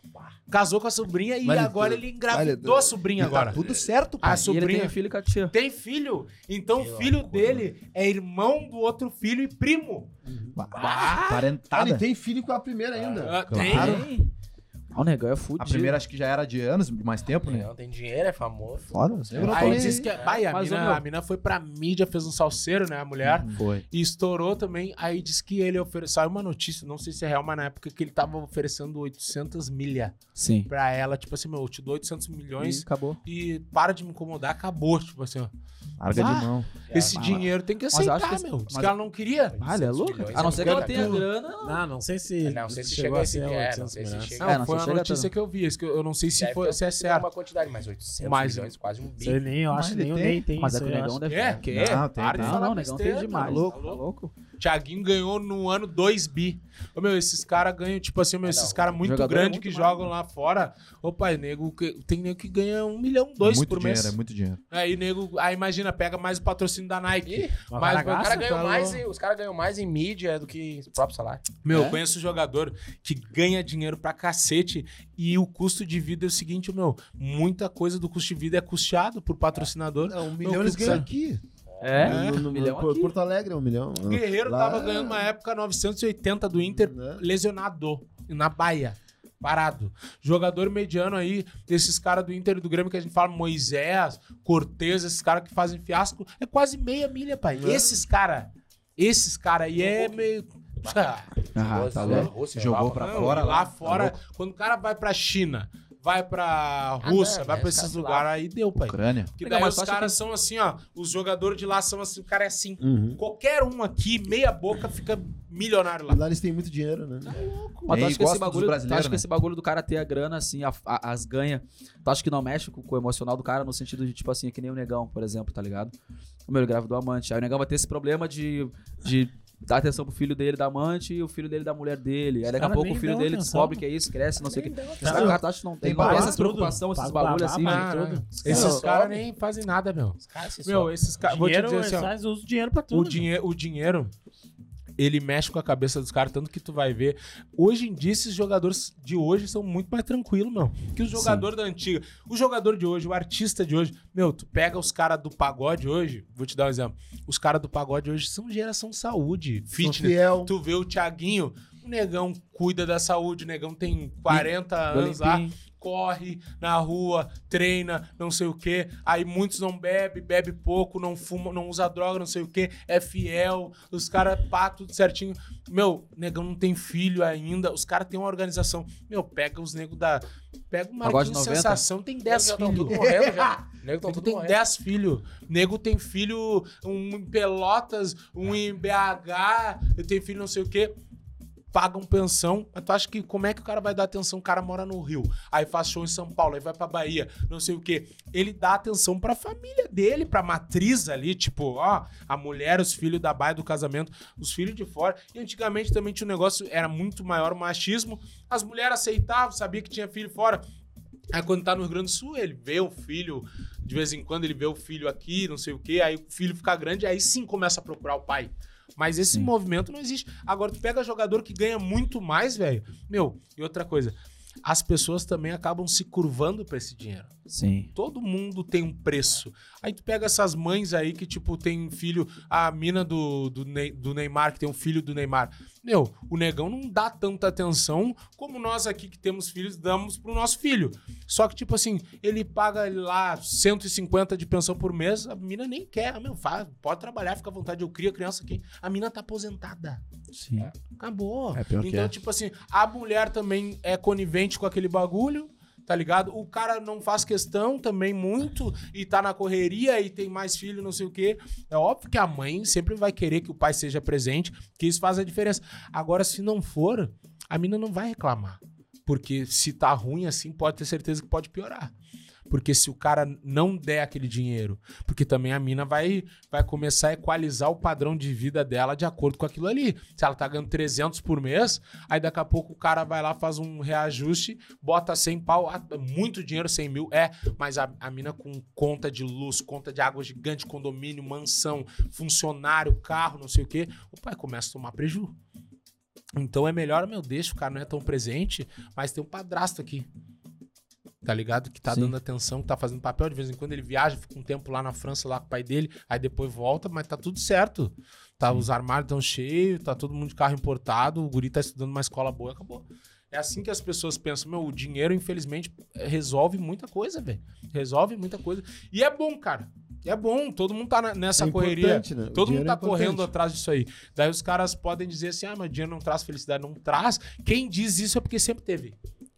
E agora ele engravidou a sobrinha agora. Tá tudo certo, pai. A sobrinha ele tem filho com a tia. Tem filho. Então o filho dele é irmão do outro filho e primo. Parentada. Ele tem filho com a primeira ainda. Tem. O negão é fudido. A primeira acho que já era de anos, de mais tempo, né? Não, tem dinheiro, é famoso. Foda. Aí disse que a mina foi pra mídia, fez um salseiro, né, a mulher. Foi. E estourou também. Aí disse que ele ofereceu... Saiu uma notícia, não sei se é real, mas na época que ele tava oferecendo 800 milha. Sim. Pra ela, tipo assim, meu, eu te dou 800 milhões. E acabou. E para de me incomodar, acabou. Tipo assim, ó. Larga de mão. Esse dinheiro tem que aceitar, meu. Diz que ela não queria. É louca. A não ser que ela tenha grana. Não sei se... Não sei se chegou a ser. Não sei se chegou. a notícia que eu vi. Eu não sei se é certo. Uma quantidade, mas 800 milhões, quase um bi. Eu acho que nem tem. Mas é que o Negão deve ter. Não, o Negão tem demais. Tá louco? Thiaguinho ganhou no ano 2 bi. Ô, meu, esses caras ganham, tipo assim, esses caras muito grandes que jogam lá fora. Opa, tem nego que ganha 1 milhão, 2 por mês. É muito dinheiro. Aí, imagina, pega mais o patrocínio da Nike. Os caras ganham mais em mídia do que o próprio salário. Meu, conheço jogador que ganha dinheiro pra cacete e o custo de vida é o seguinte, meu, muita coisa do custo de vida é custeado por patrocinador. Não, 1 milhão eles ganham aqui. No milhão aqui. Porto Alegre é 1 milhão. O Guerreiro tava ganhando na época 980 do Inter, lesionado, na Baia, parado. Jogador mediano aí, desses caras do Inter e do Grêmio que a gente fala, Moisés, Cortez, esses caras que fazem fiasco, é quase meia milha, pai. Esses caras aí é meio... Tá louco. Jogou pra fora. Lá fora, quando o cara vai pra China... vai pra Rússia, vai pra esses lugares, aí deu, pai. Ucrânia. Porque daí os caras são assim, ó, os jogadores de lá são assim, o cara é assim. Qualquer um aqui, meia boca, fica milionário lá. E lá eles têm muito dinheiro, né? Tá louco. Mas tu acha que esse bagulho do cara ter a grana, assim, as ganha, tu acha que não mexe com o emocional do cara no sentido de, tipo assim, é que nem o Negão, por exemplo, tá ligado? O meu grávida do amante. Aí o Negão vai ter esse problema de dar atenção pro filho dele da amante e o filho dele da mulher dele. Aí daqui a pouco o filho dele descobre que é isso, cresce, não sei o que. Os caras acham que não tem essas preocupações, esses bagulhos assim. Esses caras nem fazem nada, meu. Meu, esses caras. Vou te dizer assim, ó. Eles usam dinheiro pra tudo. O dinheiro, ele mexe com a cabeça dos caras, tanto que tu vai ver. Hoje em dia, esses jogadores de hoje são muito mais tranquilos, meu. Que os jogadores da antiga. O jogador de hoje, o artista de hoje. Meu, tu pega os caras do pagode hoje, vou te dar um exemplo. Os caras do pagode hoje são geração saúde, fitness. Tu vê o Thiaguinho, o Negão cuida da saúde, o Negão tem 40 anos lá. Corre na rua, treina, não sei o quê. Aí muitos não bebe pouco, não fuma, não usa droga, não sei o quê. É fiel, os caras pá, tudo certinho. Meu, Negão não tem filho ainda. Os caras têm uma organização. Meu, pega os negros da... Pega o Marquinhos Sensação, tem 10 filhos. Nego tem 10 filhos. Nego tem filho, um em Pelotas, um em BH, eu tenho filho não sei o quê. Pagam pensão, mas tu acha que como é que o cara vai dar atenção? O cara mora no Rio, aí faz show em São Paulo, aí vai pra Bahia, não sei o quê. Ele dá atenção pra família dele, pra matriz ali, tipo, ó, a mulher, os filhos da baia do casamento, os filhos de fora. E antigamente também tinha um negócio, era muito maior o machismo, as mulheres aceitavam, sabia que tinha filho fora. Aí quando tá no Rio Grande do Sul, ele vê o filho, de vez em quando ele vê o filho aqui, não sei o quê, aí o filho fica grande, aí sim começa a procurar o pai. Mas esse movimento não existe. Agora, tu pega jogador que ganha muito mais, velho. Meu, e outra coisa. As pessoas também acabam se curvando pra esse dinheiro. Sim. Todo mundo tem um preço. Aí tu pega essas mães aí que, tipo, tem um filho... A mina do Neymar, que tem um filho do Neymar. Meu, o Negão não dá tanta atenção como nós aqui que temos filhos damos pro nosso filho. Só que, tipo assim, ele paga lá 150 de pensão por mês, a mina nem quer. Meu, pode trabalhar, fica à vontade. Eu crio a criança aqui. A mina tá aposentada. Sim. Acabou. Então, tipo assim, a mulher também é conivente com aquele bagulho, tá ligado? O cara não faz questão também muito e tá na correria e tem mais filho, não sei o quê. É óbvio que a mãe sempre vai querer que o pai seja presente, que isso faz a diferença. Agora, se não for, a mina não vai reclamar. Porque se tá ruim assim, pode ter certeza que pode piorar. Porque se o cara não der aquele dinheiro, porque também a mina vai começar a equalizar o padrão de vida dela de acordo com aquilo ali. Se ela tá ganhando 300 por mês, aí daqui a pouco o cara vai lá, faz um reajuste, bota 100 pau, muito dinheiro, 100 mil, mas a mina com conta de luz, conta de água gigante, condomínio, mansão, funcionário, carro, não sei o quê, o pai começa a tomar prejuízo. Então é melhor, deixa, o cara não é tão presente, mas tem um padrasto aqui. Tá ligado? Que tá dando atenção, que tá fazendo papel. De vez em quando ele viaja, fica um tempo lá na França, lá com o pai dele, aí depois volta, mas tá tudo certo. Tá, os armários estão cheios, tá todo mundo de carro importado, o guri tá estudando uma escola boa, acabou. É assim que as pessoas pensam. O dinheiro, infelizmente, resolve muita coisa, velho. Resolve muita coisa. E é bom, cara. É bom, todo mundo tá nessa correria. Né? Todo mundo tá correndo atrás disso aí. Daí os caras podem dizer assim, mas dinheiro não traz felicidade. Não traz. Quem diz isso é porque sempre teve.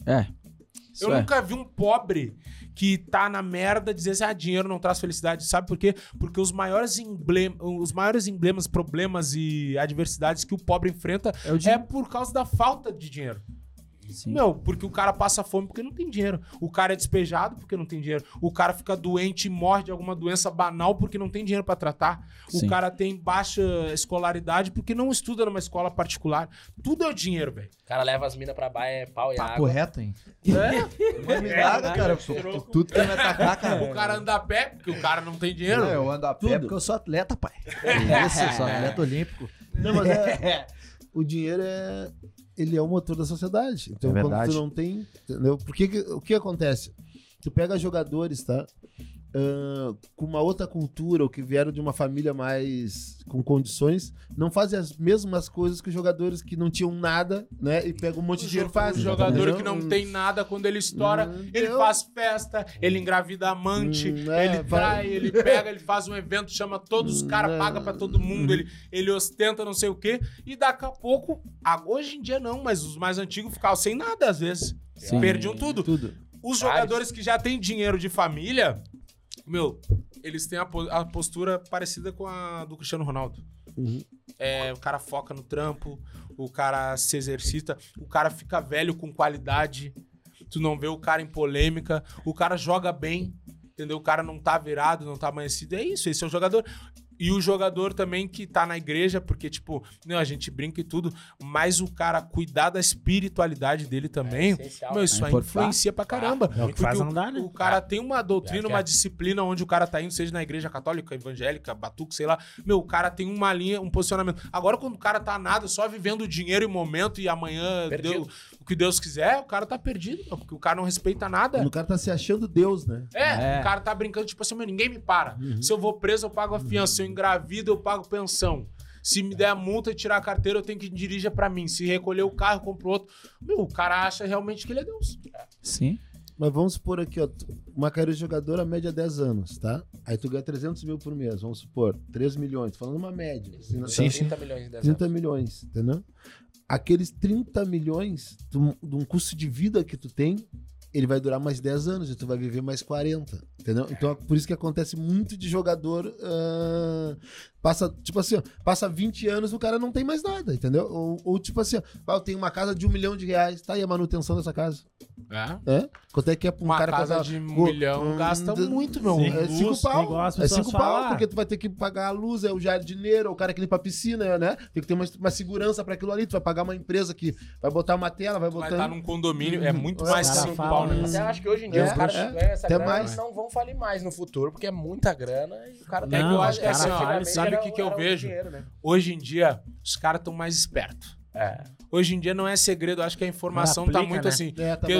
Eu nunca vi um pobre que tá na merda dizer assim, dinheiro não traz felicidade. Sabe por quê? Porque os maiores emblemas, problemas e adversidades que o pobre enfrenta é por causa da falta de dinheiro. Sim. Meu, porque o cara passa fome porque não tem dinheiro. O cara é despejado porque não tem dinheiro. O cara fica doente e morre de alguma doença banal porque não tem dinheiro pra tratar. O Sim. cara tem baixa escolaridade porque não estuda numa escola particular. Tudo é o dinheiro, velho. O cara leva as minas pra baia, pau e Papo água. reto, hein? Não me nada, cara. Tudo que vai atacar, cara. O cara anda a pé porque o cara não tem dinheiro. Não, eu ando a pé porque eu sou atleta, pai. Isso, eu sou atleta olímpico. Não, mas o dinheiro ele é o motor da sociedade. Então, É quando verdade. tu não tem, entendeu? Porque o que acontece? Tu pega jogadores, tá? Com uma outra cultura, ou que vieram de uma família mais com condições, não fazem as mesmas coisas que os jogadores que não tinham nada, né? E pegam um monte de dinheiro O fácil. jogador entendeu? que não tem nada, quando ele estoura, ele faz festa, ele engravida amante, ele trai, ele pega, ele faz um evento, chama todos os caras, paga pra todo mundo, ele ostenta não sei o quê, e daqui a pouco, hoje em dia não, mas os mais antigos ficavam sem nada às vezes. Sim. Perdiam tudo. Tudo. Os jogadores que já têm dinheiro de família, meu, eles têm a postura parecida com a do Cristiano Ronaldo. Uhum. O cara foca no trampo, o cara se exercita, o cara fica velho com qualidade, tu não vê o cara em polêmica, o cara joga bem, entendeu? O cara não tá virado, não tá amanhecido, é isso, esse é o jogador. E o jogador também que tá na igreja, porque, tipo, a gente brinca e tudo, mas o cara cuidar da espiritualidade dele também, essencial, meu, isso aí influencia pra caramba. É o que Porque faz andar, né? o cara tem uma doutrina, É. uma disciplina onde o cara tá indo, seja na igreja católica, evangélica, batuque, sei lá. Meu, o cara tem uma linha, um posicionamento. Agora, quando o cara tá nada, só vivendo o dinheiro e momento e amanhã Perdido. o que Deus quiser, o cara tá perdido, meu, porque o cara não respeita nada. O cara tá se achando Deus, né? O cara tá brincando, tipo assim, meu, ninguém me para. Se eu vou preso, eu pago a fiança. Se eu engravido, eu pago pensão. Se me der a multa e tirar a carteira, eu tenho que dirigir pra mim. Se recolher o carro, eu compro outro. Meu, o cara acha realmente que ele é Deus. Sim. Mas vamos supor aqui, ó, uma carreira de jogador a média 10 anos, tá? Aí tu ganha 300 mil por mês, vamos supor, 3 milhões, tô falando uma média. Assim, tá? 30 milhões em 10 30 anos. milhões, entendeu? Aqueles 30 milhões de um custo de vida que tu tem, ele vai durar mais 10 anos e tu vai viver mais 40, entendeu? Então, por isso que acontece muito de jogador passa, tipo assim, ó, passa 20 anos o cara não tem mais nada, entendeu? Ou tipo assim, ó, eu tenho uma casa de R$1 milhão, tá aí a manutenção dessa casa. É? Quanto é que é pra um Uma cara casa casar? de 1 milhão gasta muito, meu. Sim. É 5 pau. igual as É pessoas 5 pau, falam. porque tu vai ter que pagar a luz, é o jardineiro, é o cara que limpa a piscina, né? Tem que ter uma segurança pra aquilo ali. Tu vai pagar uma empresa que vai botar uma tela, vai Vai botar. estar num condomínio, é muito É, mais cara 5 fala, pau, né? né? Mas eu acho que hoje em dia É, os caras é. que ganham essa Até grana mais. não vão falir mais no futuro, porque é muita grana e o cara tem Não, que... eu acho que cara, assim, ó, antigamente sabe o que eu vejo? Dinheiro, né? Hoje em dia, os caras estão mais espertos. Hoje em dia não é segredo, eu acho que a informação Aplica, tá muito né? assim. É, tá porque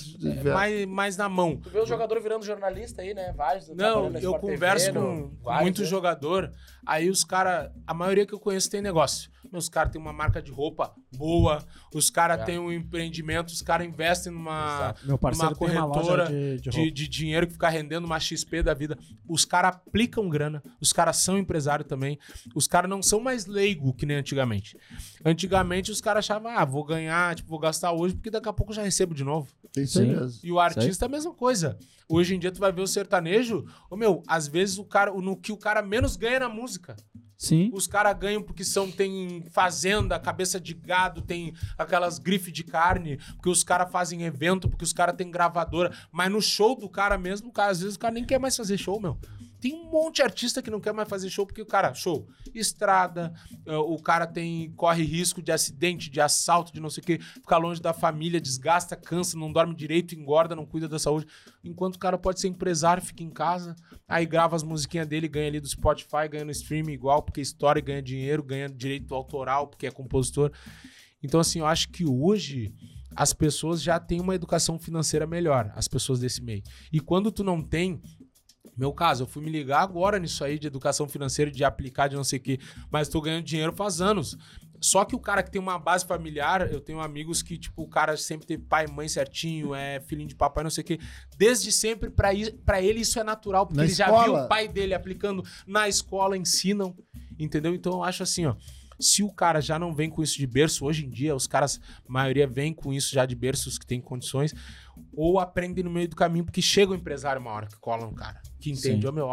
mais na mão. Tu vê o jogador virando jornalista aí, né? Vários. Não, trabalhando na eu Sport converso TV, com vários, muito né? jogador, aí os caras, a maioria que eu conheço tem negócio. Os caras têm uma marca de roupa boa, os caras têm um empreendimento, os caras investem numa Meu parceiro tem uma corretora loja de roupa. de dinheiro que fica rendendo uma XP da vida. Os caras aplicam grana, os caras são empresário também, os caras não são mais leigo que nem antigamente. Antigamente os caras achavam, vou ganhar, tipo, vou gastar hoje porque daqui a pouco eu já recebo de novo. É isso aí Sim. mesmo. E o artista é a mesma coisa. Hoje em dia tu vai ver o sertanejo, às vezes no que o cara menos ganha na música. Sim. Os caras ganham porque tem fazenda, cabeça de gado, tem aquelas grifes de carne, porque os caras fazem evento, porque os caras têm gravadora. Mas no show do cara mesmo, às vezes o cara nem quer mais fazer show, meu. Tem um monte de artista que não quer mais fazer show, porque o cara, estrada, o cara corre risco de acidente, de assalto, de não sei o quê, fica longe da família, desgasta, cansa, não dorme direito, engorda, não cuida da saúde. Enquanto o cara pode ser empresário, fica em casa, aí grava as musiquinhas dele, ganha ali do Spotify, ganha no streaming igual, porque estoura e ganha dinheiro, ganha direito autoral, porque é compositor. Então, assim, eu acho que hoje as pessoas já têm uma educação financeira melhor, as pessoas desse meio. E quando tu não tem... Meu caso, eu fui me ligar agora nisso aí de educação financeira, de aplicar, de não sei o quê, mas tô ganhando dinheiro faz anos. Só que o cara que tem uma base familiar, eu tenho amigos que, tipo, o cara sempre teve pai e mãe certinho, é filhinho de papai, não sei o quê. Desde sempre, pra ele isso é natural, porque ele já viu o pai dele aplicando na escola, ensinam, entendeu? Então eu acho assim, ó, se o cara já não vem com isso de berço, hoje em dia os caras, a maioria vem com isso já de berço, os que têm condições, ou aprendem no meio do caminho, porque chega o empresário uma hora que cola no cara, que entende,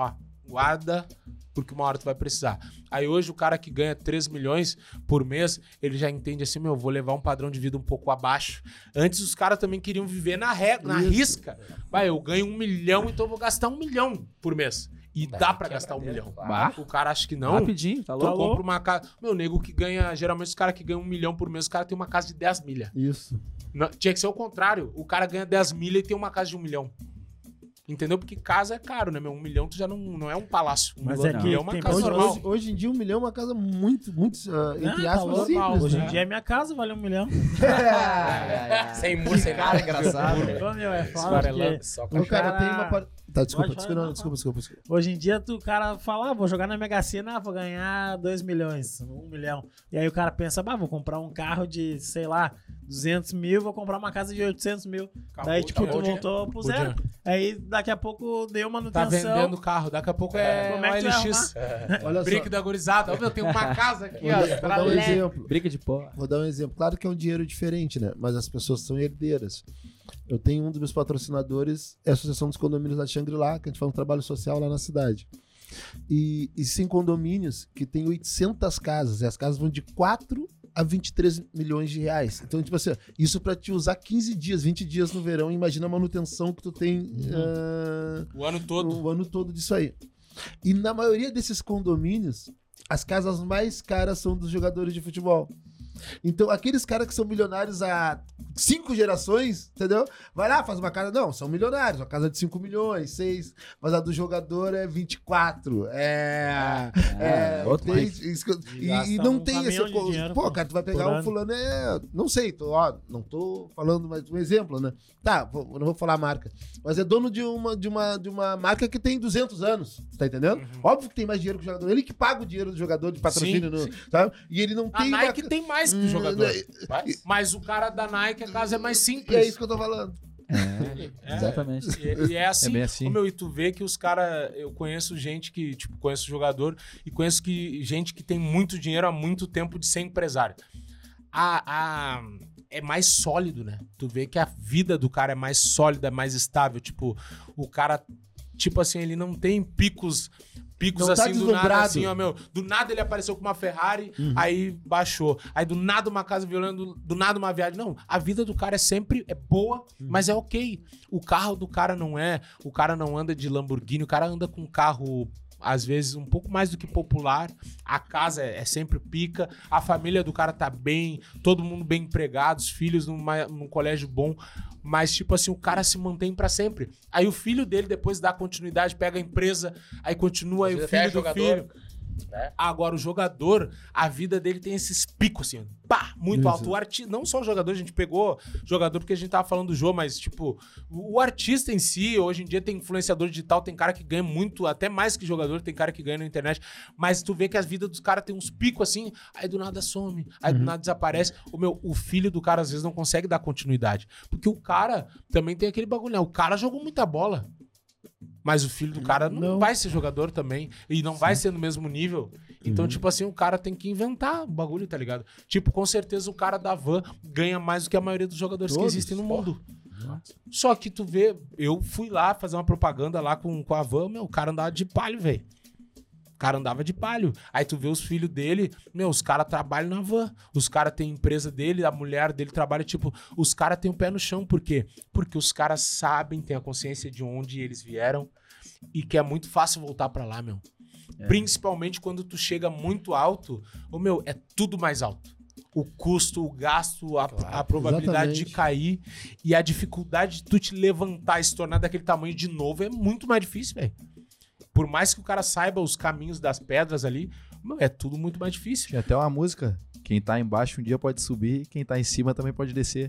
guarda, porque uma hora tu vai precisar. Aí hoje o cara que ganha 3 milhões por mês, ele já entende assim, vou levar um padrão de vida um pouco abaixo. Antes os caras também queriam viver na risca. Vai, eu ganho 1 milhão, então eu vou gastar 1 milhão por mês. E dá pra gastar 1 milhão. Claro. O cara acha que não. Rapidinho, tá louco. Tu compra uma casa. Nego que ganha, geralmente os caras que ganham 1 milhão por mês, os caras têm uma casa de 10 milha. Isso. Não, tinha que ser o contrário. O cara ganha 10 milha e tem uma casa de 1 milhão. Entendeu? Porque casa é caro, né, meu? 1 milhão tu já não é um palácio. Mas é que é uma casa normal. Hoje em dia, 1 milhão é uma casa muito entre aspas, tá simples. Hoje em né? dia é minha casa, vale 1 milhão. Sem muro, sem nada. engraçado. Ô, meu, é foda porque... O cara tem uma... Tá, desculpa. Hoje em dia, o cara fala, vou jogar na Mega Sena, vou ganhar 2 milhões, 1 milhão. E aí o cara pensa, vou comprar um carro de, sei lá, 200 mil, vou comprar uma casa de 800 mil. Daí, tipo, tu voltou pro zero. Aí, daqui a pouco, deu manutenção. Tá vendendo carro, daqui a pouco é Como é que uma LX. Olha Brick só. da gurizada. Eu tenho uma casa aqui, ó. Vou dar um exemplo. Briga de porra. Vou dar um exemplo. Claro que é um dinheiro diferente, né? Mas as pessoas são herdeiras. Eu tenho um dos meus patrocinadores, é a Associação dos Condomínios da Xangri-Lá, que a gente faz um trabalho social lá na cidade. E sim condomínios que tem 800 casas. E as casas vão de 4 a 23 milhões de reais. Então, tipo assim, isso pra te usar 15 dias, 20 dias no verão. Imagina a manutenção que tu tem O ano todo. o ano todo disso aí. E na maioria desses condomínios, as casas mais caras são dos jogadores de futebol. Então, aqueles caras que são milionários há 5 gerações, entendeu? Vai lá, faz uma casa. Não, são milionários. Uma casa de 5 milhões, 6. Mas a do jogador é 24. Outro E não tem esse... Pô, cara, tu vai pegar um fulano... Não sei, não tô falando mais um exemplo, né? Tá, não vou falar a marca. Mas é dono de uma marca que tem 200 anos. Tá entendendo? Óbvio que tem mais dinheiro que o jogador. Ele que paga o dinheiro do jogador de patrocínio, sabe? E ele não tem... A Nike tem mais que o jogador. Mas o cara da Nike, a casa é mais simples. E é isso que eu tô falando. Exatamente. E é assim. É bem assim. E tu vê que os caras... Eu conheço gente que... Tipo, conheço jogador e conheço gente que tem muito dinheiro há muito tempo de ser empresário. É mais sólido, né? Tu vê que a vida do cara é mais sólida, mais estável. Tipo, o cara... Tipo assim, ele não tem picos não assim, tá do nada, deslumbrado. assim, ó, meu. Do nada ele apareceu com uma Ferrari, aí baixou. Aí do nada uma casa violando, do nada uma viagem. Não, a vida do cara é boa, mas é ok. O carro do cara não é, o cara não anda de Lamborghini, o cara anda com um carro, às vezes, um pouco mais do que popular. A casa é sempre pica, a família do cara tá bem, todo mundo bem empregado, os filhos num colégio bom. Mas, tipo assim, o cara se mantém pra sempre. Aí o filho dele depois dá continuidade, pega a empresa, aí continua, aí o filho do filho. Né? Agora, o jogador, a vida dele tem esses picos, assim, muito alto. O artista, não só o jogador, a gente pegou jogador porque a gente tava falando do jogo, mas, tipo, o artista em si, hoje em dia tem influenciador digital, tem cara que ganha muito, até mais que jogador, tem cara que ganha na internet, mas tu vê que a vida dos caras tem uns picos assim, aí do nada some, aí do nada desaparece. O filho do cara, às vezes, não consegue dar continuidade, porque o cara também tem aquele bagulho, né? O cara jogou muita bola. Mas o filho do cara não vai ser jogador também. E não vai ser no mesmo nível. Então, tipo assim, o cara tem que inventar o bagulho, tá ligado? Tipo, com certeza o cara da van ganha mais do que a maioria dos jogadores que existem no mundo. Só que tu vê, eu fui lá fazer uma propaganda lá com a van, o cara andava de palio, velho. O cara andava de palio. Aí tu vê os filhos dele, os caras trabalham na van. Os caras têm empresa dele, a mulher dele trabalha, tipo... Os caras têm o pé no chão. Por quê? Porque os caras sabem, têm a consciência de onde eles vieram e que é muito fácil voltar pra lá, meu. Principalmente quando tu chega muito alto, é tudo mais alto. O custo, o gasto, a probabilidade de cair e a dificuldade de tu te levantar e se tornar daquele tamanho de novo é muito mais difícil, velho. Por mais que o cara saiba os caminhos das pedras ali, é tudo muito mais difícil. Tinha até uma música. Quem tá embaixo um dia pode subir, quem tá em cima também pode descer.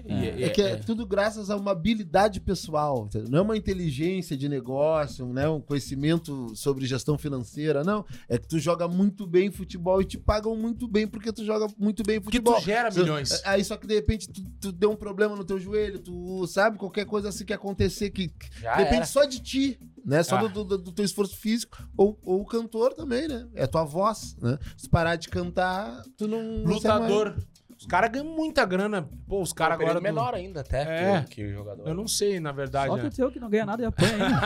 É tudo graças a uma habilidade pessoal. Não é uma inteligência de negócio, né? Um conhecimento sobre gestão financeira, não. É que tu joga muito bem futebol e te pagam muito bem porque tu joga muito bem futebol. Porque tu gera milhões. Aí só que de repente tu deu um problema no teu joelho, tu sabe, qualquer coisa assim que acontecer que depende só de ti. Né? Só do teu esforço físico ou o cantor também, né? É tua voz, né? Se parar de cantar, tu não... Lutador. Os caras ganham muita grana. Pô, os caras agora... menor ainda até que o jogador. Eu não sei, na verdade. Só que o teu que não ganha nada e apanha ainda.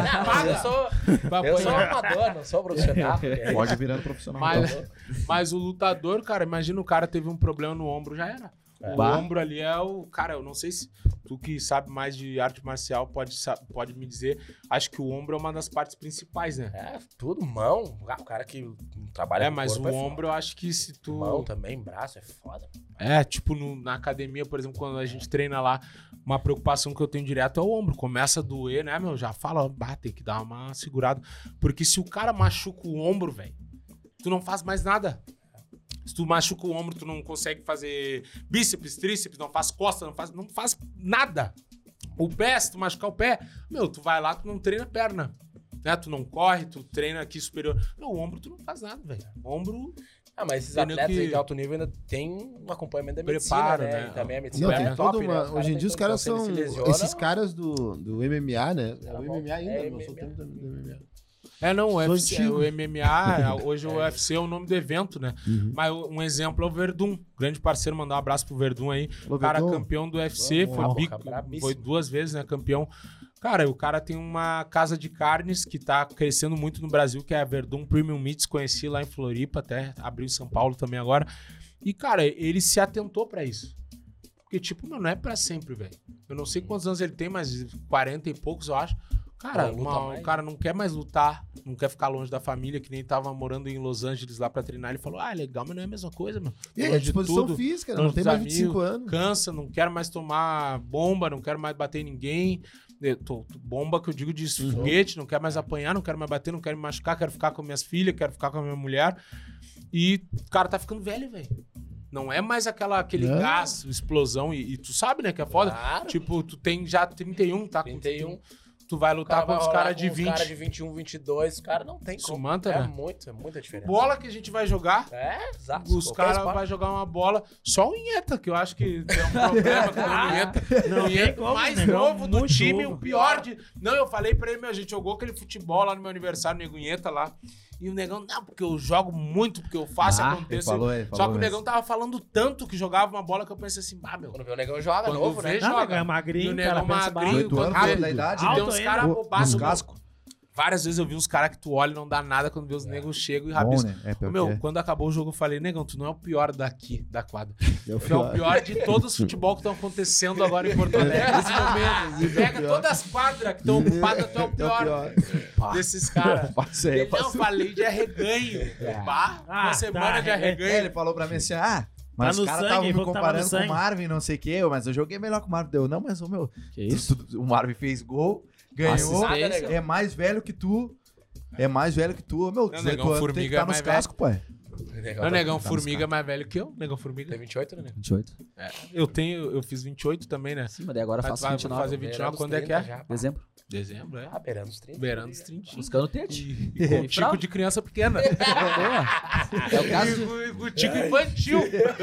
Mas eu sou amador, não sou profissional. Pode virando profissional. Mas o lutador, cara, imagina o cara teve um problema no ombro, já era. O ombro ali é o... Cara, eu não sei se tu que sabe mais de arte marcial pode me dizer. Acho que o ombro é uma das partes principais, né? Tudo, mão. O cara que trabalha com mas o ombro eu acho que se tu... Mão também, braço, é foda. Tipo na academia, por exemplo, quando a gente treina lá, uma preocupação que eu tenho direto é o ombro. Começa a doer, né, meu? Já fala, tem que dar uma segurada. Porque se o cara machuca o ombro, velho, tu não faz mais nada. Se tu machuca o ombro, tu não consegue fazer bíceps, tríceps, não faz costa, não faz nada. O pé, se tu machucar o pé, meu, tu vai lá, tu não treina a perna. Né? Tu não corre, tu treina aqui superior. Meu, o ombro tu não faz nada, velho. O ombro... mas esses atletas aí de alto nível ainda tem um acompanhamento da medicina, Preparo, né? né? Também a medicina é top, né? Hoje em dia os caras são... Esses caras do MMA, né? É o MMA ainda, não sou tempo do MMA. Não, o UFC, o MMA, hoje o UFC é o nome do evento, né? Mas um exemplo é o Verdun, grande parceiro, mandar um abraço pro Verdun aí. O cara campeão do UFC, foi 2 vezes, né, campeão. Cara, o cara tem uma casa de carnes que tá crescendo muito no Brasil, que é a Verdun Premium Meats, conheci lá em Floripa, até abriu em São Paulo também agora. E, cara, ele se atentou pra isso. Porque, tipo, não é pra sempre, velho. Eu não sei quantos anos ele tem, mas 40 e poucos, eu acho. Cara, o cara não quer mais lutar, não quer ficar longe da família, que nem tava morando em Los Angeles lá pra treinar. Ele falou, legal, mas não é a mesma coisa, mano. E é disposição física, não tem mais 25 anos. Cansa, não quero mais tomar bomba, não quero mais bater em ninguém. Bomba que eu digo de foguete, não quero mais apanhar, não quero mais bater, não quero me machucar, quero ficar com minhas filhas, quero ficar com a minha mulher. E o cara tá ficando velho, velho. Não é mais aquele gás, explosão. E tu sabe, né, que é foda. Claro. Tipo, tu tem já 31, tá? 31. Tu vai lutar com os caras de 20. Os caras de 21, 22, os caras não tem como. Manta, é né? muita diferença. Bola que a gente vai jogar. Exato. Os caras vão jogar uma bola. Só o Inheta, que eu acho que tem um problema com o Inheta. Não, Inheta, mais novo do time, o pior de... Não, eu falei pra ele, a gente jogou aquele futebol lá no meu aniversário, o Nego Inheta lá. E o Negão, não, porque eu jogo muito, porque eu faço, aconteça. Só que o Negão tava falando tanto que jogava uma bola que eu pensei assim, meu. Quando vê o Negão joga novo, né? Joga. É magrinho, o Negão magrinho, rápido da idade. Tem uns caras bobaços. Casco. Várias vezes eu vi uns caras que tu olha e não dá nada quando vê os negros chegam e rabiscam. Né? Quando acabou o jogo eu falei, Negão, tu não é o pior daqui, da quadra. Tu é o pior de todos os futebol que estão acontecendo agora em Porto Alegre. Nesse momento. Pega todas as quadras que estão ocupadas, tu é o pior desses caras. Eu falei de arreganho. Uma semana de arreganho. Ele falou pra mim assim, mas os caras estavam me comparando com o Marvin, não sei o quê, mas eu joguei melhor que o Marvin. Deu, não, mas o meu... Que isso? O Marvin fez gol, ganhou, é mais velho que tu. Meu, 18 anos tem que estar nos cascos, pai. O Negão Formiga é mais velho que eu. Negão Formiga. Tem 28, né? 28. Eu fiz 28 também, né? Sim, mas daí agora faço 29. Fazer 29 quando é que é? Já, Dezembro. Dezembro, é. Beirando os 30. Beirando os 30. Buscando tete. E com tico de criança pequena. É o caso de... O tico infantil.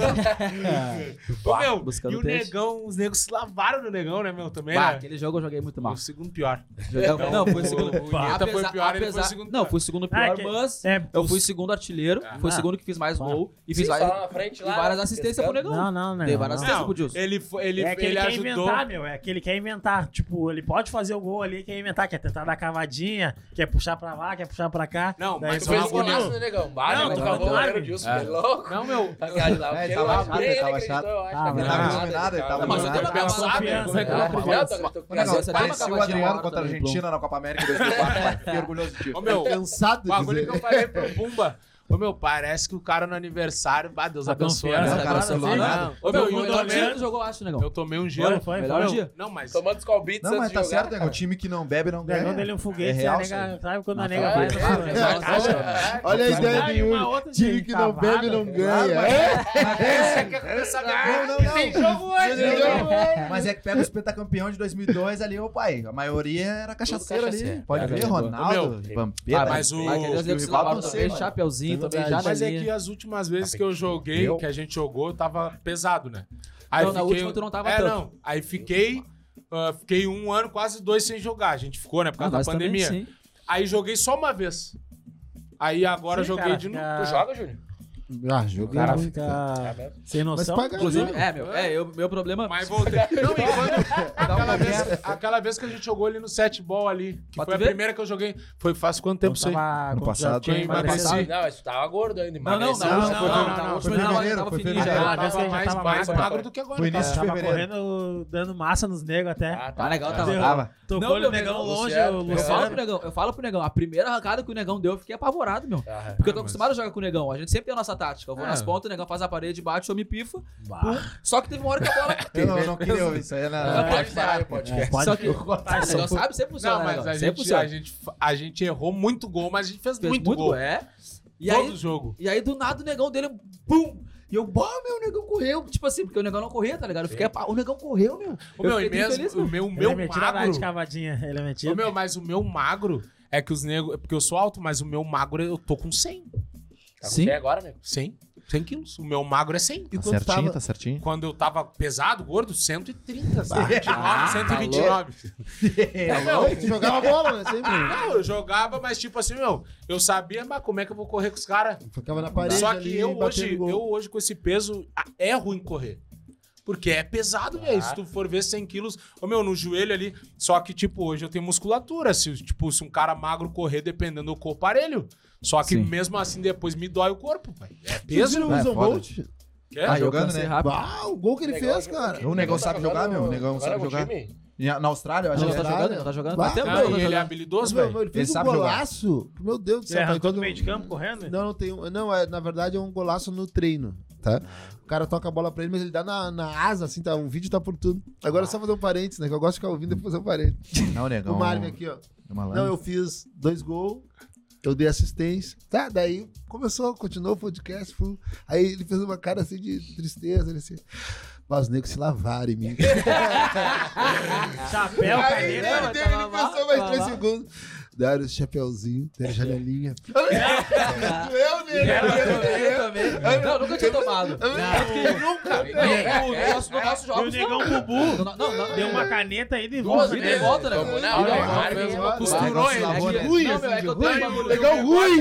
Meu, buscando e o Negão, os negros se lavaram no Negão, né, meu? Também, né? Aquele jogo eu joguei muito mal. Foi o segundo pior. Não, foi o segundo. O Inheta foi pior, ele foi o segundo pior. Não, fui o segundo pior, mas eu fui o segundo artilheiro. Fui o segundo que fiz mais gol. E fiz várias assistências pro Negão. Não. Dei várias assistências pro Dilson. Ele quer ajudou. Inventar, meu. É aquele que quer inventar. Tipo, ele pode fazer o gol ali, quer inventar, quer tentar dar cavadinha, quer puxar pra lá, quer puxar pra cá. Não, mas tu fez golaço, né, Negão? Não, tu cavou o goleiro Dilson, louco. Não, meu. Ele tava chato. Ele tava iluminado, ele tava Mas eu tenho uma confiança. Parecia o Adriano contra a Argentina na Copa América 2004. Fiquei orgulhoso de ti. Ô, meu, Cansado de bagulho dizer. que eu falei pro Pumba. Ô, meu, parece que o cara no aniversário... Deus abençoe. Ô, meu, o melhor dia tu jogou, acho, Negão. Eu tomei um gelo. Foi. Melhor dia. Não, mas... Tomando Skullbeats Não, mas antes tá de jogar, certo, Negão. O time que não bebe não ganha. Ganhou dele um foguete, real, sabe quando a nega vai... Olha a ideia de um time que não bebe não ganha. Você quer começar a beber? Tem jogo hoje. Mas é que pega os pentacampeão de 2002 ali, ô pai. A maioria era cachaceiro ali. Pode ver, Ronaldo, Vampeta. Mas o... Chapeuzinho também já. Mas é que as últimas vezes que eu joguei, que a gente jogou, eu tava pesado, né? Aí na última tu não tava tanto. Não. Aí fiquei 1 ano, quase 2 sem jogar. A gente ficou, né? Por causa da pandemia. Também, aí joguei só uma vez. Aí agora joguei de novo. Tu joga, Júnior? Ah, O joguei. cara muito, cara. fica sem Mas noção. paga Inclusive, jogo. meu problema... Mas voltei. Não, e aquela vez que a gente jogou ali no setball ali, que Pra foi a tu ver? primeira que eu joguei. Faz quanto tempo isso aí? Ano Já passado. tinha Foi emagrecido. emagreci. Não, mas tu tava gordo ainda. Não, emagreceu. não, foi fevereiro, tava foi fininho fevereiro. já. Ah, Tava já mais tava magro do que agora. Foi cara. início de Tava fevereiro. correndo, dando massa nos negros até. Ah, Tá legal, tá Deu- legal. Tava. Tocou Não, o meu negão negão, longe, Luciano. o Eu falo pro Luciano. negão, a primeira arrancada que o negão deu, eu fiquei apavorado, meu. Porque eu tô acostumado a jogar com o negão. A gente sempre tem a nossa tática. Eu vou nas pontas, o negão faz a parede, bate, eu me pifo. Pum. Só que teve uma hora que a bola. Eu não queria ouvir isso aí. Pode parar o podcast. Só que. Pode- O negão sabe, sempre funciona. Não, né, mas negão? a Sempre gente, funciona. a gente errou muito gol, mas a gente fez Fez muito gol. E Todo aí, jogo. e aí, do nada, o negão dele, pum! E eu, meu, o negão correu. Tipo assim, porque o negão não corria, tá ligado? Eu fiquei, o negão correu, meu. O meu, e fiquei mesmo, feliz, o meu Ele é metido na de magro. cavadinha. Ele é Ô, metido. meu, mas o meu magro é que os negros. Porque eu sou alto, mas o meu magro eu tô com 100. Tá com Sim. quem agora, nego? 100. 100 quilos. O meu magro é 100. E Tá quando certinho, tava... tá certinho. Quando eu tava pesado, gordo, 130, 129, 129. Tu jogava bola, né? Sempre. Não, eu jogava, mas tipo assim, meu, eu sabia, mas como é que eu vou correr com os caras? Ficava na parede Só ali, que eu batendo gol. hoje com esse peso, é ruim correr. Porque é pesado, velho. Se tu for ver 100 quilos, ô meu, no joelho ali. Só que, tipo, hoje eu tenho musculatura. Se um cara magro correr, dependendo do corpo, parelho. Só que Sim. mesmo assim, depois me dói o corpo, pai. É Vocês peso. viram o É, Usain foda. Bolt? É, Aí eu jogando, cansei né? rápido. Ah, o gol que ele fez, cara. O negão sabe jogar, meu. O negão sabe jogar. Na Austrália, eu acho Não, que tá Austrália. jogando, não tá jogando. Bah, Faz tempo não, que eu Ah, tô e ele é jogando. habilidoso, Meu, velho. ele fez Ele um sabe jogar. golaço. Meu Deus do Você céu. pai, arrancou quando... do meio de campo correndo? Não tem. Não, na verdade é um golaço no treino, tá? O cara toca a bola pra ele, mas ele dá na asa, assim, tá? O vídeo tá por tudo. Agora é só fazer um parênteses, né? Que eu gosto de ficar ouvindo e fazer um parênteses. Não, O negão. Marvin aqui, ó. É malandro. Não, eu fiz 2 gols, eu dei assistência. Tá, daí continuou o podcast. Aí ele fez uma cara assim de tristeza, ele assim. Mas os negros se lavaram em mim. Chapéu, Aí caneta. ele pensou mais 3 segundos. Deram esse chapeuzinho, deram janelinha. Doeu nele. Eu também. Não, nunca tinha tomado. Nunca. No nosso E o jogos. negão Bubu Não, deu uma caneta aí de duas volta. vezes de volta, né? Vamos, Não, não, Costurou ele. É que- Ruim, não, assim, meu, é que eu ruim. tenho um bagulho. Legal, ruim.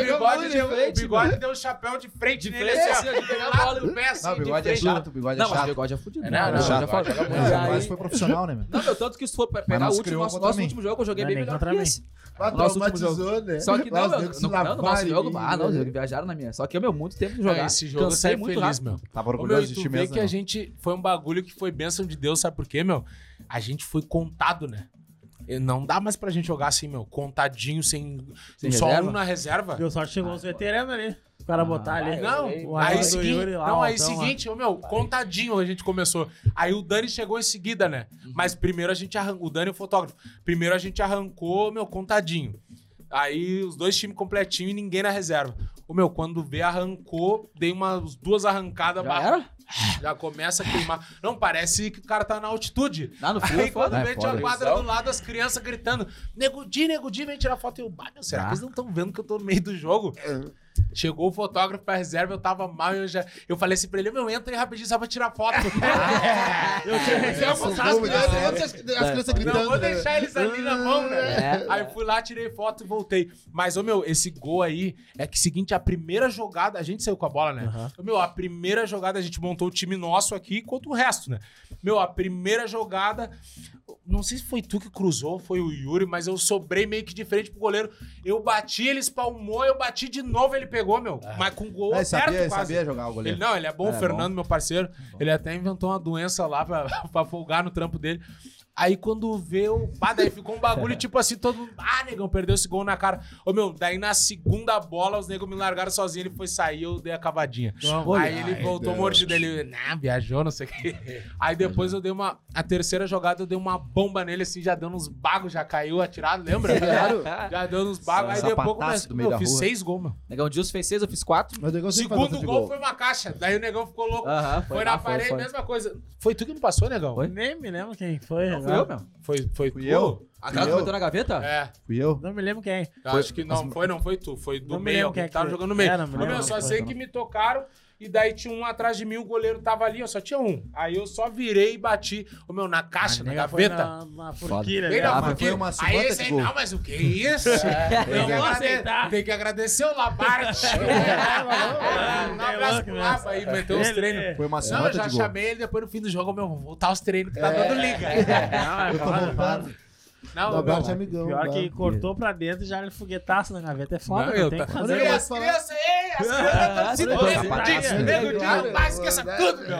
O bigode deu um chapéu de frente nele, frente, assim, ó, assim, de pegar a lado bola. do pé, assim, Não, o de bigode é frente. chato, o bigode é Não, mas o chato. bigode é fudido. Não, não, já não, falei. joga muito. E aí- Mas foi profissional, né, meu? Não, meu, tanto que se for Mas pegar não o se último, criou nosso contra mim. último jogo, eu joguei Não, bem nem melhor contra que mim. esse. Mas Nosso último traumatizou, né? Só que não, Mas os meu, negros se no nosso lavaram jogo, em mim, não, né? eles viajaram na minha. Só que, meu, muito tempo de jogar. Esse jogo eu Cansei saí muito feliz, rápido. meu. Tava Ô, meu, orgulhoso e de tu ti vê mesmo. que a né, gente... Foi um bagulho que foi bênção de Deus, sabe por quê, meu? A gente foi contado, né? E não dá mais pra gente jogar assim, meu. Contadinho, sem só reserva? um na reserva. Deu sorte, chegou os veteranos ali. O cara botar ali. Não, O aí Arnaldo seguinte, Yuri lá, não, aí altão lá. seguinte, ô, meu, contadinho a gente começou. Aí o Dani chegou em seguida, né? Mas primeiro a gente arrancou, o Dani é o fotógrafo. Primeiro a gente arrancou, meu, contadinho. Aí os 2 times completinho e ninguém na reserva. Ô, meu, quando vê, arrancou, dei umas 2 arrancadas. Já era? Já começa a queimar. Não, parece que o cara tá na altitude. Lá no frio, Aí quando É vê, tinha a foda. quadra do lado, as crianças gritando: Nego Di, vem tirar foto. E eu, meu, será que eles não estão vendo que eu tô no meio do jogo? Chegou o fotógrafo pra reserva, eu tava mal e eu falei assim pra ele: meu, entra aí rapidinho só pra tirar foto. Eu tinha As crianças Não, gritando. vou né? deixar eles ali na mão, né? É. Aí eu fui lá, tirei foto e voltei. Mas, ô meu, esse gol aí é que seguinte, a primeira jogada, a gente saiu com a bola, né? Ô, meu, a primeira jogada a gente montou o time nosso aqui contra o resto, né? Meu, a primeira jogada, não sei se foi tu que cruzou, foi o Yuri, mas eu sobrei meio que de frente pro goleiro. Eu bati, ele espalmou, eu bati de novo, ele pegou, meu. Mas com gol Ele perto sabia, quase. sabia jogar o goleiro. Ele é bom, o É, Fernando, bom. meu parceiro. Ele até inventou uma doença lá pra folgar no trampo dele. Aí quando vê o... daí ficou um bagulho tipo assim, todo mundo... negão, perdeu esse gol na cara. Ô, meu, daí na segunda bola, os negros me largaram sozinho, ele foi sair, eu dei a cavadinha. Aí ele voltou mordido, ele... viajou, não sei o quê. Aí depois eu dei uma... A terceira jogada, eu dei uma bomba nele, assim, já deu nos bagos, já caiu atirado, lembra? Já deu nos bagos. Aí depois Sapataço do meio eu da fiz rua. 6 gols, meu. Negão Dilson fez 6, eu fiz 4. Mas o negócio sempre faz Segundo bastante gol foi uma caixa. Daí o negão ficou louco. Aham, foi na foi, parede, foi. mesma coisa. Foi tu que me passou, negão? Foi? Nem me lembro quem foi. Não fui eu, meu. Foi Fui tu? eu? Aquela que eu? meteu na gaveta? É. Fui eu? Não me lembro quem. Acho que não foi tu. Foi do Não me meio, lembro alguém quem que tava que foi. jogando no meio. É, não me Ô, meu, lembro só quem sei foi. que me tocaram. e daí tinha um atrás de mim, o goleiro tava ali, eu só tinha um. Aí eu só virei e bati, na caixa, na gaveta. Na forquilha. Foi uma aí esse aí, não, mas o que é isso? Tem que agradecer o Labarte. Um abraço pro Lapa aí, meteu os treinos. Foi uma Não, eu já chamei ele depois no fim do jogo, vou voltar aos treinos que tá dando liga. Não, Labarte é amigão. Pior que cortou pra dentro e já ele foguetaço na gaveta. É foda, eu tem que tá fazer. As crianças Nego Dino, mais esqueça tudo, meu.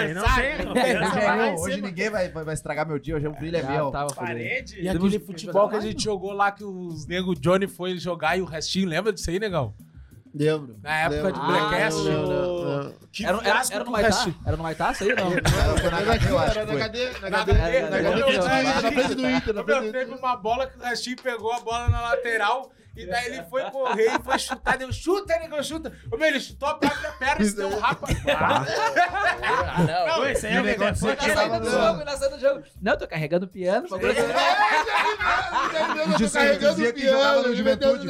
Hoje ninguém vai estragar meu dia, hoje o brilho é meu. Parede. E aquele futebol que a gente jogou lá, que os Nego Johnny foi jogar e o restinho, lembra disso aí, negão? Lembro. Na época de Blackcast. Era no Maitá? Era no Maitá isso aí? Não. Era na HD. Na frente do Inter. Teve uma bola que o Restinho pegou a bola na lateral e daí ele foi correr e foi chutar. Deu chuta, negão, chuta. Ele chutou a própria perna e deu um rapa. Não, esse aí é o negócio. Na saída do jogo. Não, eu tô carregando o piano. Eu tô carregando o piano. Juventude.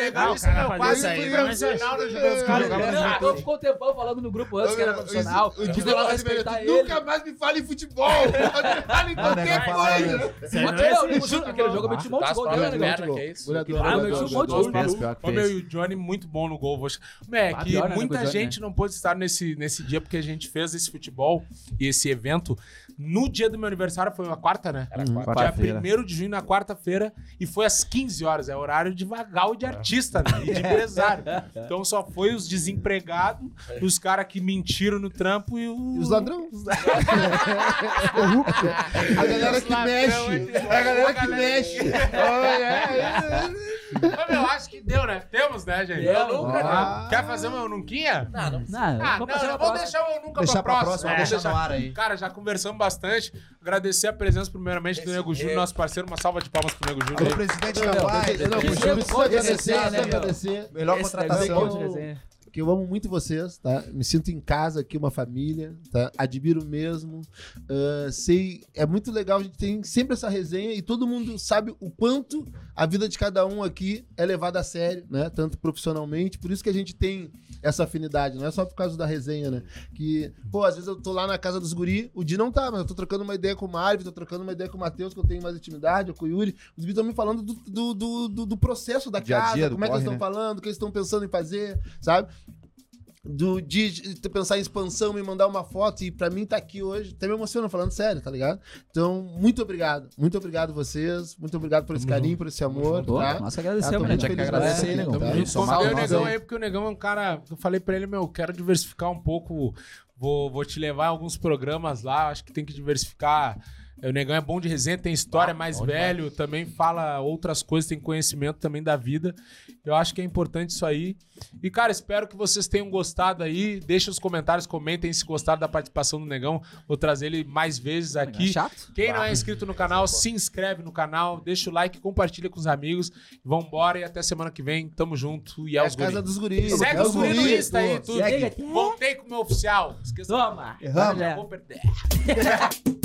Ficou um tempão falando no grupo antes que era profissional. Nunca mais me fale em futebol. Fale em qualquer coisa. Aquele jogo eu meti um monte de gol dele, negão. E o Johnny muito bom no gol. Que muita gente não pôde estar nesse dia porque a gente fez esse futebol e esse evento no dia do meu aniversário. Foi uma quarta, né? Era Dia 1º de junho, na quarta-feira, e foi às 15 horas. É horário de vagal e de artista, né? E de empresário. Então só foi os desempregados, os caras que mentiram no trampo e os ladrões. A galera que mexe. A galera que mexe. Eu acho que deu, né? Temos, né, gente? Eu nunca, né? Quer fazer uma eu nunquinha? Não, vamos deixar o eu nunca pra próxima. Deixa no ar aí. Cara, já conversamos bastante. Agradecer a presença, primeiramente, do Nego Júnior, nosso parceiro. Uma salva de palmas pro Nego Júnior. O presidente da paz. Agradecer. Melhor contratação. Que eu amo muito vocês, tá? Me sinto em casa aqui, uma família, tá? Admiro mesmo. É muito legal, a gente tem sempre essa resenha e todo mundo sabe o quanto a vida de cada um aqui é levada a sério, né? Tanto profissionalmente, por isso que a gente tem essa afinidade, não é só por causa da resenha, né? Que, às vezes eu tô lá na casa dos guri, o Di não tá, mas eu tô trocando uma ideia com o Mário, tô trocando uma ideia com o Matheus, que eu tenho mais intimidade, ou com o Yuri. Os guri estão me falando do processo da casa, dia, como é que eles estão falando, o que eles estão pensando em fazer, sabe? De pensar em expansão, me mandar uma foto e pra mim tá aqui hoje, até me emociona falando sério, tá ligado? Então, muito obrigado vocês, muito obrigado por esse carinho, por esse amor, tá? Nossa, agradecemos, né? Tinha que agradecer, né? Convidei o Negão aí, porque o Negão é um cara, eu falei pra ele, quero diversificar um pouco, vou te levar a alguns programas lá, acho que tem que diversificar. O Negão é bom de resenha, tem história, mais velho, também fala outras coisas, tem conhecimento também da vida. Eu acho que é importante isso aí. E, cara, espero que vocês tenham gostado aí. Deixem os comentários, comentem se gostaram da participação do Negão. Vou trazer ele mais vezes aqui. Quem não é inscrito no canal, se inscreve no canal, deixa o like, compartilha com os amigos. Vambora e até semana que vem. Tamo junto. E é os Casa guri. dos guris. Segue os guris no Insta aí, tudo. Voltei com o meu oficial. Toma! Já vou perder.